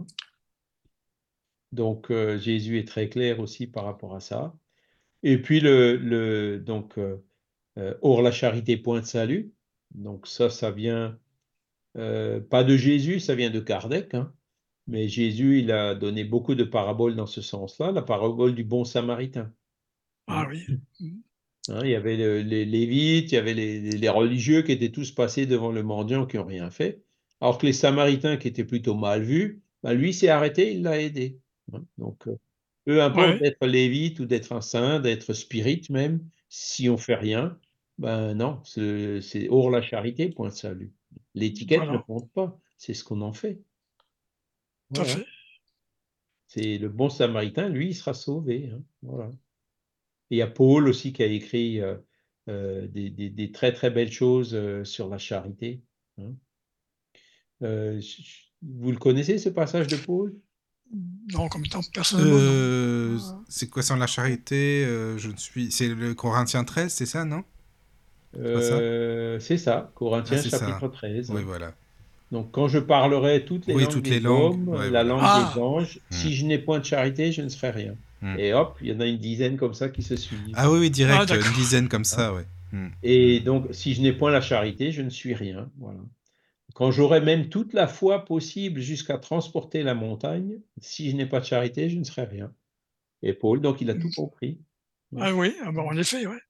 Donc euh, Jésus est très clair aussi par rapport à ça. Et puis le, le donc euh, euh, or la charité point de salut. Donc ça, ça vient euh, pas de Jésus, ça vient de Kardec. Hein. Mais Jésus, il a donné beaucoup de paraboles dans ce sens-là. La parabole du bon samaritain. Hein. Ah oui. Mm. Hein, il y avait le- les Lévites, il y avait les, les- les religieux qui étaient tous passés devant le mendiant qui n'ont rien fait. Alors que les Samaritains qui étaient plutôt mal vus, ben lui s'est arrêté, il l'a aidé. Hein. Donc, euh, peu importe Ouais, d'être lévite ou d'être un saint, d'être spirit même, si on fait rien, ben non, c'est c'est hors la charité, point de salut. L'étiquette ne voilà, compte pas, c'est ce qu'on en fait. tout à Voilà. fait. C'est le bon samaritain, lui, il sera sauvé. Hein. Voilà. Et il y a Paul aussi qui a écrit euh, euh, des, des- des très très belles choses euh, sur la charité. Hein. Euh, je- je- vous le connaissez ce passage de Paul? Non, comme temps, personnellement, non. Euh, Ah, c'est quoi sans la charité euh, je ne suis... C'est le Corinthiens treize, c'est ça, non? C'est pas ça? Euh, c'est ça, Ah, Corinthiens c'est ça. chapitre treize. Oui, Hein. voilà. Donc quand je parlerai toutes les Oui, langues toutes les des langues. hommes, Ouais, la voilà. langue des ah, anges, Hmm, si je n'ai point de charité, je ne serai rien. hmm. Et hop, il y en a une dizaine comme ça qui se suivent. Ah oui, oui, ah, direct, une d'accord. dizaine comme Hein. ça, ouais. Hmm. Et donc, si je n'ai point la charité, je ne suis rien. Voilà. Quand j'aurai même toute la foi possible jusqu'à transporter la montagne, si je n'ai pas de charité, je ne serai rien. Et Paul, donc, il a tout Mm. compris. Ah oui, ah bah, en effet, ouais.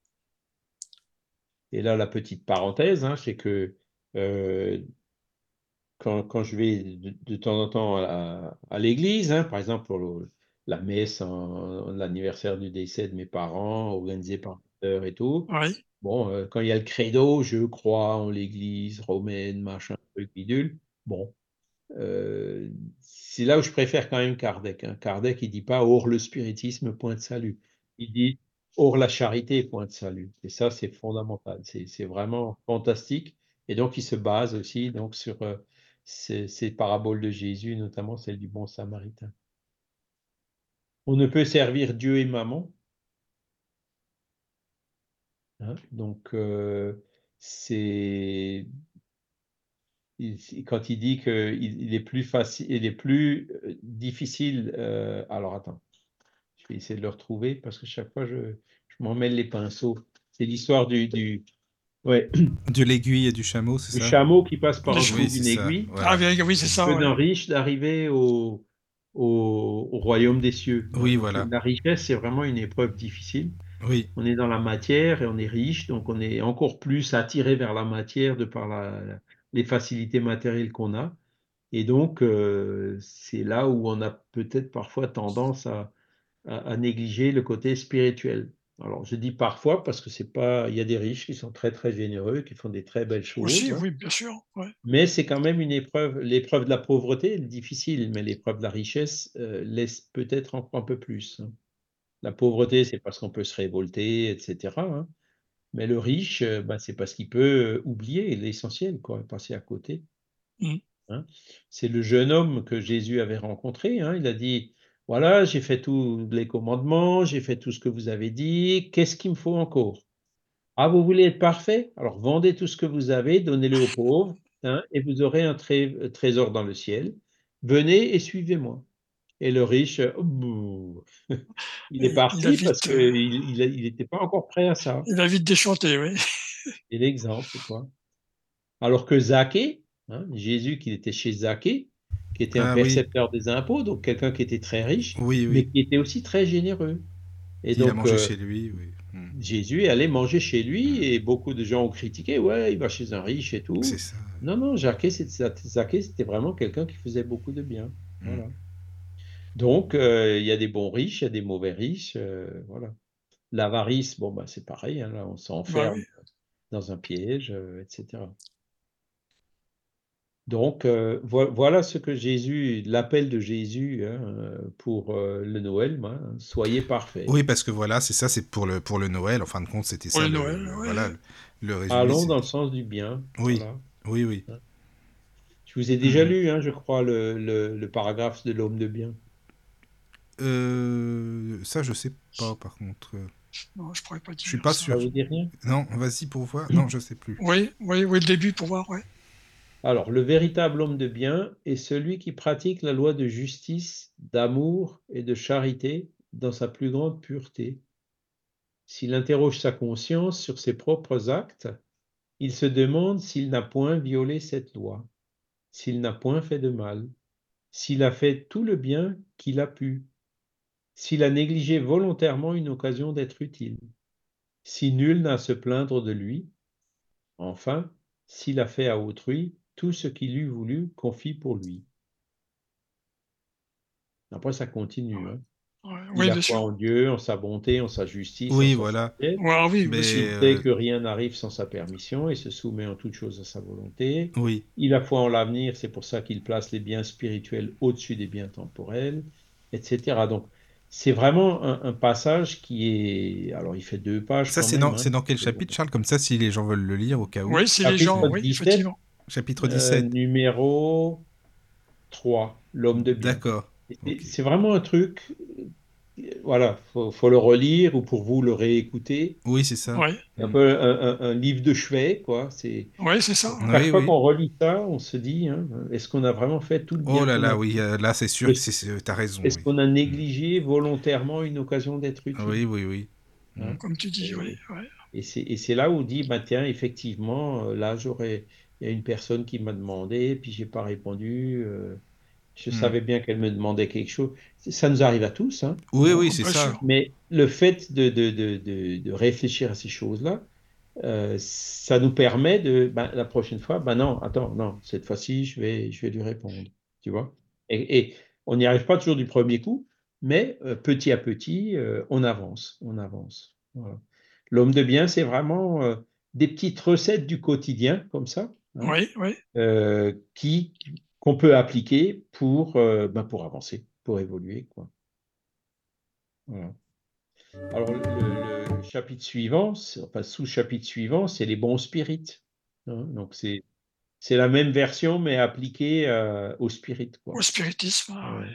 Et là, la petite parenthèse, hein, c'est que euh, quand, quand je vais de, de temps en temps à, à l'église, hein, par exemple pour le- la messe, en, en l'anniversaire du décès de mes parents, organisé par mon père et tout, Oui. bon, euh, quand il y a le credo, je crois en l'église romaine, machin, truc bidule, bon, Euh, c'est là où je préfère quand même Kardec. Hein. Kardec, il dit pas hors le spiritisme, point de salut. Il dit hors la charité, point de salut. Et ça, c'est fondamental. C'est c'est vraiment fantastique. Et donc, il se base aussi donc, sur euh, ces, ces paraboles de Jésus, notamment celle du bon samaritain. On ne peut servir Dieu et maman. Hein. Donc, euh, c'est il- quand il dit qu'il il est plus facile, il est plus euh, difficile. Euh, alors, attends. Je vais essayer de le retrouver parce que chaque fois, je, je m'en mêle les pinceaux. C'est l'histoire du, du, ouais, De l'aiguille et du chameau, c'est du ça? chameau qui passe par Les le chevaux. trou Oui, c'est d'une ça. aiguille. Ah Voilà. bien, oui, c'est Hmm. ça, Que ouais. d'un riche d'arriver au, au, au royaume des cieux. Hein. Oui, Donc, voilà. la richesse, c'est vraiment une épreuve difficile. Oui. On est dans la matière et on est riche, donc on est encore plus attiré vers la matière de par la, la- les facilités matérielles qu'on a. Et donc, euh, c'est là où on a peut-être parfois tendance à, à, à négliger le côté spirituel. Alors, je dis parfois parce que c'est pas, il y a des riches qui sont très très généreux, qui font des très belles choses, Aussi, hein. oui, bien sûr. Ouais. Mais c'est quand même une épreuve. L'épreuve de la pauvreté est difficile, mais l'épreuve de la richesse euh, laisse peut-être encore un peu plus. Hein. La pauvreté, c'est parce qu'on peut se révolter, et cetera. Hein. Mais le riche, euh, ben, c'est parce qu'il peut euh, oublier l'essentiel, quoi, passer à côté. Mm. Hein. C'est le jeune homme que Jésus avait rencontré. Hein. Il a dit, voilà, j'ai fait tous les commandements, j'ai fait tout ce que vous avez dit, qu'est-ce qu'il me faut encore? Ah, vous voulez être parfait? Alors vendez tout ce que vous avez, donnez-le aux pauvres, hein, et vous aurez un tré- trésor dans le ciel. Venez et suivez-moi. Et le riche, euh, bouh, il est Et il a parti parce vite, euh, qu'il il, il n'était pas encore prêt à ça. il a vite déchanté, oui. C'est l'exemple, quoi. Alors que Zaché, hein, Jésus qui était chez Zaché, qui était un Ah oui. percepteur des impôts, donc quelqu'un qui était très riche, Oui, mais oui. qui était aussi très généreux. Et Il a donc, mangé euh, chez lui, oui. Hmm. Jésus est allé manger chez lui Hmm. et beaucoup de gens ont critiqué, ouais, il va chez un riche et C'est tout. ça. Non, non, Zaché, c'était Zaché, c'était vraiment quelqu'un qui faisait beaucoup de bien. Hmm. Voilà. Donc, euh, il y a des bons riches, il y a des mauvais riches. Euh, voilà. L'avarice, bon, bah, c'est pareil, hein, là, on Bah s'enferme oui. dans un piège, euh, et cetera. Donc, euh, vo- voilà ce que Jésus, l'appel de Jésus hein, euh, pour euh, le Noël, hein, soyez parfaits. Oui, parce que voilà, c'est ça, c'est pour le, pour le Noël. En fin de compte, c'était Pour ça le le, Noël, le- voilà, ouais. le, le résumé. Allons C'est... dans le sens du bien. Oui, Voilà. oui, oui. Je vous ai déjà Mhm. lu, hein, je crois, le, le- le paragraphe de l'homme de bien. Euh, ça, je sais pas, par contre. Non, je pourrais pas Je suis dire pas ça. sûr. Ça vous dit rien? Non, vas-y pour voir. Non, je sais plus. Oui, oui, oui, le début pour voir, ouais. Alors, le véritable homme de bien est celui qui pratique la loi de justice, d'amour et de charité dans sa plus grande pureté. S'il interroge sa conscience sur ses propres actes, il se demande s'il n'a point violé cette loi, s'il n'a point fait de mal, s'il a fait tout le bien qu'il a pu, s'il a négligé volontairement une occasion d'être utile, si nul n'a à se plaindre de lui, enfin, s'il a fait à autrui tout ce qu'il eût voulu qu'on fît pour lui. Après, ça continue, hein. Ouais, Il oui, a bien foi sûr. en Dieu, en sa bonté, en sa justice, en Oui, sa voilà. sagesse. Ouais, ah oui, bien sûr. Mais Il sait euh, que rien n'arrive sans sa permission et se soumet en toute chose à sa volonté. oui. Il a foi en l'avenir, c'est pour ça qu'il place les biens spirituels au-dessus des biens temporels, et cetera. Donc, c'est vraiment un, un passage qui est... Alors, il fait deux pages Ça, quand c'est même, dans, hein. c'est dans quel chapitre, Charles? Comme ça, si les gens veulent le lire au cas où. Oui, si les gens, Chapitre oui, dix-sept, effectivement. Chapitre euh, dix-sept. numéro trois, l'homme de bien. D'accord. Et C'est Ok. c'est vraiment un truc, euh, voilà, faut, faut le relire ou pour vous le réécouter. Oui, c'est ça. Oui, C'est un Mm. peu un, un- un livre de chevet, quoi. C'est oui, c'est ça. Ouais. chaque Oui, fois oui. qu'on relit ça, on se dit, hein, est-ce qu'on a vraiment fait tout le Oh bien là qu'on a là, pu? oui. euh, là, c'est sûr que Est-ce c'est, c'est- t'as raison, est-ce oui. qu'on a Mm. négligé volontairement une occasion d'être utile? Oui, oui, oui. Mm. Hein? Comme tu dis, oui. Et, Ouais. et c'est et c'est là où on dit, bah, tiens, effectivement, euh, là, j'aurais, il y a une personne qui m'a demandé, puis j'ai pas répondu. euh, je Mm. savais bien qu'elle me demandait quelque chose. Ça nous arrive à tous, hein. Oui, Hein. oui, Oh, c'est bien ça. sûr. Mais le fait de, de, de, de, de réfléchir à ces choses-là, euh, ça nous permet de, ben, la prochaine fois, ben non, attends, non, cette fois-ci, je vais, je vais lui répondre, tu vois. Et, et on n'y arrive pas toujours du premier coup, mais euh, petit à petit, euh, on avance, on avance. Voilà. L'homme de bien, c'est vraiment euh, des petites recettes du quotidien, comme ça, hein, Oui, oui. euh, qui, qu'on peut appliquer pour, euh, ben, pour avancer, pour évoluer, quoi. Voilà. Alors, le, le chapitre suivant, c'est- enfin, sous-chapitre suivant, c'est les bons spirites. Hein. Donc, c'est, c'est la même version, mais appliquée euh, au spirit, Au quoi. spiritisme. Ah, Euh, ouais.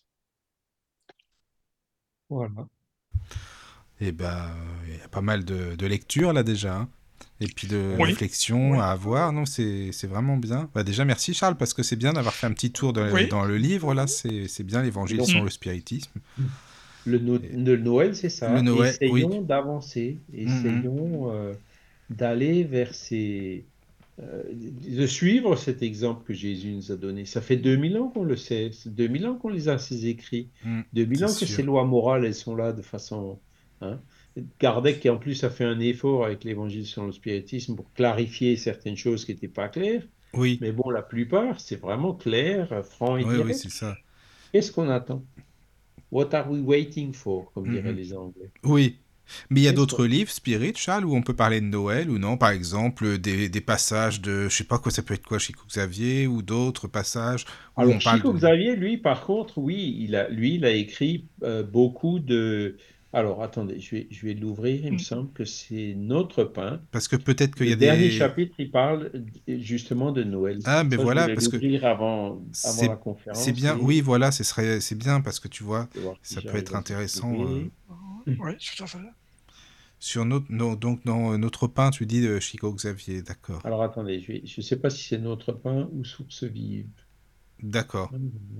voilà. Et ben, il y a pas mal de, de lectures là déjà, hein. Et puis de Oui, réflexions oui, à avoir. Non, c'est, c'est vraiment bien. Bah, déjà, merci Charles, parce que c'est bien d'avoir fait un petit tour de- oui. dans le livre là. C'est, c'est bien Et l'évangile donc, selon Mm. le spiritisme. le, no- Et le Noël, c'est le ça. Noël, oui. Essayons d'avancer. Mhm. Essayons euh, d'aller vers ces... euh, de suivre cet exemple que Jésus nous a donné. Ça fait deux mille ans qu'on le sait. C'est deux mille ans qu'on les a, ces écrits. Mm, deux mille c'est ans que ces sûr. lois morales, elles sont là de façon... hein. Kardec, qui en plus a fait un effort avec l'évangile sur le spiritisme pour clarifier certaines choses qui n'étaient pas claires. Oui, Mais bon, la plupart, c'est vraiment clair, franc et oui, oui, direct. c'est ça. Qu'est-ce qu'on attend? What are we waiting for, comme diraient Mhm. les Anglais. Oui. Mais il y a Qu'est-ce qu'on... d'autres livres, Spirit, Charles, où on peut parler de Noël ou non. Par exemple, des, des passages de, je sais pas quoi, ça peut être quoi, Chico Xavier, ou d'autres passages où on Alors, parle Chico de... Xavier, lui, par contre, oui, il a, lui, il a écrit euh, beaucoup de... Alors, attendez, je vais, je vais l'ouvrir. Il me Mm. semble que c'est Notre pain. Parce que peut-être qu'il Le y a dernier des... chapitre, il parle euh, justement de Noël. C'est Ah, pour ben ça que je voilà, voulais parce que l'ouvrir avant, avant c'est la c'est conférence bien. et Oui, voilà, ce serait c'est bien parce que tu vois, je vais voir si ça peut j'arrive être à le intéressant euh, trouver. Oui, tout à fait. sur notre no- donc dans euh, notre pain, tu dis de Chico Xavier, d'accord, Alors, attendez, je ne sais pas si c'est Notre pain ou Source vive. d'accord.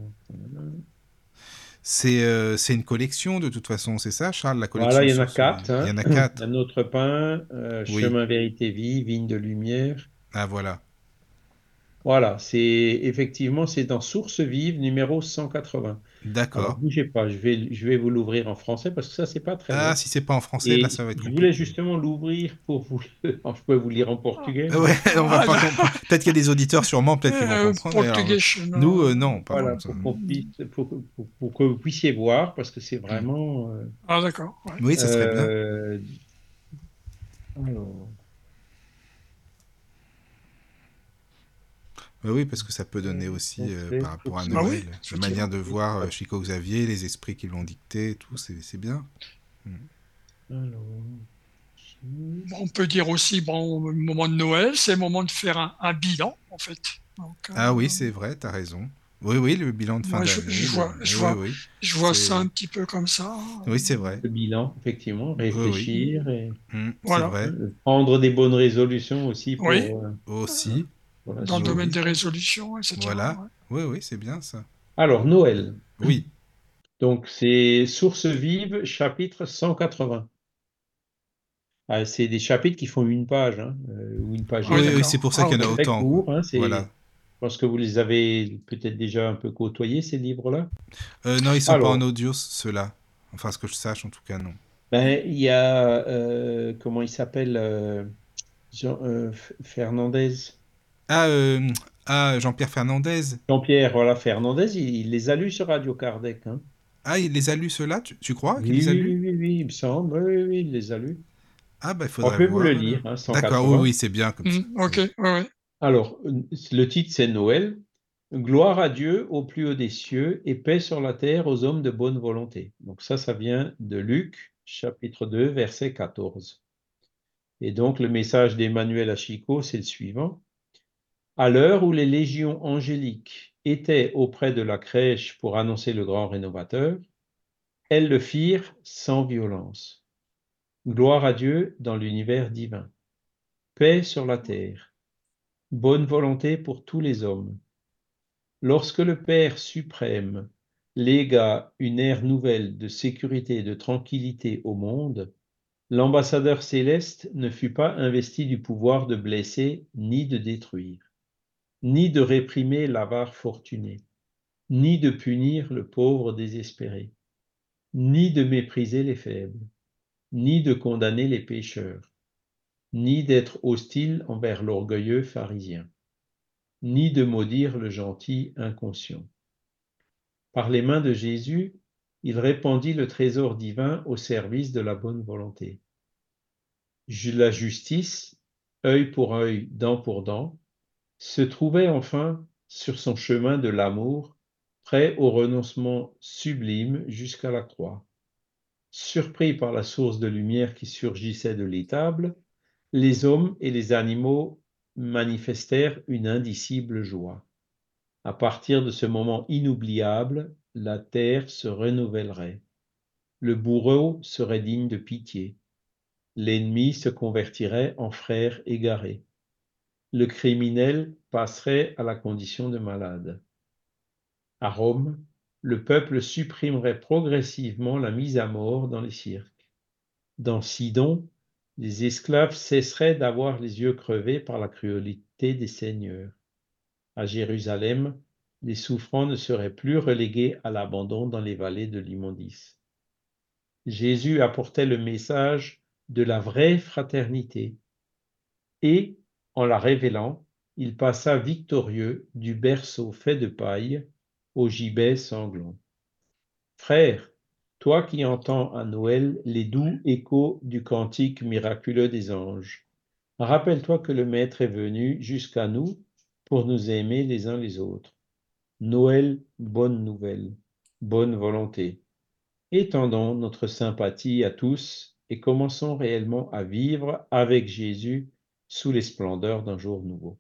C'est euh, c'est une collection de toute façon, c'est ça, Charles, la Voilà, collection il y en a Source quatre. Vive. Il y Hein. en a Il y a quatre. Notre pain, euh, Oui. Chemin, vérité, vie, Vigne de lumière. Ah voilà. Voilà, c'est effectivement, c'est dans Source vive numéro cent quatre-vingts. Alors, D'accord. bougez pas, je vais, je vais vous l'ouvrir en français parce que ça, c'est pas très Ah, long. si c'est pas en français, là, Et ça va être je voulais compliqué. justement l'ouvrir pour vous. le- Alors, je peux vous lire en portugais, Euh, Ouais, mais on va Ah, pas comprendre. Peut-être qu'il y a des auditeurs, sûrement, peut-être qu'ils vont euh, comprendre. Mais alors, portugais, nous, non. euh, non, par voilà, contre. pour qu'on puisse, pour, pour- pour que vous puissiez voir, parce que c'est Hmm. vraiment. euh, Ah, d'accord. Ouais. Oui, ça serait bien. euh, alors, Bah oui, parce que ça peut donner aussi, euh, français, par rapport à Source Bah oui, Noël, vive. la manière effectivement. de voir euh, Chico Xavier, les esprits qui l'ont dicté, et tout, c'est c'est bien. Alors, Bon, on peut dire aussi, bon, le moment de Noël, c'est le moment de faire un, un bilan, en fait. Donc, Ah oui, euh, c'est vrai, t'as raison. Oui, oui, le bilan de fin Moi, je, d'année. je le- vois, je Oui, vois, oui. je vois C'est- ça un petit peu comme ça. hein. Oui, c'est vrai. Le bilan, effectivement, Oui, oui. réfléchir et Mm, c'est Voilà. vrai. euh, prendre des bonnes résolutions aussi Oui, pour, euh, Aussi. pour la dans le Oui, domaine oui. suite. des résolutions, et cetera. Voilà. ouais. Oui, oui, c'est bien ça. Alors, Noël. Oui. Donc, c'est Sources vives, chapitre cent quatre-vingts. Ah, c'est des chapitres qui font une page, hein, euh, ou une page Ah et oui, Oui, oui, demie. c'est d'accord. pour ça Ah qu'il y en ok. a Très autant, quoi. court, hein, c'est, Voilà. je pense que vous les avez peut-être déjà un peu côtoyés, ces livres-là. Euh, non, ils sont pas en Alors, audio, ceux-là. Enfin, ce que je sache, en tout cas, non. ben, il y a, euh, comment il s'appelle, euh, Jean- euh, F- Fernandez. Ah, euh, ah Jean-Pierre Fernandez. Jean-Pierre, voilà, Fernandez, il, il les a lus sur Radio Kardec, hein. Ah, il les a lus, ceux-là, tu, tu crois qu'il Oui, les a oui, lus? oui, oui, oui, il me semble, oui, oui, oui, il les a lus. Ah, bah, il Alors, faudrait je vais vous le voir, alors. lire, hein, D'accord, oui, cent quatre-vingts. oui, c'est bien comme ça. Hmm, ok, C'est- ouais, ouais. Alors, le titre, c'est Noël. Gloire à Dieu au plus haut des cieux et paix sur la terre aux hommes de bonne volonté. Donc ça, ça vient de Luc, chapitre deux, verset quatorze. Et donc, le message d'Emmanuel à Chico, c'est le suivant. À l'heure où les légions angéliques étaient auprès de la crèche pour annoncer le grand rénovateur, elles le firent sans violence. Gloire à Dieu dans l'univers divin. Paix sur la terre. Bonne volonté pour tous les hommes. Lorsque le Père suprême légua une ère nouvelle de sécurité et de tranquillité au monde, l'ambassadeur céleste ne fut pas investi du pouvoir de blesser ni de détruire, ni de réprimer l'avare fortuné, ni de punir le pauvre désespéré, ni de mépriser les faibles, ni de condamner les pécheurs, ni d'être hostile envers l'orgueilleux pharisien, ni de maudire le gentil inconscient. Par les mains de Jésus, il répandit le trésor divin au service de la bonne volonté. La justice, œil pour œil, dent pour dent, se trouvait enfin sur son chemin de l'amour, prêt au renoncement sublime jusqu'à la croix. Surpris par la source de lumière qui surgissait de l'étable, les hommes et les animaux manifestèrent une indicible joie. À partir de ce moment inoubliable, la terre se renouvellerait. Le bourreau serait digne de pitié. L'ennemi se convertirait en frère égaré. Le criminel passerait à la condition de malade. À Rome, le peuple supprimerait progressivement la mise à mort dans les cirques. Dans Sidon, les esclaves cesseraient d'avoir les yeux crevés par la cruauté des seigneurs. À Jérusalem, les souffrants ne seraient plus relégués à l'abandon dans les vallées de l'immondice. Jésus apportait le message de la vraie fraternité et, en la révélant, il passa victorieux du berceau fait de paille au gibet sanglant. Frère, toi qui entends à Noël les doux échos du cantique miraculeux des anges, rappelle-toi que le Maître est venu jusqu'à nous pour nous aimer les uns les autres. Noël, bonne nouvelle, bonne volonté. Étendons notre sympathie à tous et commençons réellement à vivre avec Jésus sous les splendeurs d'un jour nouveau.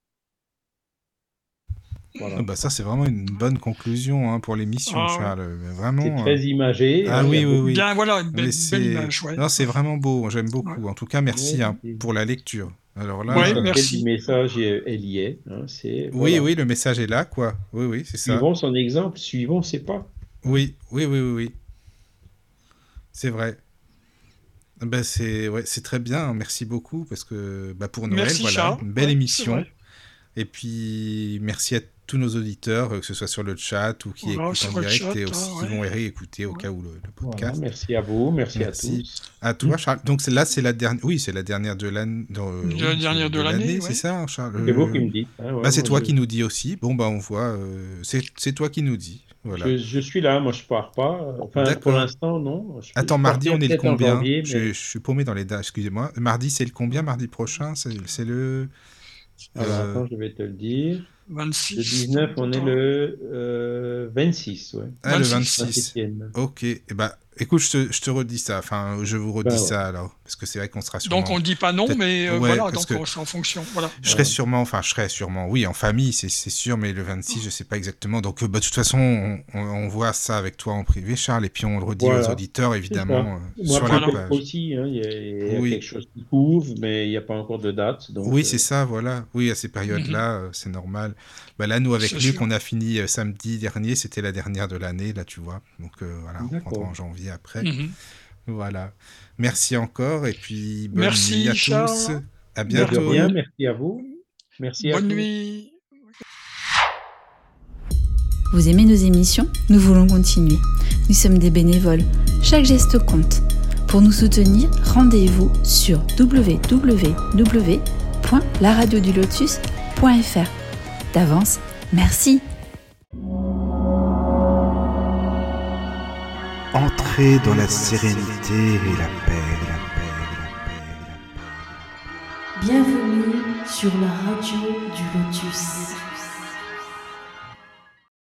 Ah, Voilà. bah, ça, c'est vraiment une bonne conclusion, hein, pour l'émission, Ah, ouais. Charles. Mais C'est vraiment. euh, très imagé, Ah hein, il y a oui, oui, beaucoup. oui. bien, voilà, une Mais belle, belle c'est. image, ouais. Non, c'est vraiment beau. J'aime Ouais, beaucoup. En tout cas, merci, hein, Ouais, pour la lecture. Alors là, ouais, euh, l'essentiel du merci. message, euh, elle y est, hein, c'est oui, voilà. oui, le message est là, quoi. Oui, oui, c'est ça. Suivons son exemple, suivons ses pas, hein. Oui, oui, oui, oui, oui. C'est vrai. Bah, c'est ouais, c'est très bien. Merci beaucoup parce que bah, pour Noël, Merci, voilà, Charles. une belle Ouais, c'est émission. vrai. Et puis, merci à tous nos auditeurs, euh, que ce soit sur le chat ou qui Voilà, écoutent en sur le direct chat, et là, aussi qui ouais. vont réécouter au Ouais. cas où le, le Voilà, podcast. merci à vous, merci à Merci tous. à toi, Charles. Donc c'est- là, c'est la dernière. Oui, c'est la dernière de l'année. La Oui, dernière c'est de de l'année, l'année, c'est ouais. ça, hein, Charles. C'est vous Euh, qui me dites, hein, ouais, Bah, c'est moi toi je, qui nous dis aussi. Bon, bah, on voit. euh, C'est c'est toi qui nous dis. Voilà. je, je suis là, moi je pars pas. Enfin, pour D'accord. l'instant, non. Je, Attends, je mardi, on partirai est le peut-être en combien? janvier, je, je mais suis paumé dans les dates. Excusez-moi. Mardi, c'est le combien? Mardi prochain, c'est c'est le. alors euh, attends, je vais te le dire. Le vingt-six, dix-neuf, on est attends. le euh, vingt-six, ouais. Ah, le vingt-six. vingt-six. Saint-Étienne. Ok. Eh ben, Écoute, je te, je te redis ça, enfin, je vous redis Ben ouais. ça alors, parce que c'est vrai qu'on sera sûrement... Donc on dit pas non, Peut-être- mais euh, ouais, voilà, parce donc que- on- c'est en fonction. Voilà. Je serais sûrement, enfin, je serais sûrement, oui, en famille, c'est, c'est sûr, mais le vingt-six, je sais pas exactement. Donc, euh, bah, de toute façon, on, on, on voit ça avec toi en privé, Charles, et puis on le redit Voilà. aux auditeurs, évidemment, euh, Moi, sur la voilà. page. peut-être aussi, hein, il y a, il y a Oui. quelque chose qui couvre, mais il n'y a pas encore de date. Donc, Oui, euh, c'est ça, voilà. Oui, à ces périodes-là, euh, c'est normal. Bah, là, nous, avec C'est Luc, sûr. on a fini euh, samedi dernier, c'était la dernière de l'année, là, tu vois. Donc, euh, voilà, on D'accord. prendra en janvier après. Mhm. Voilà. Merci encore, et puis bonne Merci, nuit à Charles. tous. À de bientôt. rien, merci à vous. Merci à Bonne tous. nuit. Vous aimez nos émissions ? Nous voulons continuer. Nous sommes des bénévoles. Chaque geste compte. Pour nous soutenir, rendez-vous sur w w w point la radio du lotus point f r. D'avance, merci. Entrez dans la sérénité et la paix, la paix, la paix, la paix. Bienvenue sur la radio du lotus.